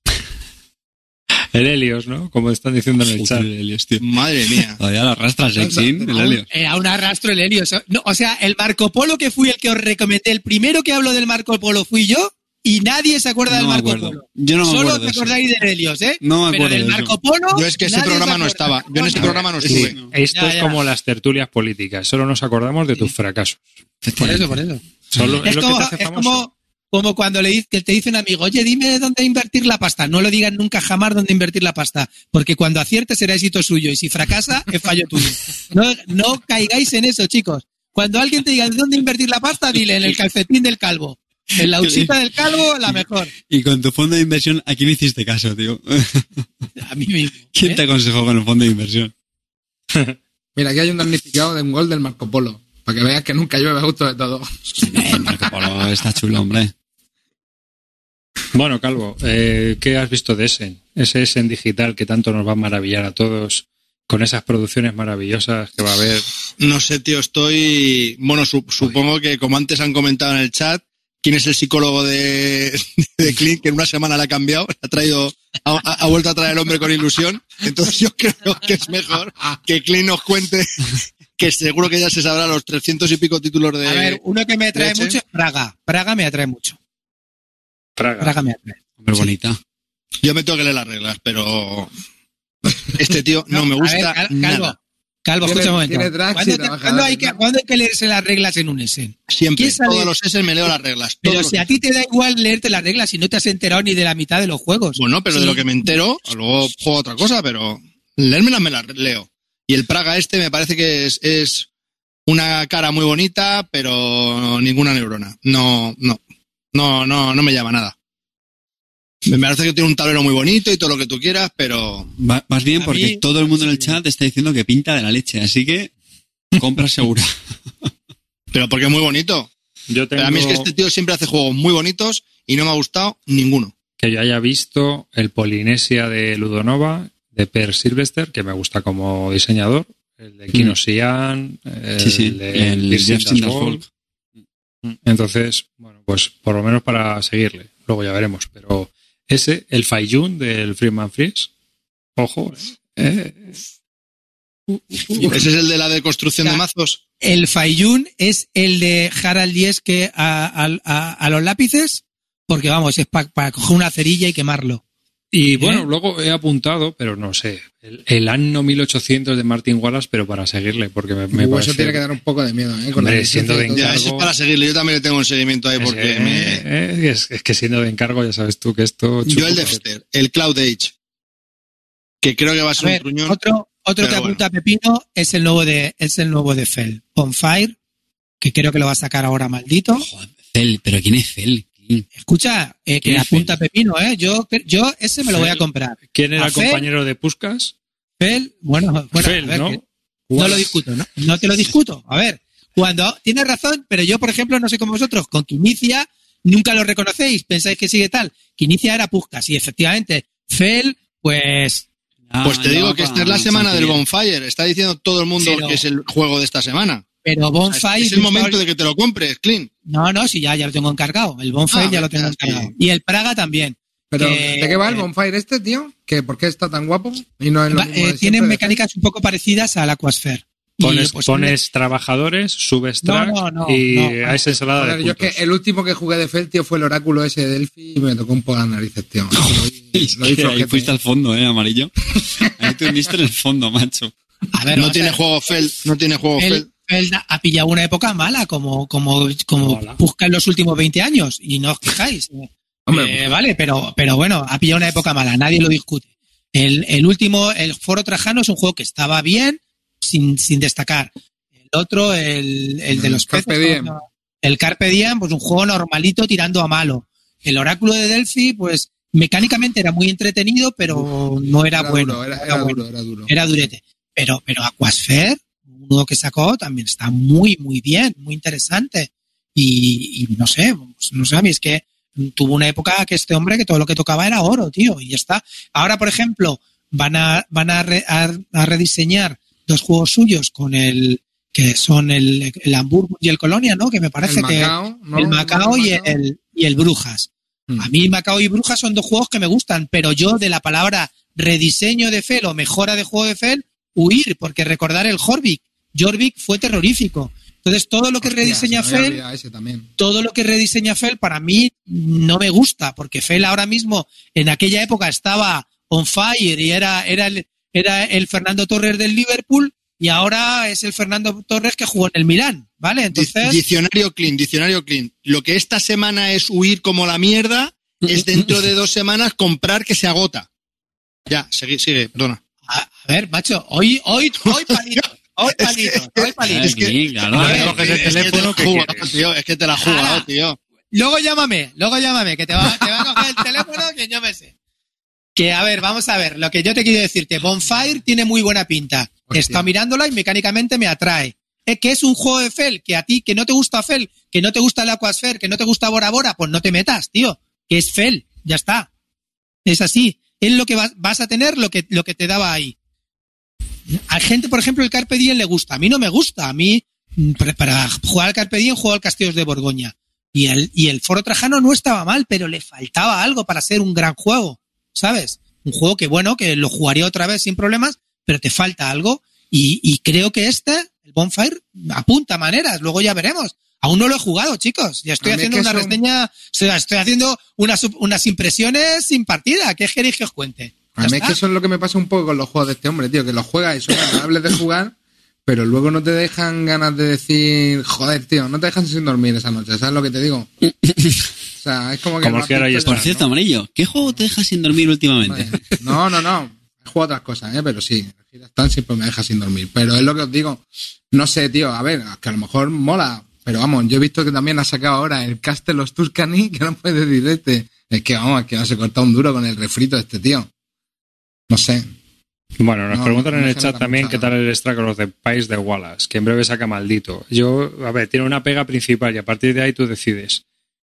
El Helios, ¿no? Como están diciendo en el chat. Joder, el Helios, tío. Madre mía. Todavía lo arrastras, ¿eh, Clean? El Helios. Eh, a un arrastro el Helios. No, o sea, el Marco Polo que fui el que os recomendé, el primero que hablo del Marco Polo fui yo y nadie se acuerda del No me Marco acuerdo. Polo. Yo no me Solo acuerdo te de eso. acordáis del Helios, ¿eh? No me Pero acuerdo del de eso. Marco Polo. Yo es que ese nadie programa se no acuerda. estaba, yo en ese programa no Sí, estuve. esto Ya, es ya. como las tertulias políticas. Solo nos acordamos de tus fracasos. Por eso, por eso. Solo es, Es, lo como, que te hace es famoso. como, como cuando le dice, que te dice un amigo, oye, dime dónde invertir la pasta. No lo digan nunca jamás dónde invertir la pasta, porque cuando acierte será éxito suyo y si fracasa es fallo tuyo. No, no caigáis en eso, chicos. Cuando alguien te diga dónde invertir la pasta, dile en el calcetín del calvo. En la usita del calvo, la mejor. Y con tu fondo de inversión, ¿a quién hiciste caso, tío? A mí mismo. ¿Quién ¿eh? te aconsejó con el fondo de inversión? Mira, aquí hay un damnificado de un gol del Marco Polo. Para que veas que nunca llueve justo de todo. Eh, Marco Polo está chulo, hombre. Bueno, Calvo, eh, ¿qué has visto de Essen? Ese Essen digital que tanto nos va a maravillar a todos, con esas producciones maravillosas que va a haber. No sé, tío, estoy... Bueno, su- supongo que, como antes han comentado en el chat, ¿quién es el psicólogo de, de Clint que en una semana le ha cambiado? Ha traído... Ha, ha vuelto a traer el hombre con ilusión. Entonces yo creo que es mejor que Clint nos cuente, que seguro que ya se sabrá los trescientos y pico títulos de... A ver, uno que me atrae leche. mucho es Praga. Praga me atrae mucho. Praga. Praga me atrae. Hombre, bonita. Yo me tengo que leer las reglas, pero... Este tío no, me gusta a ver, Cal- nada. Calvo, Calvo, Tiene- escucha un momento. tiene drags y ¿Cuándo, te- trabajadores, cuándo hay que, ¿no? cuándo hay que leerse las reglas en un Essen? Siempre, ¿Quién sale? todos los S me leo las reglas. Pero todos si los- a ti te da igual leerte las reglas si no te has enterado ni de la mitad de los juegos. Bueno, pero de Sí. lo que me entero, luego juego otra cosa, pero leérmelas me las leo. Y el Praga este me parece que es, es una cara muy bonita, pero ninguna neurona. No, no, no, no, no me llama nada. Me parece que tiene un tablero muy bonito y todo lo que tú quieras, pero Va- Vas bien A porque mí- todo el mundo en el chat está diciendo que pinta de la leche, así que compra segura. pero porque es muy bonito. Yo tengo Pero a mí es que este tío siempre hace juegos muy bonitos y no me ha gustado ninguno. que yo haya visto el Polinesia de Ludonova, de Per Sylvester, que me gusta como diseñador, el de Kino Sian, el Sí, sí, de el Kirsten Kirsten Das Das Volk. Entonces, bueno, pues por lo menos para seguirle. Luego ya veremos. Pero ese, el Faiyun del Freeman Freeze, ojo, eh. Eh, Ese es el de la deconstrucción de mazos. El Faiyun es el de Harald Lieske a, a, a, a los lápices, porque vamos, es para coger una cerilla y quemarlo. Y bueno, ¿Eh? luego he apuntado, pero no sé, el, el Anno mil ochocientos de Martin Wallace, pero para seguirle, porque me, me Uh, parece... eso tiene que dar un poco de miedo, ¿eh? Con Hombre, la siendo de licencia y todo. Ya, ese es para seguirle. Yo también le tengo un seguimiento ahí porque es, me... eh, es, es que siendo de encargo, ya sabes tú que esto... Yo el Dexter, el Cloud Age, que creo que va a A ser un ver, truñón. otro, otro pero que bueno. apunta a Pepino es el nuevo de, es el nuevo de Fell. Bonfire, que creo que lo va a sacar ahora maldito. Joder, Fel, ¿pero quién es Fel? Escucha, eh, que ¿Quién es apunta a Fel? Pepino, ¿eh? Yo, yo ese me lo voy a Fel. comprar. ¿Quién era ¿A el Fel? compañero de Puskas? Fel, bueno, bueno, Fel, a ver, ¿no? que- no lo discuto, ¿no? No te lo discuto. A ver, cuando tienes razón, pero yo, por ejemplo, no sé como vosotros, con Quinicia nunca lo reconocéis, pensáis que sigue tal. Quinicia era Puskas y efectivamente, Fel, pues Ah, Pues te ya digo va que esta es para la semana San del Julián. Bonfire. Está diciendo todo el mundo Pero- que es el juego de esta semana. pero Bonfire... Es el momento de que te lo compres, Clint. No, no, sí, ya, ya lo tengo encargado. El Bonfire Ah, ya lo tengo ya, encargado. sí. Y el Praga también. Pero, que- ¿de qué va el Bonfire este, tío? ¿Que ¿Por qué está tan guapo? Y no es lo Va- mismo eh, de tienen siempre de mecánicas un poco parecidas al Aquasphere. Y, Pones, pues, pones trabajadores, subes No, tracks no, no, y no. hay esa ensalada Joder, de yo es puntos. que el último que jugué de Fel, tío, fue el oráculo ese de Delphi y me tocó un poco las narices, tío. Es Lo hizo que ahí ojete, fuiste ¿eh? al fondo, ¿eh, amarillo? Ahí te hundiste en el fondo, macho. A ver, No vamos a tiene ver. juego Fel, no tiene juego Fel. Él, él ha pillado una época mala, como, como, como Hola. busca en los últimos veinte años, y no os quejáis. Hombre, Eh, vale, pero, pero bueno, ha pillado una época mala, nadie lo discute. El, el último, el Foro Trajano, es un juego que estaba bien, sin, sin destacar. El otro, el, el de El los Carpe peces, Diem. ¿no? El Carpe Diem, pues un juego normalito tirando a malo. El Oráculo de Delphi, pues mecánicamente era muy entretenido, pero no era, era bueno. duro, era, era era bueno. duro, era duro. Era durete. Pero, pero Aquasphere, uno que sacó, también está muy, muy bien, muy interesante. Y, y no sé, pues, no sé, a mí es que tuvo una época que este hombre que todo lo que tocaba era oro, tío, y ya está. Ahora, por ejemplo, van a, van a, re- a, a rediseñar dos juegos suyos con el, que son el, el Hamburgo y el Colonia, ¿no? Que me parece El que Macao, ¿no? el Macao y Macao. el, y el Brujas. Mm. A mí Macao y Brujas son dos juegos que me gustan, pero yo de la palabra rediseño de Fel o mejora de juego de Fel, huir, porque recordar el Jorvik. Jorvik fue terrorífico. Entonces todo lo que Hostia, rediseña se me había Fel, olvidado ese también. todo lo que rediseña Fel para mí no me gusta, porque Fel ahora mismo en aquella época estaba on fire y era, era, el, era el Fernando Torres del Liverpool y ahora es el Fernando Torres que jugó en el Milán, ¿vale? Entonces... Diccionario Clint, diccionario Clint. Lo que esta semana es huir como la mierda, es dentro de dos semanas comprar que se agota. Ya, sigue, sigue, perdona. A, a ver, macho, hoy, hoy, hoy, palito, Hoy palito, hoy palito. Es que, Sí, claro. A a ver, ver, coges el es que te teléfono, la ¿qué jugas, quieres? tío, es que te la has jugado, Ahora. tío. Luego llámame, luego llámame, que te va, te va a coger el teléfono que yo me sé. Que, a ver, vamos a ver, lo que yo te quiero decir, que Bonfire tiene muy buena pinta. He Hostia. estado mirándola y mecánicamente me atrae. Es que es un juego de Fel, que a ti, que no te gusta Fel, que no te gusta el Aquasphere, que no te gusta Bora Bora, pues no te metas, tío. Que es Fel, ya está. Es así. Es lo que vas, vas a tener, lo que, lo que te daba ahí. A gente, por ejemplo, el Carpe Diem le gusta. A mí no me gusta. A mí, para, para jugar al Carpe Diem, juego al Castillos de Borgoña. Y el, y el Foro Trajano no estaba mal, pero le faltaba algo para ser un gran juego, ¿sabes? Un juego que, bueno, que lo jugaría otra vez sin problemas, pero te falta algo. Y, y creo que este, el Bonfire, apunta maneras. Luego ya veremos. Aún no lo he jugado, chicos. Ya estoy A mí es haciendo que una son- reseña, o sea, estoy haciendo unas, unas impresiones sin partida. ¿Qué queréis que os cuente? A Ya mí es está. que eso es lo que me pasa un poco con los juegos de este hombre, tío, que los juegas y son agradables de jugar, pero luego no te dejan ganas de decir, joder, tío, no te dejan sin dormir esa noche, ¿sabes lo que te digo? O sea, es como que... Como lo el que ahora has ya visto Por ya, cierto, ¿no? Amarillo, ¿qué juego te deja sin dormir últimamente? No, no, no. He jugado otras cosas, ¿eh? Pero sí, el Stand siempre me deja sin dormir. Pero es lo que os digo. No sé, tío, a ver, que a lo mejor mola. Pero vamos, yo he visto que también ha sacado ahora el Castle of Tuscany, que no puede decir este. Es que vamos, es que no se corta un duro con el refrito de este tío. No sé. Bueno, nos No, preguntan no en el genera chat también mucha- qué tal el Straggle de País de Wallace, que en breve saca Maldito. Yo, a ver, tiene una pega principal y a partir de ahí tú decides.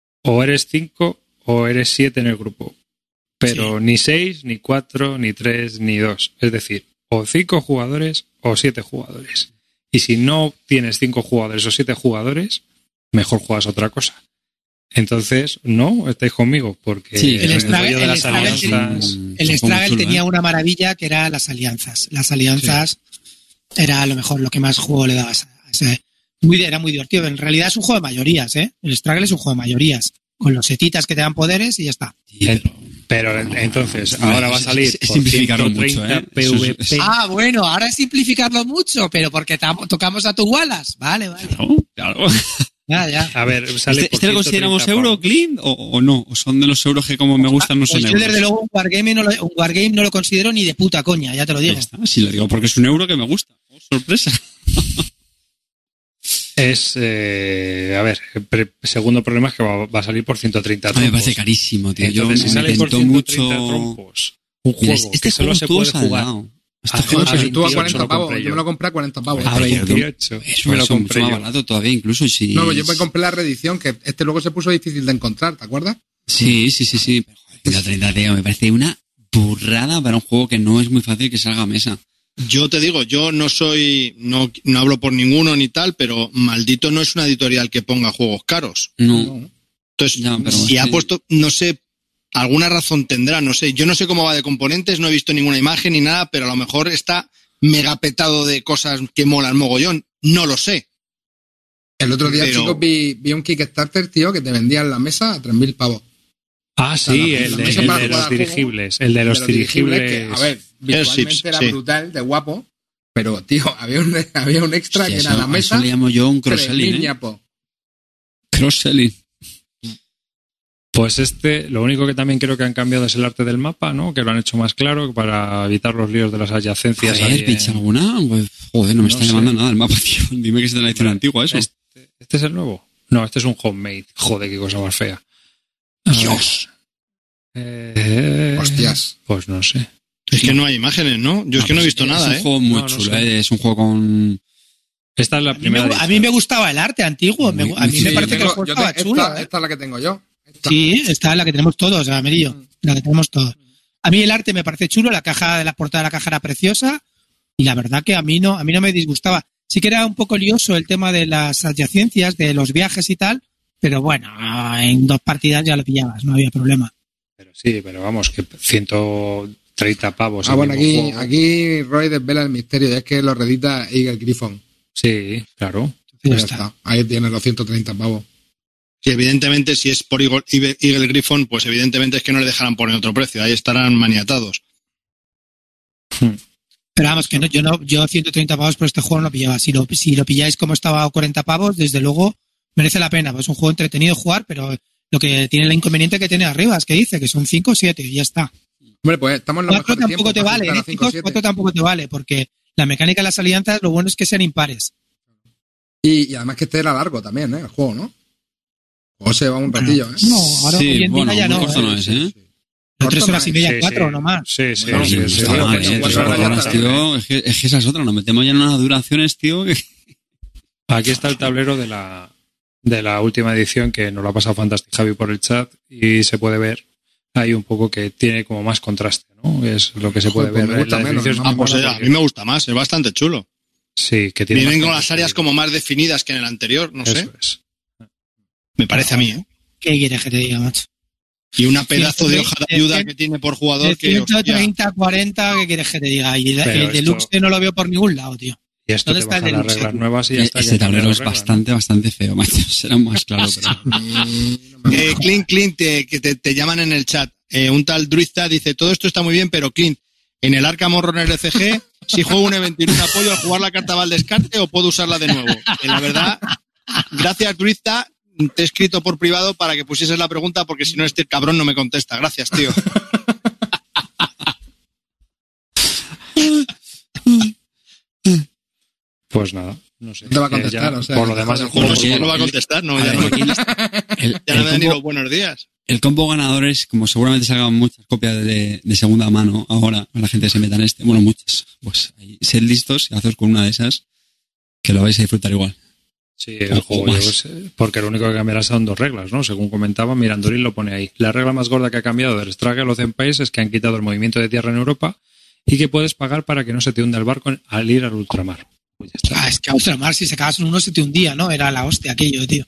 O eres cinco o eres siete en el grupo. Pero ni seis, ni cuatro, ni tres, ni dos. Es decir, o cinco jugadores o siete jugadores. Y si no tienes cinco jugadores o siete jugadores, mejor juegas otra cosa. Entonces, no, estáis conmigo, porque Sí, el, el Straggle- rollo de el las Straggle alianzas... Mm, El son Straggle chulo, tenía ¿eh? una maravilla que era las alianzas. Las alianzas era a lo mejor lo que más juego le dabas. a ese- Muy, era muy divertido. En realidad es un juego de mayorías, ¿eh? El Straggle es un juego de mayorías. Con los setitas que te dan poderes y ya está. Sí, pero- Pero entonces, Bueno, ahora va a es- salir es- es por simplificarlo ciento treinta mucho, ¿eh? Eso es- PvP. Ah, bueno, ahora es simplificarlo mucho, pero porque tam- tocamos a tu Wallace. Vale, vale. Claro, claro. Ya, ya. A ver, sale ¿Este, por este lo consideramos ciento treinta euro, pavos. Clean, o, o no? ¿O son de los euros que como me gustan no son Pues yo euros? desde luego un wargame no, lo, un wargame no lo considero ni de puta coña, ya te lo Ya digo. está, si lo digo porque es un euro que me gusta. Oh, sorpresa. Es, eh, a ver, el pre- segundo problema es que va, va a salir por ciento treinta A mí me trompos. parece carísimo, tío. Yo Entonces, si me sale por tentó ciento treinta mucho. trompos, un Mira, juego este que solo juego se estuvo puede jugar saldado. Este a juego Pero si estuvo a veintiocho cuarenta lo pavos, compré yo yo. me lo compré a cuarenta pavos. A a ver, veintiocho. Eso me lo es mucho compré más yo. barato todavía, incluso si. No, pues yo me compré la reedición, que este luego se puso difícil de encontrar, ¿te acuerdas? Sí, sí, sí, sí. Pero, joder, ciento treinta, tío, me parece una burrada para un juego que no es muy fácil que salga a mesa. Yo te digo, yo no soy, no, no hablo por ninguno ni tal, pero Maldito no es una editorial que ponga juegos caros. No. Entonces, Ya, pero si es ha que- puesto, no sé, alguna razón tendrá, no sé. Yo no sé cómo va de componentes, no he visto ninguna imagen ni nada, pero a lo mejor está mega petado de cosas que molan mogollón. No lo sé. El otro día, Pero- chicos, vi, vi un Kickstarter, tío, que te vendían la mesa a tres mil pavos. Ah, sí, la- el la de, mesa el para de jugar los al juego, dirigibles. El de los Pero dirigibles dirigibles. que, a ver, visualmente Airships, era sí. brutal, de guapo, pero, tío, había un, había un extra Hostia, que era eso- la a mesa, Eso le llamo yo un tres cross-selling, mil ¿eh? ñapos. Cross-selling. Pues este, lo único que también creo que han cambiado es el arte del mapa, ¿no? Que lo han hecho más claro para evitar los líos de las adyacencias. Joder, ahí en- pinche alguna. Pues, joder, no me No está sé. llamando nada el mapa, tío. Dime que es de la edición antigua eso. Este, ¿Este es el nuevo? No, este es un homemade. Joder, qué cosa más fea. A ver. Dios. Eh, Hostias. Pues no sé. Es que no hay imágenes, ¿no? Yo es que no he visto Es nada, un ¿eh? juego muy No, no chulo, sé. ¿eh? Es un juego con. Esta es la A mí, me, primera. gu- a mí me gustaba el arte antiguo. me gu- a mí Sí, me Sí, parece yo que el tengo- juego yo estaba te- chulo. esta, ¿eh? esta es la que tengo yo. Esta. Sí, está la que tenemos todos, Amarillo. La que tenemos todos. A mí el arte me parece chulo, la caja de la portada de la caja era preciosa y la verdad que a mí no, a mí no me disgustaba. Sí que era un poco lioso el tema de las adyacencias, de los viajes y tal, pero bueno, en dos partidas ya lo pillabas, no había problema. Pero sí, pero vamos, que ciento treinta pavos. Ah, el bueno, mismo aquí, juego. aquí Roy desvela el misterio, y es que lo redita Eagle Griffon. Sí, claro. Ya Ya está. está. Ahí tiene los ciento treinta pavos. Sí, evidentemente, si es por Eagle, Eagle Eagle Griffon, pues evidentemente es que no le dejarán poner otro precio. Ahí estarán maniatados. Pero vamos, que no, yo no, yo ciento treinta pavos por este juego no lo pillaba. Si lo, si lo pilláis como estaba a cuarenta pavos, desde luego merece la pena. Pues es un juego entretenido de jugar, pero lo que tiene el inconveniente que tiene arriba es que dice que son cinco o siete y ya está. Hombre, pues estamos en los Cuatro mejores tampoco tiempos te para vale, juntar ¿eh, a cinco, chicos? siete. Cuatro tampoco te vale, porque la mecánica de las alianzas, lo bueno es que sean impares. Y, y además que este era largo también, ¿eh? El juego, ¿no? O se va un ratillo, ¿eh? No, ahora Sí, hoy en bueno, día ya muy no. corto ¿eh? no es, ¿eh? De tres horas y media, Sí, cuatro, sí. no más. Sí, sí, Bueno, sí, No, sí, está sí. mal, sí, eh, cuatro tres horas ya horas, está tío, es que, es que esa es otra, nos metemos ya en unas duraciones, tío, que... Aquí está el tablero de la, de la última edición que nos lo ha pasado Fantastic Javi por el chat y se puede ver ahí un poco que tiene como más contraste, ¿no? Es lo que se puede Joder, pues ver. me gusta en las menos, ediciones. ¿no? Ah, pues Mola eh, a porque- mí me gusta más, es bastante chulo. Sí, que tiene Vienen más con las áreas contraste. como más definidas que en el anterior, no sé. Eso es. Me parece a mí, ¿eh? ¿Qué quieres que te diga, macho? Y una pedazo de de- hoja de de ayuda cien- que tiene por De jugador que, ciento hostia, treinta, cuarenta, ¿qué quieres que te diga? Y el, Pero el deluxe esto- no lo veo por ningún lado, tío. Y esto ¿Dónde te está el baja las deluxe? reglas nuevas y ya está. Ese ya tablero cambian es las reglas, bastante, bastante feo, macho. Será más claro, pero... Eh, Clint, Clint, te- que te, te llaman en el chat. Eh, un tal Druidta dice, todo esto está muy bien, pero Clint, en el Arkham Horror R C G, si juego un evento y un apoyo, al jugar la carta va al descarte o puedo usarla de nuevo. Eh, la verdad, gracias Druidta, te he escrito por privado para que pusieses la pregunta porque si no este cabrón no me contesta. Gracias, tío. Pues nada, no sé. No te va a Eh, contestar, ya, o sea, por lo que demás te el jodas. juego... Pues si no lo va a contestar, no, A ya ver, no, aquí el, ya no el me dan ni los combo, buenos días. el combo ganadores, como seguramente salgan muchas copias de, de segunda mano ahora, la gente se meta en este, bueno, muchas, pues ahí, sed listos y haceros con una de esas, que lo vais a disfrutar igual. Sí, el O juego, más. yo qué sé, porque lo único que cambiará son dos reglas, ¿no? Según comentaba, Mirandoril lo pone ahí. La regla más gorda que ha cambiado del Struggle of Empires es que han quitado el movimiento de tierra en Europa y que puedes pagar para que no se te hunda el barco al ir al ultramar. Pues ya está. Ah, es que a ultramar, si se acabas en uno, se te hundía, ¿no? Era la hostia aquello, tío.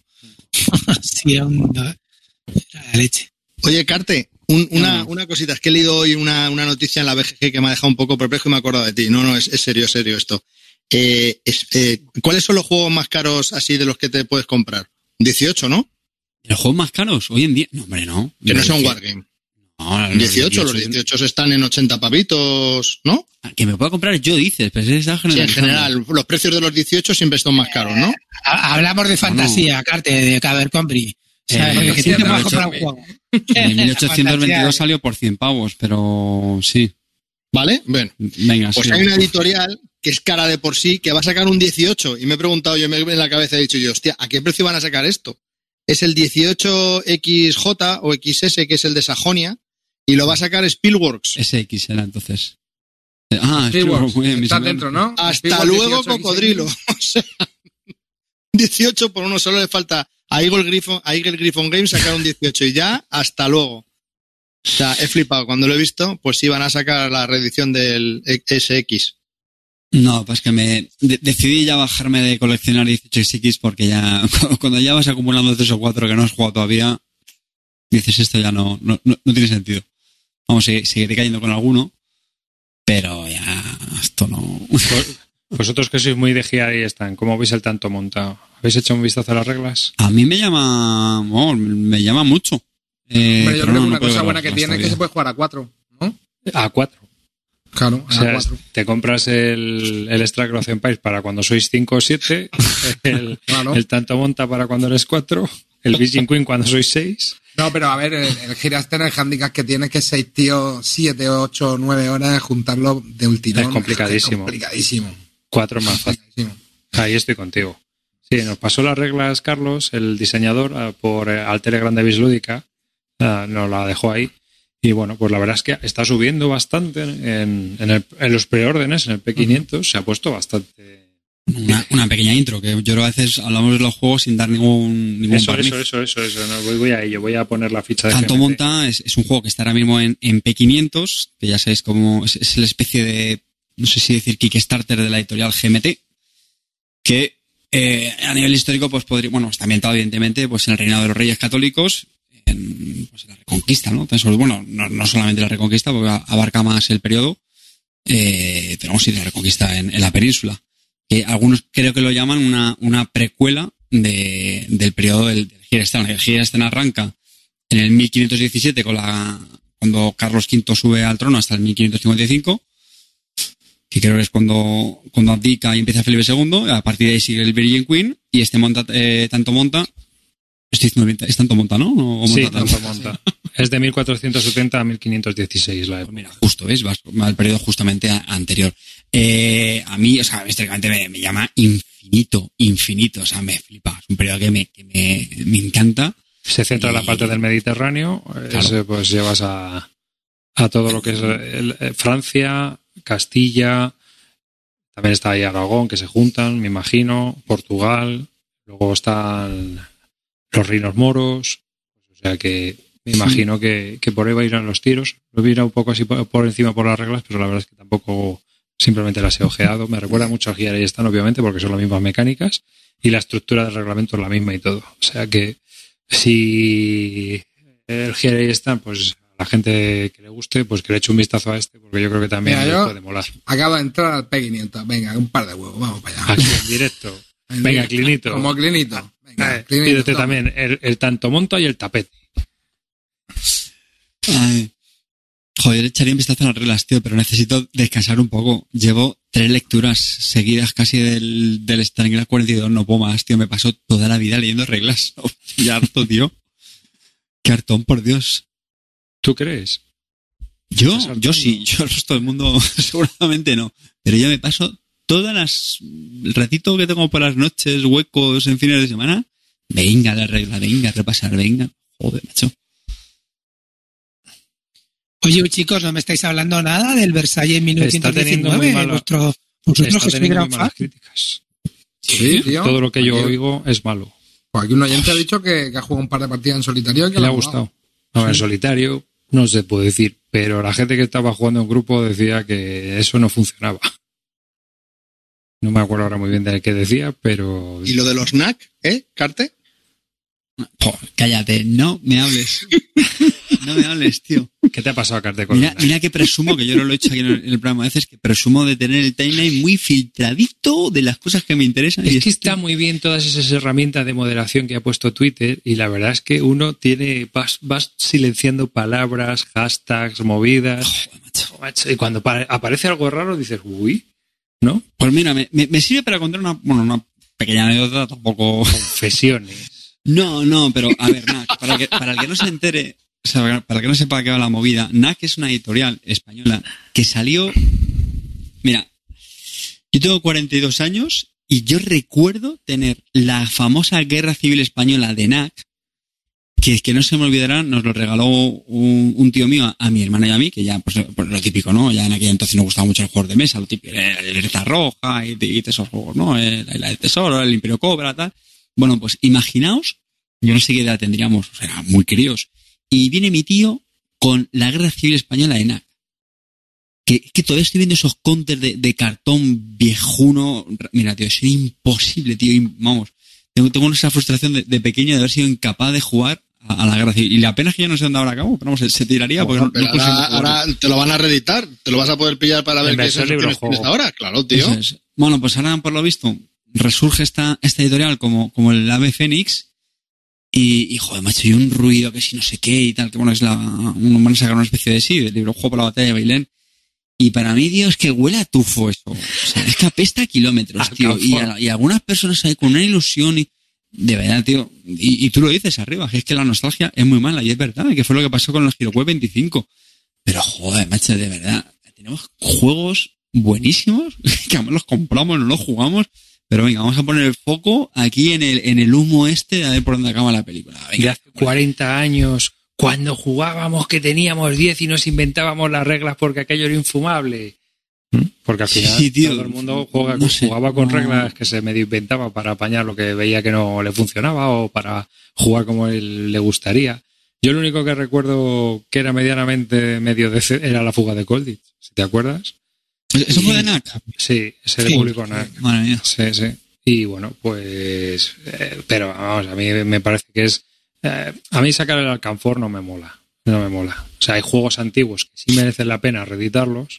Sí, era, un, era la leche. Oye, Carte, un- una, una cosita. Es que he leído hoy una, una noticia en la B G G que me ha dejado un poco perplejo y me he acordado de ti. No, no, es, es serio, es serio esto. Eh, es, eh, ¿Cuáles son los juegos más caros así de los que te puedes comprar? dieciocho, ¿no? ¿Los juegos más caros hoy en día? No, hombre, no. Que no son Wargame. No, los dieciocho, los dieciocho están en ochenta pavitos, ¿no? Que me pueda comprar yo, dices, pero ese está Sí, en generalizando. general, los precios de los dieciocho siempre son más caros, ¿no? Ha- Hablamos de fantasía, Carte, de Cabercombri. O sea, Eh, que sí, te pero puedas hecho- comprar un juego. En mil ochocientos veintidós Fantasía. salió por cien pavos, pero sí. ¿Vale? Bueno, Venga, pues sí. hay una editorial que es cara de por sí, que va a sacar un dieciocho. Y me he preguntado yo me- en la cabeza, he dicho yo, hostia, ¿a qué precio van a sacar esto? Es el dieciocho X J o X S, que es el de Sajonia, y lo va a sacar Spielworks. S X era entonces. Ah, Sí, es bueno, muy bien, está mis- dentro, ¿no? Hasta Speedball luego, dieciocho, cocodrilo. O sea, dieciocho por uno, solo le falta a Eagle Griffon, a Eagle Griffon Games sacar un dieciocho y ya, hasta luego. O sea, he flipado. Cuando lo he visto, pues sí van a sacar la reedición del S X. No, pues que me de- decidí ya bajarme de coleccionar dieciocho X porque ya cuando ya vas acumulando tres o cuatro que no has jugado todavía, dices esto ya no, no, no, no tiene sentido. Vamos, sí, seguiré cayendo con alguno, pero ya esto no... Vos- Vosotros que sois muy de girar y están, ¿cómo veis el tanto montado? ¿Habéis hecho un vistazo a las reglas? A mí me llama, oh, me llama mucho. Eh, Hombre, yo pero creo no, que no una puedo cosa ver buena las que reglas tiene es que todavía. se puede jugar a cuatro, ¿no? A cuatro. Claro, O a sea, cuatro. te compras el, el Struggle of Empires para cuando sois cinco o siete, el, Claro. el tanto monta para cuando eres cuatro, el Vision Queen cuando sois seis. No, pero a ver, el, el Girasten, el handicap que tiene es que seis tíos, siete, ocho, nueve horas, juntarlo de un tirón. Es complicadísimo. Es complicadísimo. Cuatro más fácil. complicadísimo. Ahí estoy contigo. Sí, nos pasó las reglas Carlos, el diseñador, ah, por eh, al Telegram de Bislúdica, ah, nos la dejó ahí. Y bueno, pues la verdad es que está subiendo bastante en, en, el- en los preórdenes, en el P quinientos, se ha puesto bastante. Una, una pequeña intro, que yo creo que a veces hablamos de los juegos sin dar ningún, ningún Eso, barniz. eso, eso, eso, eso. No, voy, voy a ello, voy a poner la ficha de Tanto G M T. Monta es, es un juego que está ahora mismo en, en P quinientos, que ya sabéis cómo es, es la especie de, no sé si decir Kickstarter de la editorial G M T, que eh, a nivel histórico pues podría, bueno, está ambientado evidentemente pues en el reinado de los reyes católicos, en, pues, en la Reconquista, ¿no? Entonces, bueno, no, no solamente la Reconquista, porque abarca más el periodo, eh, pero vamos, sí, la Reconquista en, en la península. Que algunos creo que lo llaman una, una precuela de, del periodo del, del Girasten. El Girasten arranca en el mil quinientos diecisiete con la, cuando Carlos quinto sube al trono hasta el mil quinientos cincuenta y cinco, que creo que es cuando, cuando abdica y empieza Felipe segundo, a partir de ahí sigue el Virgin Queen, y este monta, eh, tanto monta, estoy diciendo bien, es tanto monta, ¿no? ¿O monta Sí, tanto? tanto monta. Es de mil cuatrocientos setenta a mil quinientos dieciséis la Pues época. mira, justo, ¿ves? Vas al periodo justamente a- anterior. Eh, a mí, o sea, estéticamente me, me llama infinito, infinito, o sea, me flipa. Es un periodo que me, que me, me encanta. Se centra en la parte del Mediterráneo, Claro. ese, pues llevas a, a todo lo que es el, el, Francia, Castilla, también está ahí Aragón, que se juntan, me imagino, Portugal, luego están los reinos moros, o sea que me imagino que, que por ahí va a ir a los tiros. Lo he mirado un poco así por, por encima por las reglas, pero la verdad es que tampoco, simplemente las he ojeado. Me recuerda mucho al Here y Stand, obviamente, porque son las mismas mecánicas y la estructura del reglamento es la misma y todo. O sea que si el Here y Stand, pues a la gente que le guste, pues que le eche un vistazo a este, porque yo creo que también Mira, le yo puede molar. Acabo de entrar al P quinientos. Venga, un par de huevos, vamos para allá. Aquí en directo. Venga, Clinito. Como Clinito. Venga, Eh, Clinito, pídete toma. también el, el tanto monta y el tapete. Ay. Joder, echaría un vistazo a las reglas, tío, pero necesito descansar un poco. Llevo tres lecturas seguidas casi del, del Stalingrad cuarenta y dos, no puedo más, tío. Me paso toda la vida leyendo reglas. Ya harto, tío. Qué hartón, por Dios. ¿Tú crees? Yo, ¿Estás hartón? yo sí, yo el resto del mundo seguramente no. Pero yo me paso todas las, el ratito que tengo por las noches, huecos en fines de semana, venga la regla, venga a repasar, venga. Joder, macho. Oye, chicos, no me estáis hablando nada del Versalles mil novecientos teniendo diecinueve. muy mala- Vuestro, vosotros Está que sois teniendo gran muy fan. malas críticas. Sí, tío. Todo lo que yo Aquí- oigo es malo. Pues aquí un oyente ha dicho que, que ha jugado un par de partidas en solitario y que Le le ha gustado. No, en solitario no se puede decir, pero la gente que estaba jugando en grupo decía que eso no funcionaba. No me acuerdo ahora muy bien de qué decía, pero... ¿Y lo de los N A C, eh, Carte? Po, cállate, no me hables. No me hables, tío. ¿Qué te ha pasado, Carte? Con Mira, el- mira que presumo, que yo no lo he hecho aquí en el, en el programa a veces, que presumo de tener el timeline muy filtradito de las cosas que me interesan. y Es que esto- está muy bien todas esas herramientas de moderación que ha puesto Twitter y la verdad es que uno tiene vas, vas silenciando palabras, hashtags, movidas. Joder, macho. Macho, y cuando pa- aparece algo raro dices, uy, ¿no? Pues mira, me, me- me sirve para contar una, bueno, una pequeña anécdota, tampoco... Confesiones. No, no, pero a ver, N A C, para, que, para el que no se entere, o sea, para el que no sepa de qué va la movida, N A C es una editorial española que salió... Mira, yo tengo cuarenta y dos años y yo recuerdo tener la famosa Guerra Civil Española de N A C, que es que no se me olvidará, nos lo regaló un, un tío mío a, a mi hermana y a mí, que ya, pues, pues lo típico, ¿no? Ya en aquel entonces nos gustaba mucho el juego de mesa, lo típico, la libreta roja y, y esos juegos, ¿no? El, la de Tesoro, el Imperio Cobra, tal. Bueno, pues imaginaos, yo no sé qué edad tendríamos, o sea, muy críos, y viene mi tío con la Guerra Civil Española de N A C. Que, que todavía estoy viendo esos counters de, de cartón viejuno. Mira, tío, es imposible, tío. y, Vamos, tengo, tengo esa frustración de, de pequeño de haber sido incapaz de jugar a, a la Guerra Civil. Y la pena es que yo no sé dónde ahora acabo, pero vamos, se, se tiraría porque no, Pero no consigo ahora, jugar. ahora te lo van a reeditar, te lo vas a poder pillar para ver En qué versión sensaciones librojuego. tienes ahora. Claro, tío. Eso es. Bueno, pues ahora, por lo visto, resurge esta, esta editorial como, como el Ave Fénix. Y, y, joder, macho, y un ruido que si no sé qué y tal, que bueno, es la, un, van a sacar una especie de sí, del libro Juego por la batalla de Bailén. Y para mí, tío, es que huele a tufo eso. O sea, es que apesta a kilómetros, A tío. Y, camphor. a- y algunas personas ahí con una ilusión y, de verdad, tío. Y, y tú lo dices arriba, que es que la nostalgia es muy mala y es verdad, que fue lo que pasó con el HeroQuest veinticinco. Pero, joder, macho, de verdad, tenemos juegos buenísimos, que además los compramos, no los jugamos. Pero venga, vamos a poner el foco aquí en el, en el humo este, a ver por dónde acaba la película. De Venga, hace cuarenta años, cuando jugábamos que teníamos diez y nos inventábamos las reglas porque aquello era infumable. ¿Mm? Porque al Sí, final sí, tío. todo el mundo juega, No sé, jugaba con no. reglas que se medio inventaba para apañar lo que veía que no le funcionaba o para jugar como él le gustaría. Yo lo único que recuerdo que era medianamente medio de era la fuga de Colditch, si te acuerdas. ¿eso fue de N A C? Sí, ese de Sí. público N A C. Madre mía. Sí, sí. Y bueno, pues... eh, pero vamos, a mí me parece que es... eh, a mí sacar el alcanfor no me mola. No me mola. O sea, hay juegos antiguos que sí merecen la pena reeditarlos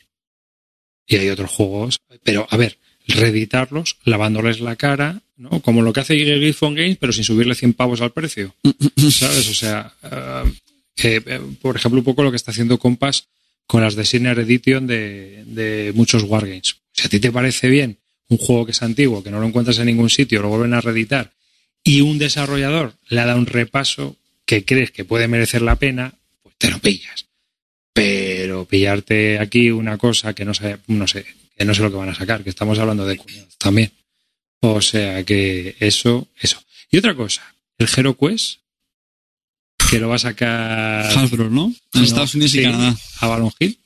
y hay otros juegos... Pero, a ver, reeditarlos lavándoles la cara, ¿no? Como lo que hace Griffon Games, pero sin subirle cien pavos al precio. ¿Sabes? O sea, eh, que, eh, por ejemplo, un poco lo que está haciendo Compass con las Designer Edition de, de muchos Wargames. Si a ti te parece bien un juego que es antiguo, que no lo encuentras en ningún sitio, lo vuelven a reeditar, y un desarrollador le da un repaso que crees que puede merecer la pena, pues te lo pillas. Pero pillarte aquí una cosa que no sé, no sé, que no sé lo que van a sacar, que estamos hablando de cuñados también. O sea que eso, eso. Y otra cosa, el Hero Quest, que lo va a sacar Hasbro, ¿no? En no, Estados Unidos sí, y Canadá. Avalon Hill. ¿Eh?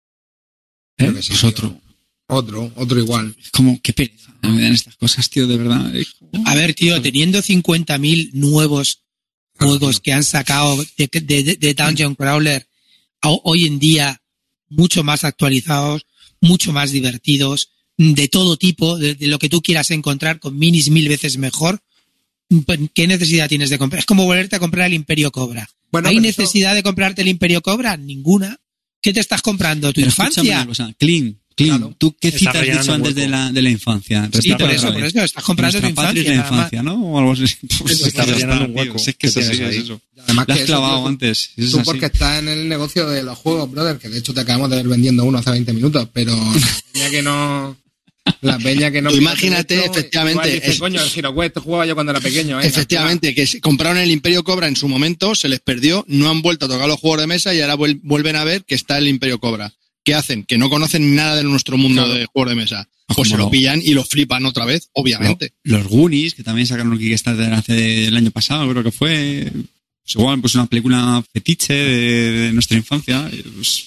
Creo que sí, Pues tío. otro. Otro, otro igual. Es como, qué pereza. No me dan estas cosas, tío, de verdad. Es como- A ver, tío, teniendo cincuenta mil nuevos juegos que han sacado de, de, de Dungeon Crawler a- hoy en día, mucho más actualizados, mucho más divertidos, de todo tipo, de, de lo que tú quieras encontrar, con minis mil veces mejor, ¿qué necesidad tienes de comprar? Es como volverte a comprar el Imperio Cobra. Bueno, ¿Hay pero necesidad de comprarte el Imperio Cobra? Ninguna. ¿Qué te estás comprando? ¿Tu Pero escúchame infancia? una cosa, Clean, Clean. Claro. ¿Tú qué Está cita has rellenando dicho un antes hueco. de la, de la infancia? Sí, Repítelo por otra eso, vez. por eso. Estás comprando tu Nuestra patria infancia. es la nada más. infancia, ¿no? O algo así. Pues Está ya rellenando un tío. hueco Si es que que es así, tienes es ahí. eso. Y además La que has eso, clavado tío, antes. Eso es Tú así. porque estás en el negocio de los juegos, brother, que de hecho te acabamos de ver vendiendo uno hace veinte minutos, pero la peña que no... La peña que no... Tú imagínate, pilla derecho, efectivamente, igual dice, es- coño, el Hero Quest jugaba yo cuando era pequeño. venga, Efectivamente, que se- compraron el Imperio Cobra en su momento, se les perdió, no han vuelto a tocar los juegos de mesa y ahora vuel- vuelven a ver que está el Imperio Cobra. ¿Qué hacen? Que no conocen nada de nuestro mundo Claro. de juegos de mesa. Ah, Pues se como lo no. pillan y lo flipan otra vez, obviamente. Los Goonies, que también sacaron un Kickstarter hace el año pasado, creo que fue. Pues igual, pues una película fetiche de, de nuestra infancia. Pues,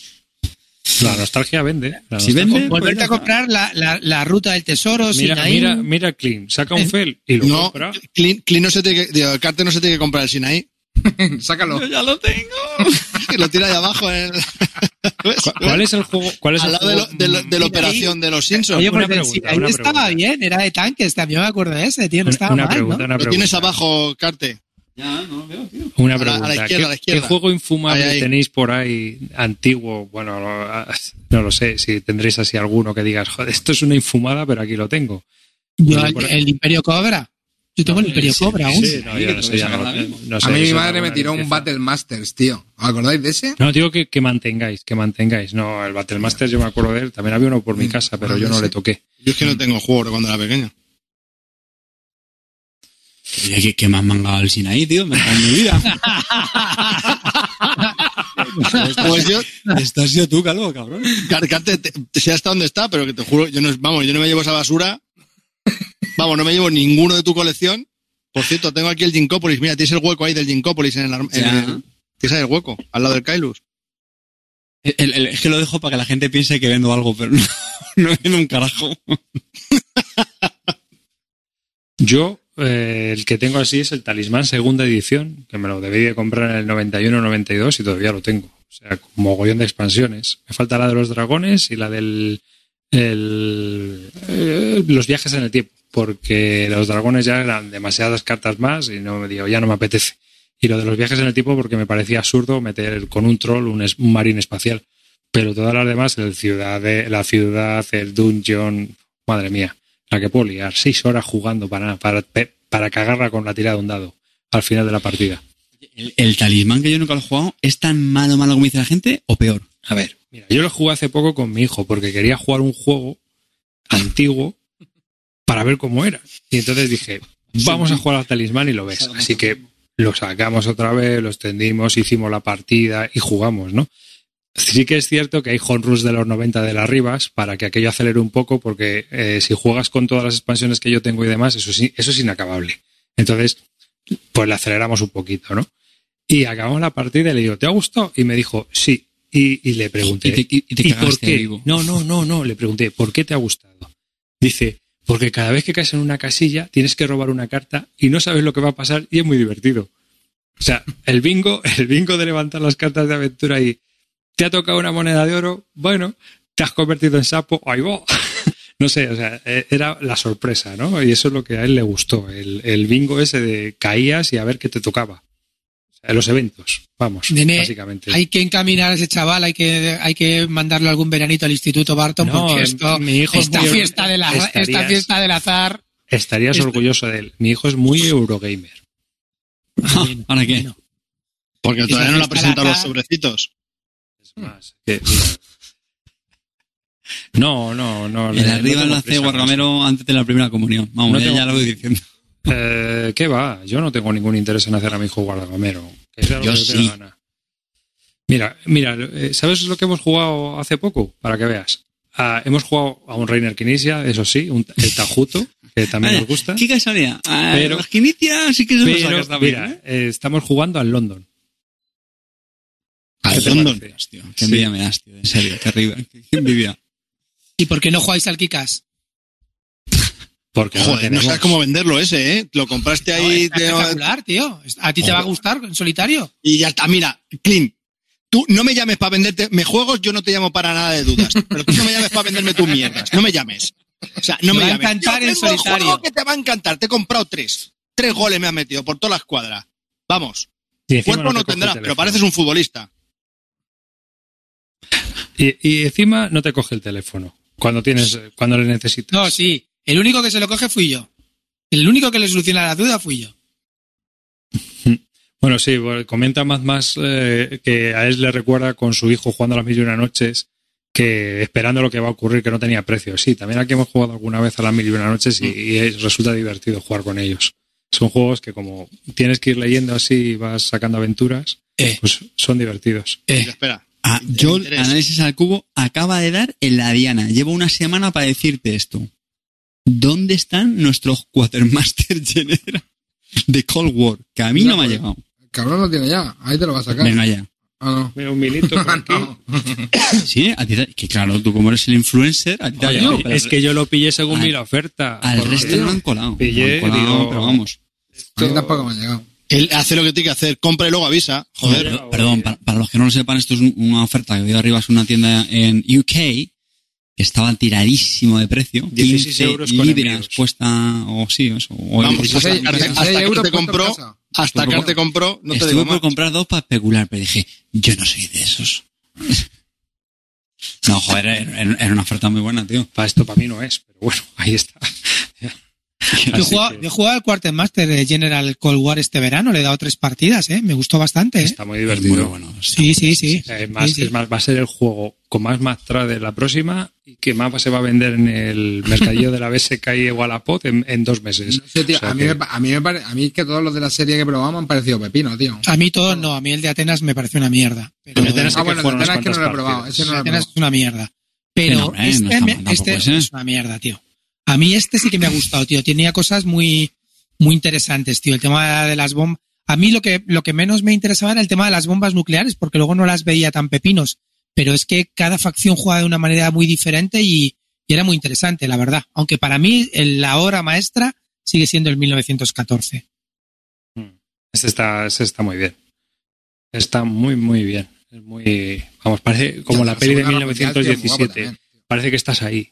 La nostalgia vende. La Si nostalgia- vende, Volverte pues ya a comprar la, la, la ruta del tesoro, Mira, Sinaí. mira, mira Clean, saca un Fel y lo No, compra. Clean, Clean no se tiene que, digo, el Carter no se tiene que comprar el Sinaí. Sácalo. ya lo tengo. Y lo tira ahí abajo. En el- ¿Ves? ¿Cu- ¿Cuál es el juego? ¿Cuál es Al el lado de, lo- juego? de, lo- de la Sinaí. operación de los Simpsons. Oye, una pues el pregunta, Sinaí una estaba pregunta. bien, era de tanques, también me acuerdo de ese, tío, no Una- estaba una mal, pregunta, ¿no? una Lo pregunta. tienes abajo, Carter. Ya, no lo veo, tío. Una A la- a la pregunta. izquierda, ¿Qué, a la izquierda. qué juego infumable Ahí, ahí. tenéis por ahí antiguo? Bueno, no, no lo sé, si tendréis así alguno que digas, joder, esto es una infumada, pero aquí lo tengo. Yo, Pues el, por- el Imperio Cobra. Yo tengo el Imperio sí, Cobra aún. Sí, no, yo no sé, ya no, no sé, A mí mi eso madre es me una tiró un limpieza. Battle Masters, tío. ¿Os acordáis de ese? No, digo que, que mantengáis, que mantengáis. No, el Battlemaster yo me acuerdo de él, también había uno por mi Mm, casa, pero ah, yo no ese. le toqué. Yo es que no tengo juego de cuando era pequeño. Oye, ¿qué, qué me has mangado el Sinaí, tío? Me cago en mi vida. Pues yo, Esto has sido tú, calvo, cabrón. Car- Carter, te- te- sé hasta dónde está, pero que te juro, yo no, vamos, yo no me llevo esa basura. Vamos, no me llevo ninguno de tu colección. Por cierto, tengo aquí el Ginkópolis. Mira, tienes el hueco ahí del Ginkópolis en el, arm- en Ya. el- tienes ahí el hueco, al lado del Kailus. El- el- el- es que lo dejo para que la gente piense que vendo algo, pero no, no vendo un carajo. Yo, eh, el que tengo así es el Talismán segunda edición, que me lo debí de comprar en el noventa y uno noventa y dos y todavía lo tengo. O sea, con mogollón de expansiones. Me falta la de los dragones y la del el, eh, los viajes en el tiempo, porque los dragones ya eran demasiadas cartas más y no me digo, ya no me apetece. Y lo de los viajes en el tiempo porque me parecía absurdo meter con un troll un, es- un marín espacial. Pero todas las demás, el ciudad, de, la ciudad, el dungeon, madre mía, la que puedo liar, seis horas jugando para, para, para cagarla con la tirada de un dado al final de la partida. El, el talismán que yo nunca lo he jugado, ¿es tan malo, malo como dice la gente o peor? A ver, mira, yo lo jugué hace poco con mi hijo porque quería jugar un juego antiguo para ver cómo era. Y entonces dije, vamos a jugar al talismán y lo ves. Así que lo sacamos otra vez, lo extendimos, hicimos la partida y jugamos, ¿no? Sí que es cierto que hay home runs de los noventa de las Rivas para que aquello acelere un poco porque eh, si juegas con todas las expansiones que yo tengo y demás, eso, sí, eso es inacabable. Entonces, pues le aceleramos un poquito, ¿no? Y acabamos la partida y le digo, ¿te ha gustado? Y me dijo, sí. Y, y le pregunté, Y te- y- y te por cagaste qué? vivo. No, no, no, no, le pregunté, ¿por qué te ha gustado? Dice, porque cada vez que caes en una casilla tienes que robar una carta y no sabes lo que va a pasar y es muy divertido. O sea, el bingo, el bingo de levantar las cartas de aventura y te ha tocado una moneda de oro, bueno, te has convertido en sapo, ahí va. No sé, o sea, era la sorpresa, ¿no? Y eso es lo que a él le gustó, el, el bingo ese de caías y a ver qué te tocaba. O sea, los eventos, vamos, Nene, básicamente. hay que encaminar a ese chaval, hay que, hay que mandarlo algún veranito al Instituto Barton, No, porque esto, mi hijo es esta, muy- fiesta de la, esta estarías- fiesta del azar. Estarías Esto- orgulloso de él. Mi hijo es muy Eurogamer. Ah, ¿ahora qué? Bueno, Porque Es todavía la no le ha fiesta presentado al los azar. sobrecitos. Es más, que, mira. No, no, no. El le- arriba no lo tengo hace prisa con Guargamero antes de la primera comunión. Vamos, No ya, tengo- ya lo voy diciendo. eso. Eh, ¿Qué va? Yo no tengo ningún interés en hacer a mi hijo guardagamero. Que sea lo Yo que le dé la sí. gana. Mira, mira, eh, ¿sabes lo que hemos jugado hace poco? Para que veas. Ah, hemos jugado a un Reiner Knizia, eso sí, un, el Tajuto, que también Vaya, nos gusta. ¿Qué casualidad? Ah, Pero- los Kinizia sí que se los Pero, sacas también, mira, ¿eh? eh, estamos jugando al London. Al ¿Qué te London. parece? Hostia, qué envidia me das, tío. En serio, qué arriba. Qué envidia. ¿Y por qué no jugáis al Kikas? Porque no Joder, no tenemos. sabes cómo venderlo ese, ¿eh? Lo compraste No, ahí está te- espectacular, tío. ¿A ti te va a gustar en solitario? y ya está. Mira, Clint, tú no me llames para venderte me juegos, yo no te llamo para nada de dudas. Pero tú no me llames para venderme tus mierdas. No me llames. O sea, no Me me, va a llames. encantar Yo en tengo el solitario. juego que te va a encantar. Te he comprado tres. Tres goles me has metido por toda la escuadra. Vamos. Y encima Cuerpo no no te coge el tendrás, pero teléfono. pareces un futbolista. Y, y encima no te coge el teléfono cuando tienes, cuando le necesitas. No, sí. El único que se lo coge fui yo. El único que le soluciona la duda fui yo. Bueno, sí, bueno, comenta más más eh, que a él le recuerda con su hijo jugando a las mil y una noches, que esperando lo que va a ocurrir, que no tenía precio. Sí, también aquí hemos jugado alguna vez a las mil y una noches y, y es- resulta divertido jugar con ellos. Son juegos que como tienes que ir leyendo así y vas sacando aventuras, Eh. pues son divertidos. Eh, Espera. Ah, El yo, interés. Análisis al Cubo, acaba de dar en la diana. Llevo una semana para decirte esto. ¿Dónde están nuestros Quartermaster General de Cold War? Que a mí no me ha llegado. El cabrón lo tiene ya. Ahí te lo va a sacar. Venga ya. Ah, no. Mira, un milito por aquí. No. Sí, a ti te- que claro, tú como eres el influencer, a ti te ha Oye, llegado, pero es que yo lo pillé según al- vi la oferta. al Por- resto no lo han colado. Pillé, No lo han colado, digo- pero vamos. A mí tampoco me ha llegado. Él hace lo que tiene que hacer. Compra y luego avisa. Joder. Perdón, perdón, para, para los que no lo sepan, esto es un- una oferta que veo arriba, es una tienda en U K que estaba tiradísimo de precio. dieciséis quince euros con libras envíos. cuesta, o sí, eso. O Vamos, dieciséis, hasta, hasta- dieciséis hasta que euros te puesto en compró, casa. hasta que Por- te compró, no te estuve digo por más. comprar dos para especular, pero dije, yo no soy de esos. No, joder, era, era una oferta muy buena, tío. Para esto para mí no es, pero bueno, ahí está. Yo he Así jugado, que yo he jugado al Quartermaster de General Cold War este verano, le he dado tres partidas, ¿eh? Me gustó bastante, ¿eh? está muy Es divertido. muy bueno. Sí, sí, sí. Eh, más, Sí, sí. Es más, va a ser el juego con más Mactra de la próxima y que más se va a vender en el mercadillo de la B S K y Wallapop en, en dos meses. No sé, tío, O sea a, mí que- me, pa- a, mí me pare- a mí que todos los de la serie que probamos me han parecido pepino, tío. A mí todos no, a mí el de Atenas me pareció una mierda. Pero El de Atenas Ah, que bueno, fueron el de unas Atenas que no lo he cuantas probado. partidas. Ese no lo he Atenas probado. es una mierda. Pero No, hombre, no este, está me- mal tampoco este ese. es una mierda, tío. A mí este sí que me ha gustado, tío. Tenía cosas muy, muy interesantes, tío. El tema de las bombas. A mí lo que, lo que menos me interesaba era el tema de las bombas nucleares, porque luego no las veía tan pepinos. Pero es que cada facción jugaba de una manera muy diferente y, y era muy interesante, la verdad. Aunque para mí el- la obra maestra sigue siendo el mil novecientos catorce. Este está, este está muy bien. Está muy, muy bien. Es muy, vamos, parece como Tío, la peli de Segunda mil Guerra Mundial, novecientos tío, muy guapo diecisiete. también. Parece que estás ahí.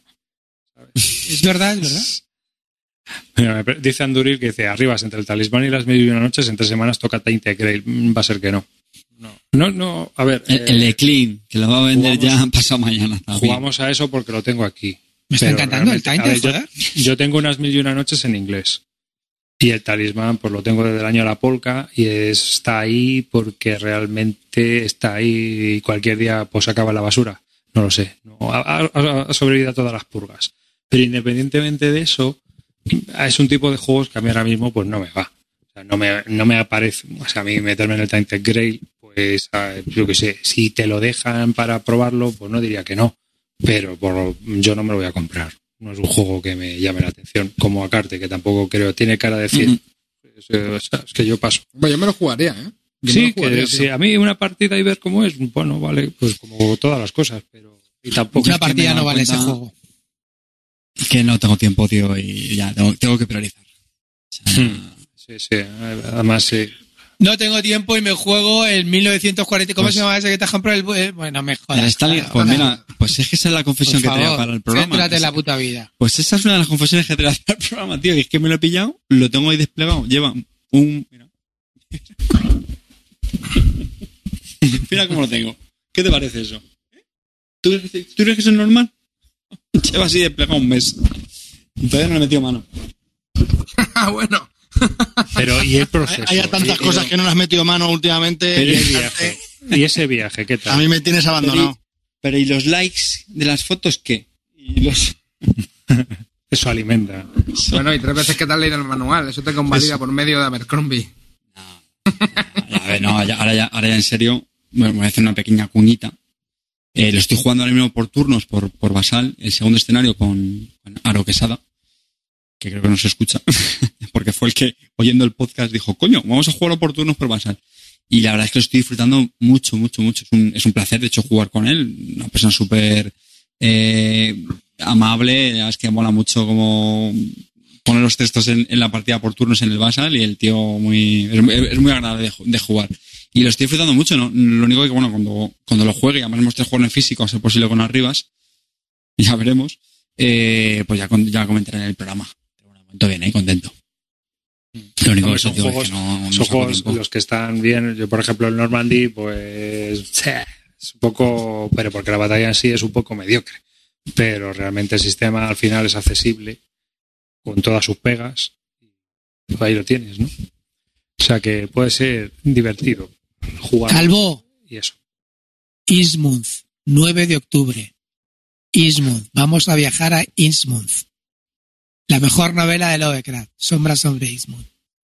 Es verdad, es verdad. Mira, me pre- dice Anduril que dice, arribas entre el talismán y las mil y una noches, en tres semanas toca Tainted Grail. Mm, Va a ser que no. No, no, no a ver. El, eh, el de Clean, que lo va a vender jugamos- ya pasado mañana. también. jugamos a eso porque lo tengo aquí. Me está Pero encantando el realmente, a Tainted, ver, yo- joder. Yo tengo unas mil y una noches en inglés. Y el talismán, pues lo tengo desde el año de la polka y está ahí porque realmente está ahí y cualquier día pues acaba en la basura. No lo sé. No, ha, ha- ha sobrevivido a todas las purgas. Pero independientemente de eso, es un tipo de juegos que a mí ahora mismo pues no me va. O sea, no me, no me aparece. O sea, a mí meterme en el Tainted Grail, pues ah, yo qué sé, si te lo dejan para probarlo, pues no diría que no. Pero por, yo no me lo voy a comprar. No es un juego que me llame la atención, como Acarte, que tampoco creo, tiene cara de cien. Mm. Es, eh, o sea, es que yo paso. Bueno, yo me lo jugaría, ¿eh? Yo me Sí, lo jugaría, que tío. si a mí una partida y ver cómo es, bueno, vale, pues como todas las cosas, pero y tampoco Una es que me he partida dado no vale ese cuenta- juego. Que no tengo tiempo, tío, y ya, tengo, tengo que priorizar. O sea, Hmm. Sí, sí, además sí. No tengo tiempo y me juego el mil novecientos cuarenta. ¿Cómo Pues- se llama ese que te has comprado? El, eh, bueno, me jodas. el Stalin, pues mira, pues es que esa es la confesión que traía para el programa. Céntrate en Es- la puta vida. Pues esa es una de las confesiones que traía para el programa, tío, y es que me lo he pillado, lo tengo ahí desplegado, lleva un... Mira, mira cómo lo tengo. ¿Qué te parece eso? ¿Tú crees que, ¿tú crees que eso es normal? Lleva así desplegado un mes. Y todavía no le he metido mano. Ah, bueno. Pero y el proceso. Hay tantas y, cosas que no le has metido mano últimamente. Pero y el Y- viaje. Y ese viaje, ¿qué A tal? mí me tienes abandonado. Pero ¿y los likes de las fotos qué? Y los... Eso alimenta. Bueno, y tres veces que te has leído el manual. Eso te convalida por medio de Abercrombie. A ver, no, ya- ahora, ya, ahora ya en serio, bueno, voy a hacer una pequeña cuñita. Eh, lo estoy jugando ahora mismo por turnos, por, por Basal, el segundo escenario con, con Aro Quesada, que creo que no se escucha, porque fue el que, oyendo el podcast, dijo, coño, vamos a jugarlo por turnos por Basal. Y la verdad es que lo estoy disfrutando mucho, mucho, mucho. Es un, es un placer, de hecho, jugar con él. Una persona súper eh, amable. Es que mola mucho como poner los textos en, en la partida por turnos en el Basal y el tío muy es, es muy agradable de, de jugar. Y lo estoy disfrutando mucho, ¿no? Lo único que, bueno, cuando, cuando lo juegue, además hemos jugarlo en físico, a ser posible con Arribas, ya veremos, eh, pues ya, ya comentaré en el programa. Pero bueno, de momento bien, ¿eh? Contento. Lo único que son digo juegos, es que no, no son saco juegos tiempo. los que están bien. Yo, por ejemplo, el Normandy, pues es un poco, pero porque la batalla en sí es un poco mediocre. Pero realmente el sistema al final es accesible con todas sus pegas. Pues ahí lo tienes, ¿no? O sea que puede ser divertido jugar. Calvo. Y eso. Innsmouth, nueve de octubre. Innsmouth. Vamos a viajar a Innsmouth. La mejor novela de Lovecraft, Sombras sobre Innsmouth.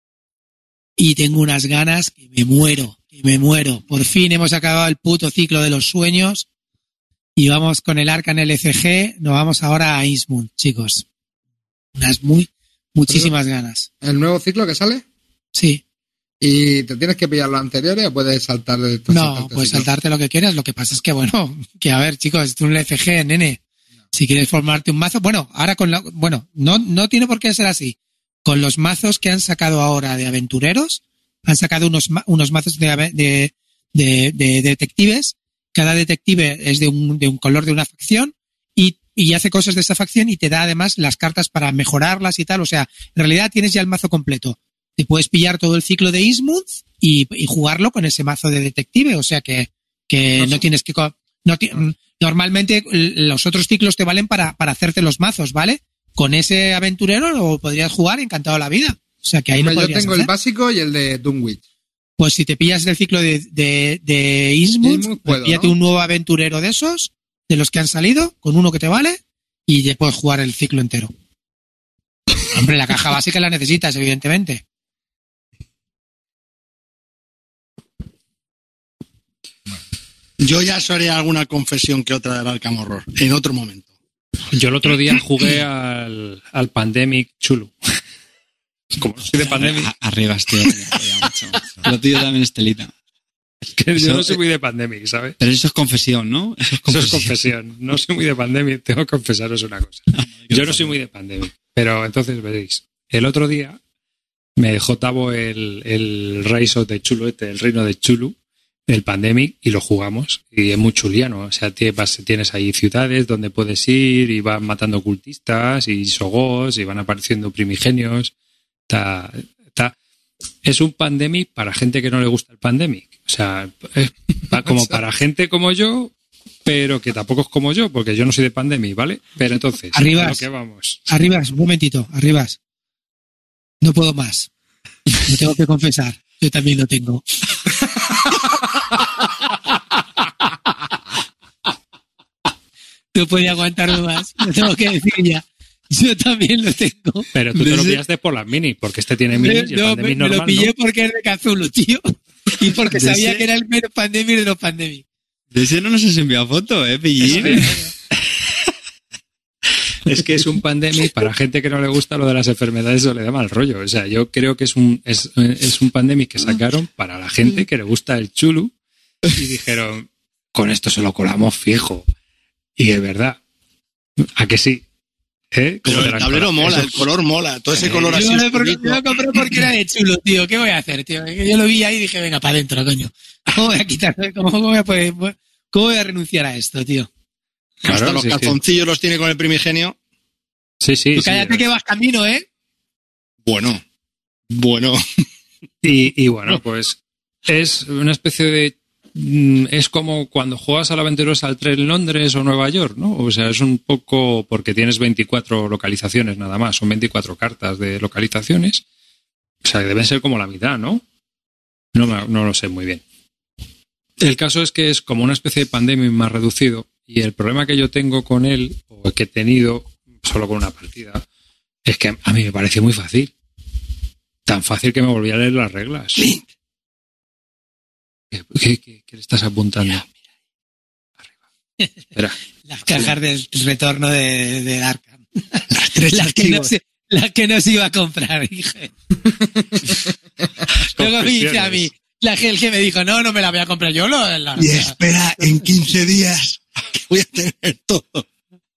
Y tengo unas ganas que me muero, que me muero. Por fin hemos acabado el puto ciclo de los sueños y vamos con el Arcan L C G, nos vamos ahora a Innsmouth, chicos. Unas muy, muchísimas ganas. ¿El nuevo ciclo que sale? Sí. ¿Y te tienes que pillar los anteriores o puedes saltar de No, puedes saltarte lo que quieras. Lo que pasa es que, bueno, que a ver, chicos, es un L C G, nene. Si quieres formarte un mazo, bueno, ahora con la, bueno, no, no tiene por qué ser así. Con los mazos que han sacado ahora de aventureros, han sacado unos, unos mazos de, de, de, de detectives. Cada detective es de un, de un color de una facción y, y hace cosas de esa facción y te da además las cartas para mejorarlas y tal. O sea, en realidad tienes ya el mazo completo. Te puedes pillar todo el ciclo de Innsmouth y, y jugarlo con ese mazo de detective. O sea que, que no, no tienes que, no, normalmente los otros ciclos te valen para, para hacerte los mazos, ¿vale? Con ese aventurero lo podrías jugar encantado la vida. O sea que ahí Hombre, lo yo podrías tengo hacer. El básico y el de Dunwich. Pues si te pillas del ciclo de, de, de Innsmouth, pues píllate, ¿no?, un nuevo aventurero de esos, de los que han salido, con uno que te vale, y ya puedes jugar el ciclo entero. Hombre, la caja básica la necesitas, evidentemente. Yo ya os haré alguna confesión que otra del Arkham Horror, en otro momento. Yo el otro día jugué al, al Pandemic Chulu. Como no soy de Pandemic. Arriba, tío. Lo tuyo también es telita. Es que yo no soy muy de Pandemic, ¿sabes? Pero eso es confesión, ¿no? Eso es confesión. Eso es confesión. No soy muy de Pandemic, tengo que confesaros una cosa. Yo no soy muy de Pandemic. Pero entonces veréis. El otro día me dejó Tavo el, el Rise de Chulu, este, el reino de Chulu, el Pandemic, y lo jugamos. Y es muy chuliano. O sea, tienes ahí ciudades donde puedes ir y van matando cultistas y sogos y van apareciendo primigenios. Está, está, es un Pandemic para gente que no le gusta el Pandemic. O sea, es como para gente como yo, pero que tampoco es como yo, porque yo no soy de Pandemic, ¿vale? Pero entonces, Arribas, lo que vamos. Arribas, un momentito, Arribas. No puedo más. Me tengo que confesar. Yo también lo tengo. No podía aguantarme más. Lo tengo que decir ya. Yo también lo tengo. Pero tú te lo pillaste por las minis, porque este tiene minis y el no, Pandemic me, normal, me lo pillé, ¿no? porque es de Cthulhu, tío. Y porque ¿De sabía ese? que era el menos Pandemic de los Pandemic. De ese no nos has enviado foto, ¿eh, Pillín? Es que es un Pandemic para gente que no le gusta lo de las enfermedades o le da mal rollo. O sea, yo creo que es un, es, es un Pandemic que sacaron para la gente que le gusta el Chulu y dijeron, con esto se lo colamos fijo. Y es verdad. ¿A que sí? ¿Eh? Pero el tablero mola, Eso. el color mola, todo ese Eh, color así. Yo, no, porque, oscurito. yo lo compré porque era de chulo, tío. ¿Qué voy a hacer, tío? Yo lo vi ahí y dije, venga, para adentro, coño. ¿Cómo voy a quitar? ¿Cómo, cómo voy a poder, cómo voy a renunciar a esto, tío? Claro, Hasta los si es que- calzoncillos los tiene con el primigenio. Sí, sí. Tú sí, cállate eh. que vas camino, ¿eh? Bueno, bueno. Y, y bueno, pues es una especie de... mm, Es como cuando juegas a la Aventurosa al tren en Londres o Nueva York, ¿no? O sea, es un poco porque tienes veinticuatro localizaciones nada más, son veinticuatro cartas de localizaciones. O sea, deben ser como la mitad, ¿no? No, me- no lo sé muy bien. El caso es que es como una especie de Pandemic más reducido y el problema que yo tengo con él, o que he tenido solo con una partida, es que a mí me parece muy fácil. Tan fácil que me volví a leer las reglas. ¿Qué, qué, qué- qué le estás apuntando? Arriba. Espera. Las cajas del retorno de, de Arkham. Las tres Las que, no archivos. se, las que no se iba a comprar, dije. Luego me dice a mí, la gel que me dijo, no, no me la voy a comprar yo. Lo, la, Y espera, en quince días que voy a tener todo.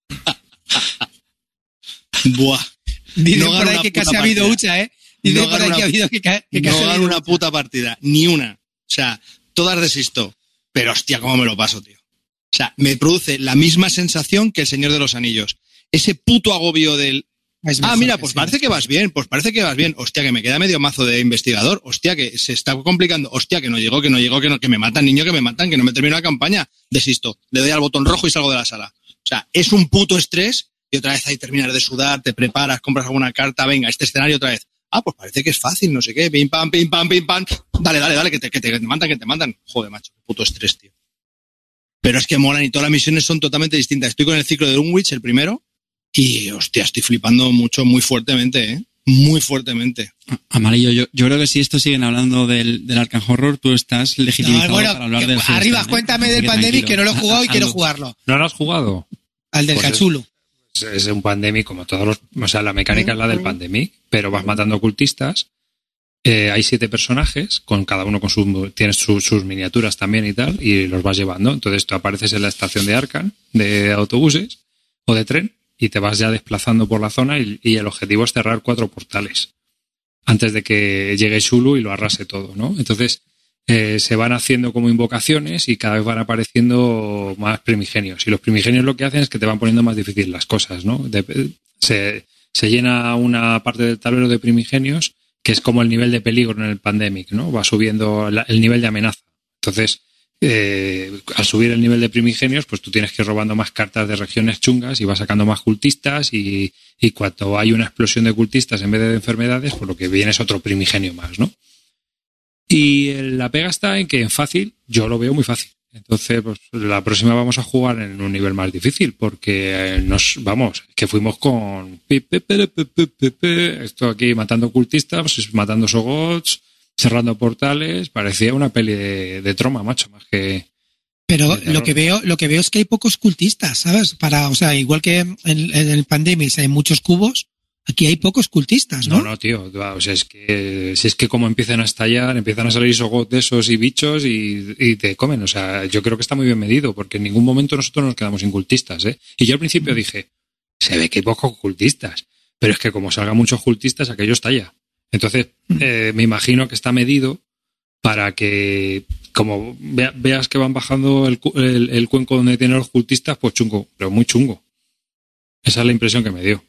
Buah. Dicen no por gano ahí una que puta casi ha habido partida. hucha, ¿eh? Dicen No por gano ahí una- que ha habido que, ca- que casi No ha gano habido una hucha. puta partida, ni una. O sea, todas desisto. Pero hostia, cómo me lo paso, tío. O sea, me produce la misma sensación que el Señor de los Anillos. Ese puto agobio del... Es Ah, mejor mira, que pues sí. parece que vas bien, pues parece que vas bien. Hostia, que me queda medio mazo de investigador. Hostia, que se está complicando. Hostia, que no llegó, que no llegó, que no, que me matan, niño, que me matan, que no me termino la campaña. Desisto. Le doy al botón rojo y salgo de la sala. O sea, es un puto estrés y otra vez ahí terminas de sudar, te preparas, compras alguna carta, venga, este escenario otra vez. Ah, pues parece que es fácil, no sé qué, pim pam, pim pam, pim pam. Dale, dale, dale, que te, que te, que te mandan, que te mandan. Joder, macho, qué puto estrés, tío. Pero es que molan y todas las misiones son totalmente distintas. Estoy con el ciclo de Dunwich, el primero, y hostia, estoy flipando mucho, muy fuertemente, ¿eh? Muy fuertemente. Amarillo, yo, yo creo que si esto siguen hablando del, del Arkham Horror, tú estás legitimizado No, bueno, para hablar que- del arriba, Hearthstone, ¿eh? cuéntame Así del que Pandemic, tranquilo. que no lo he jugado y quiero Hazlo. jugarlo. ¿No lo has jugado? Al del Pues es- Cachulo. Es, es un Pandemic como todos los... O sea, la mecánica es la del Pandemic, pero vas matando ocultistas. Eh, hay siete personajes, con cada uno con sus... Tienes su- sus miniaturas también y tal, y los vas llevando. Entonces tú apareces en la estación de Arkham, de autobuses o de tren, y te vas ya desplazando por la zona y, y el objetivo es cerrar cuatro portales antes de que llegue Shulu y lo arrase todo, ¿no? Entonces eh, se van haciendo como invocaciones y cada vez van apareciendo más primigenios. Y los primigenios lo que hacen es que te van poniendo más difícil las cosas, ¿no? De- se, se llena una parte del tablero de primigenios que es como el nivel de peligro en el Pandemic, ¿no? Va subiendo la- el nivel de amenaza. Entonces, eh, al subir el nivel de primigenios, pues tú tienes que ir robando más cartas de regiones chungas y vas sacando más cultistas y, y cuando hay una explosión de cultistas en vez de enfermedades, pues lo que viene es otro primigenio más, ¿no? Y la pega está en que en fácil yo lo veo muy fácil. Entonces, pues la próxima vamos a jugar en un nivel más difícil porque eh, nos vamos, que fuimos con pi, pi, pi, pi, pi, pi, pi, esto aquí matando cultistas, pues, matando sogots, cerrando portales, parecía una peli de, de troma, macho, más que... Pero de terror. lo que veo, lo que veo es que hay pocos cultistas, ¿sabes? Para, o sea, igual que en, en el Pandemic hay muchos cubos, aquí hay pocos cultistas, ¿no? No, no, tío. O sea, es que si es que como empiezan a estallar, empiezan a salir sogot de esos y bichos y, y te comen. O sea, yo creo que está muy bien medido, porque en ningún momento nosotros nos quedamos sin cultistas, ¿eh? Y yo al principio dije, se ve que hay pocos cultistas, pero es que como salgan muchos cultistas, aquello estalla. Entonces, eh, me imagino que está medido para que, como vea- veas que van bajando el, cu- el, el cuenco donde tienen los cultistas, pues chungo, pero muy chungo. Esa es la impresión que me dio.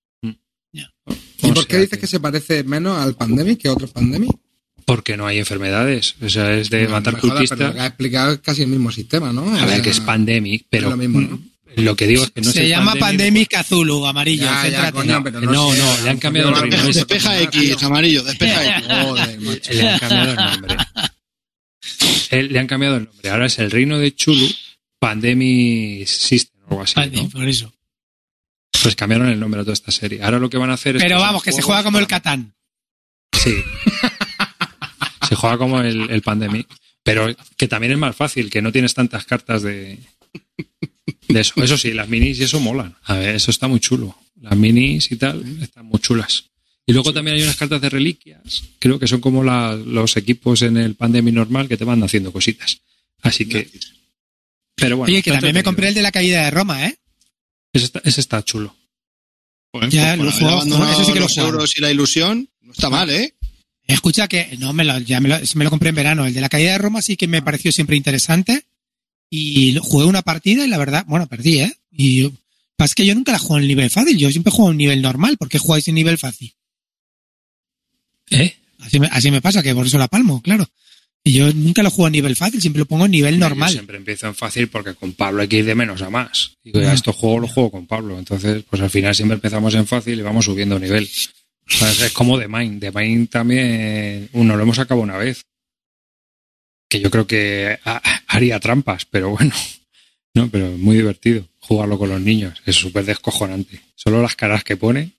¿Y O por qué sea dices que se parece menos al Pandemic que a otros Pandemic? Porque no hay enfermedades. O sea, es de No, matar me jodas, cultistas. pero lo que has explicado es casi el mismo sistema, ¿no? A O ver, sea, que es Pandemic, pero es lo mismo, ¿no? lo que digo es que no Se es el llama Pandemic. Pandemic Azulu, amarillo. Ya, ya, céntrate. coño, pero no, No, sé, no, le han cambiado el yo- ritmo. Despeja X, amarillo, despeja X. Joder, macho. Le han cambiado el nombre. Eh, Le han cambiado el nombre. Ahora es el reino de Chulu, Pandemic System o algo así, Vale, ¿no? por eso. Pues cambiaron el nombre a toda esta serie. Ahora lo que van a hacer es... Pero son vamos, que se juegos juega como el para- Catán. Sí. Se juega como el, el Pandemic. Pero que también es más fácil, que no tienes tantas cartas de, de eso. Eso sí, las minis y eso molan. A ver, eso está muy chulo. Las minis y tal están muy chulas. Y luego también hay unas cartas de reliquias. Creo que son como la- los equipos en el Pandemic normal que te van haciendo cositas. Así que... Pero bueno. Oye, que está también me entretenido. compré el de la caída de Roma, ¿eh? Ese está, ese está chulo. Joder, Ya, pues lo por he haber jugado, abandonado eso sí que lo he los jugado. euros y la ilusión, no está mal, ¿eh? Escucha que, no, me lo, ya me lo, me lo compré en verano. El de la caída de Roma sí que me pareció siempre interesante. Y lo- jugué una partida y la verdad, bueno, perdí, ¿eh? Y yo- pasa que yo nunca la juego en nivel fácil. Yo siempre juego en nivel normal. ¿Por qué jugáis en nivel fácil? ¿Eh? Así me, así me pasa, que por eso la palmo, claro. Y yo nunca lo juego en nivel fácil, siempre lo pongo en nivel Yo normal. siempre empiezo en fácil porque con Pablo hay que ir de menos a más. Digo, ya Ah. estos juegos los juego con Pablo. Entonces, pues al final siempre empezamos en fácil y vamos subiendo nivel. O sea, es como The Mind. The Mind también, uno lo hemos acabado una vez. Que yo creo que ha- haría trampas, pero bueno. No, pero es muy divertido jugarlo con los niños. Es súper descojonante. Solo las caras que pone.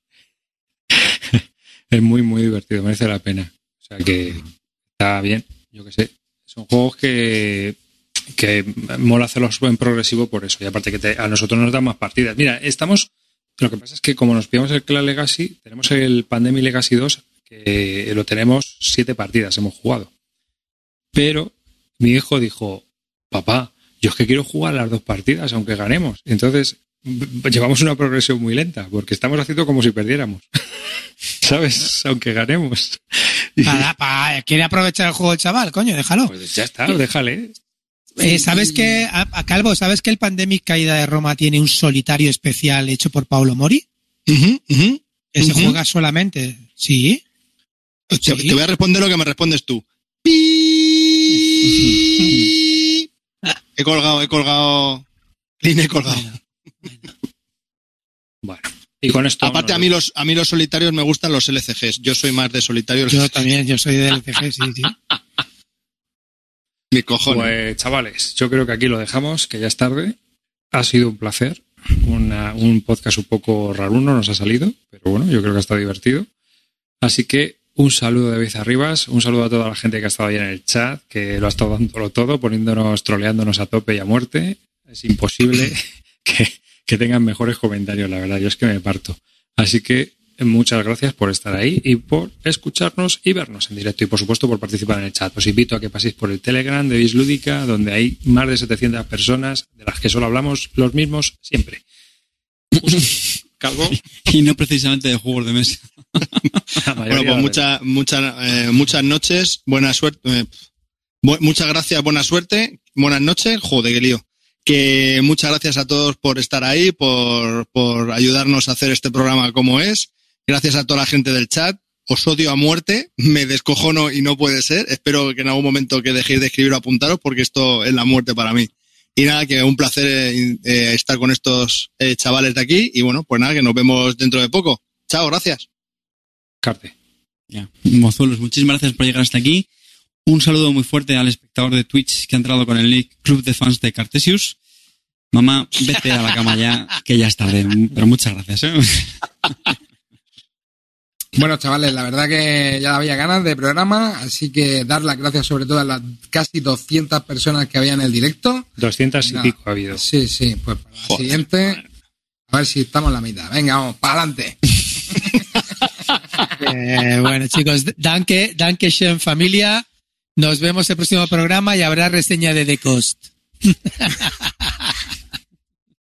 Es muy, muy divertido. Merece la pena. O sea que está bien. Yo qué sé. Son juegos que que mola hacerlos en progresivo por eso. Y aparte que te, a nosotros nos dan más partidas. Mira, estamos... Lo que pasa es que como nos pillamos el Clash Legacy, tenemos el Pandemic Legacy dos, que lo tenemos siete partidas, hemos jugado. Pero mi hijo dijo, papá, yo es que quiero jugar las dos partidas, aunque ganemos. Entonces, llevamos una progresión muy lenta, porque estamos haciendo como si perdiéramos. ¿Sabes? Aunque ganemos. Para, para, quiere aprovechar el juego el chaval, coño, déjalo. Pues ya está, déjale. Eh, ¿Sabes que, a, a Calvo, ¿sabes que el Pandemic Caída de Roma tiene un solitario especial hecho por Paolo Mori? Uh-huh, uh-huh, que se uh-huh. juega solamente. ¿Sí? Te, ¿Sí? te voy a responder lo que me respondes tú. He colgado, he colgado. Lin, he colgado. Bueno, y con esto. Aparte, a mí los a mí los solitarios me gustan los L C Gs. Yo soy más de solitarios. Yo también, yo soy de L C G, sí, sí. Mi cojones. Pues, chavales, yo creo que aquí lo dejamos, que ya es tarde. Ha sido un placer. Una, un podcast un poco raruno nos ha salido, pero bueno, yo creo que ha estado divertido. Así que un saludo de David Arribas, un saludo a toda la gente que ha estado ahí en el chat, que lo ha estado dándolo todo, poniéndonos, troleándonos a tope y a muerte. Es imposible que, que tengan mejores comentarios, la verdad, yo es que me parto. Así que muchas gracias por estar ahí y por escucharnos y vernos en directo y, por supuesto, por participar en el chat. Os invito a que paséis por el Telegram de Bislúdica, donde hay más de setecientas personas, de las que solo hablamos los mismos siempre. Calvo. Y no precisamente de juegos de mesa. Bueno, pues muchas muchas eh, muchas noches, buena suerte. Eh, bu- muchas gracias, buena suerte, buenas noches. Joder, qué lío. Que muchas gracias a todos por estar ahí, por, por ayudarnos a hacer este programa como es. Gracias a toda la gente del chat. Os odio a muerte, me descojono y no puede ser. Espero que en algún momento que dejéis de escribir o apuntaros, porque esto es la muerte para mí. Y nada, que un placer eh, eh, estar con estos eh, chavales de aquí. Y bueno, pues nada, que nos vemos dentro de poco. Chao, gracias. Carte. Ya. Mozuelos, muchísimas gracias por llegar hasta aquí. Un saludo muy fuerte al espectador de Twitch que ha entrado con el link Club de Fans de Cartesius. Mamá, vete a la cama ya, que ya es tarde. Pero muchas gracias, ¿eh? Bueno, chavales, la verdad que ya había ganas de programa, así que dar las gracias sobre todo a las casi doscientas personas que había en el directo. doscientas y Nada. pico ha habido. Sí, sí, pues para la Joder, siguiente, a ver si estamos en la mitad. Venga, vamos, para adelante. Eh, bueno, chicos, danke, danke schön, familia. Nos vemos el próximo programa y habrá reseña de The Coast.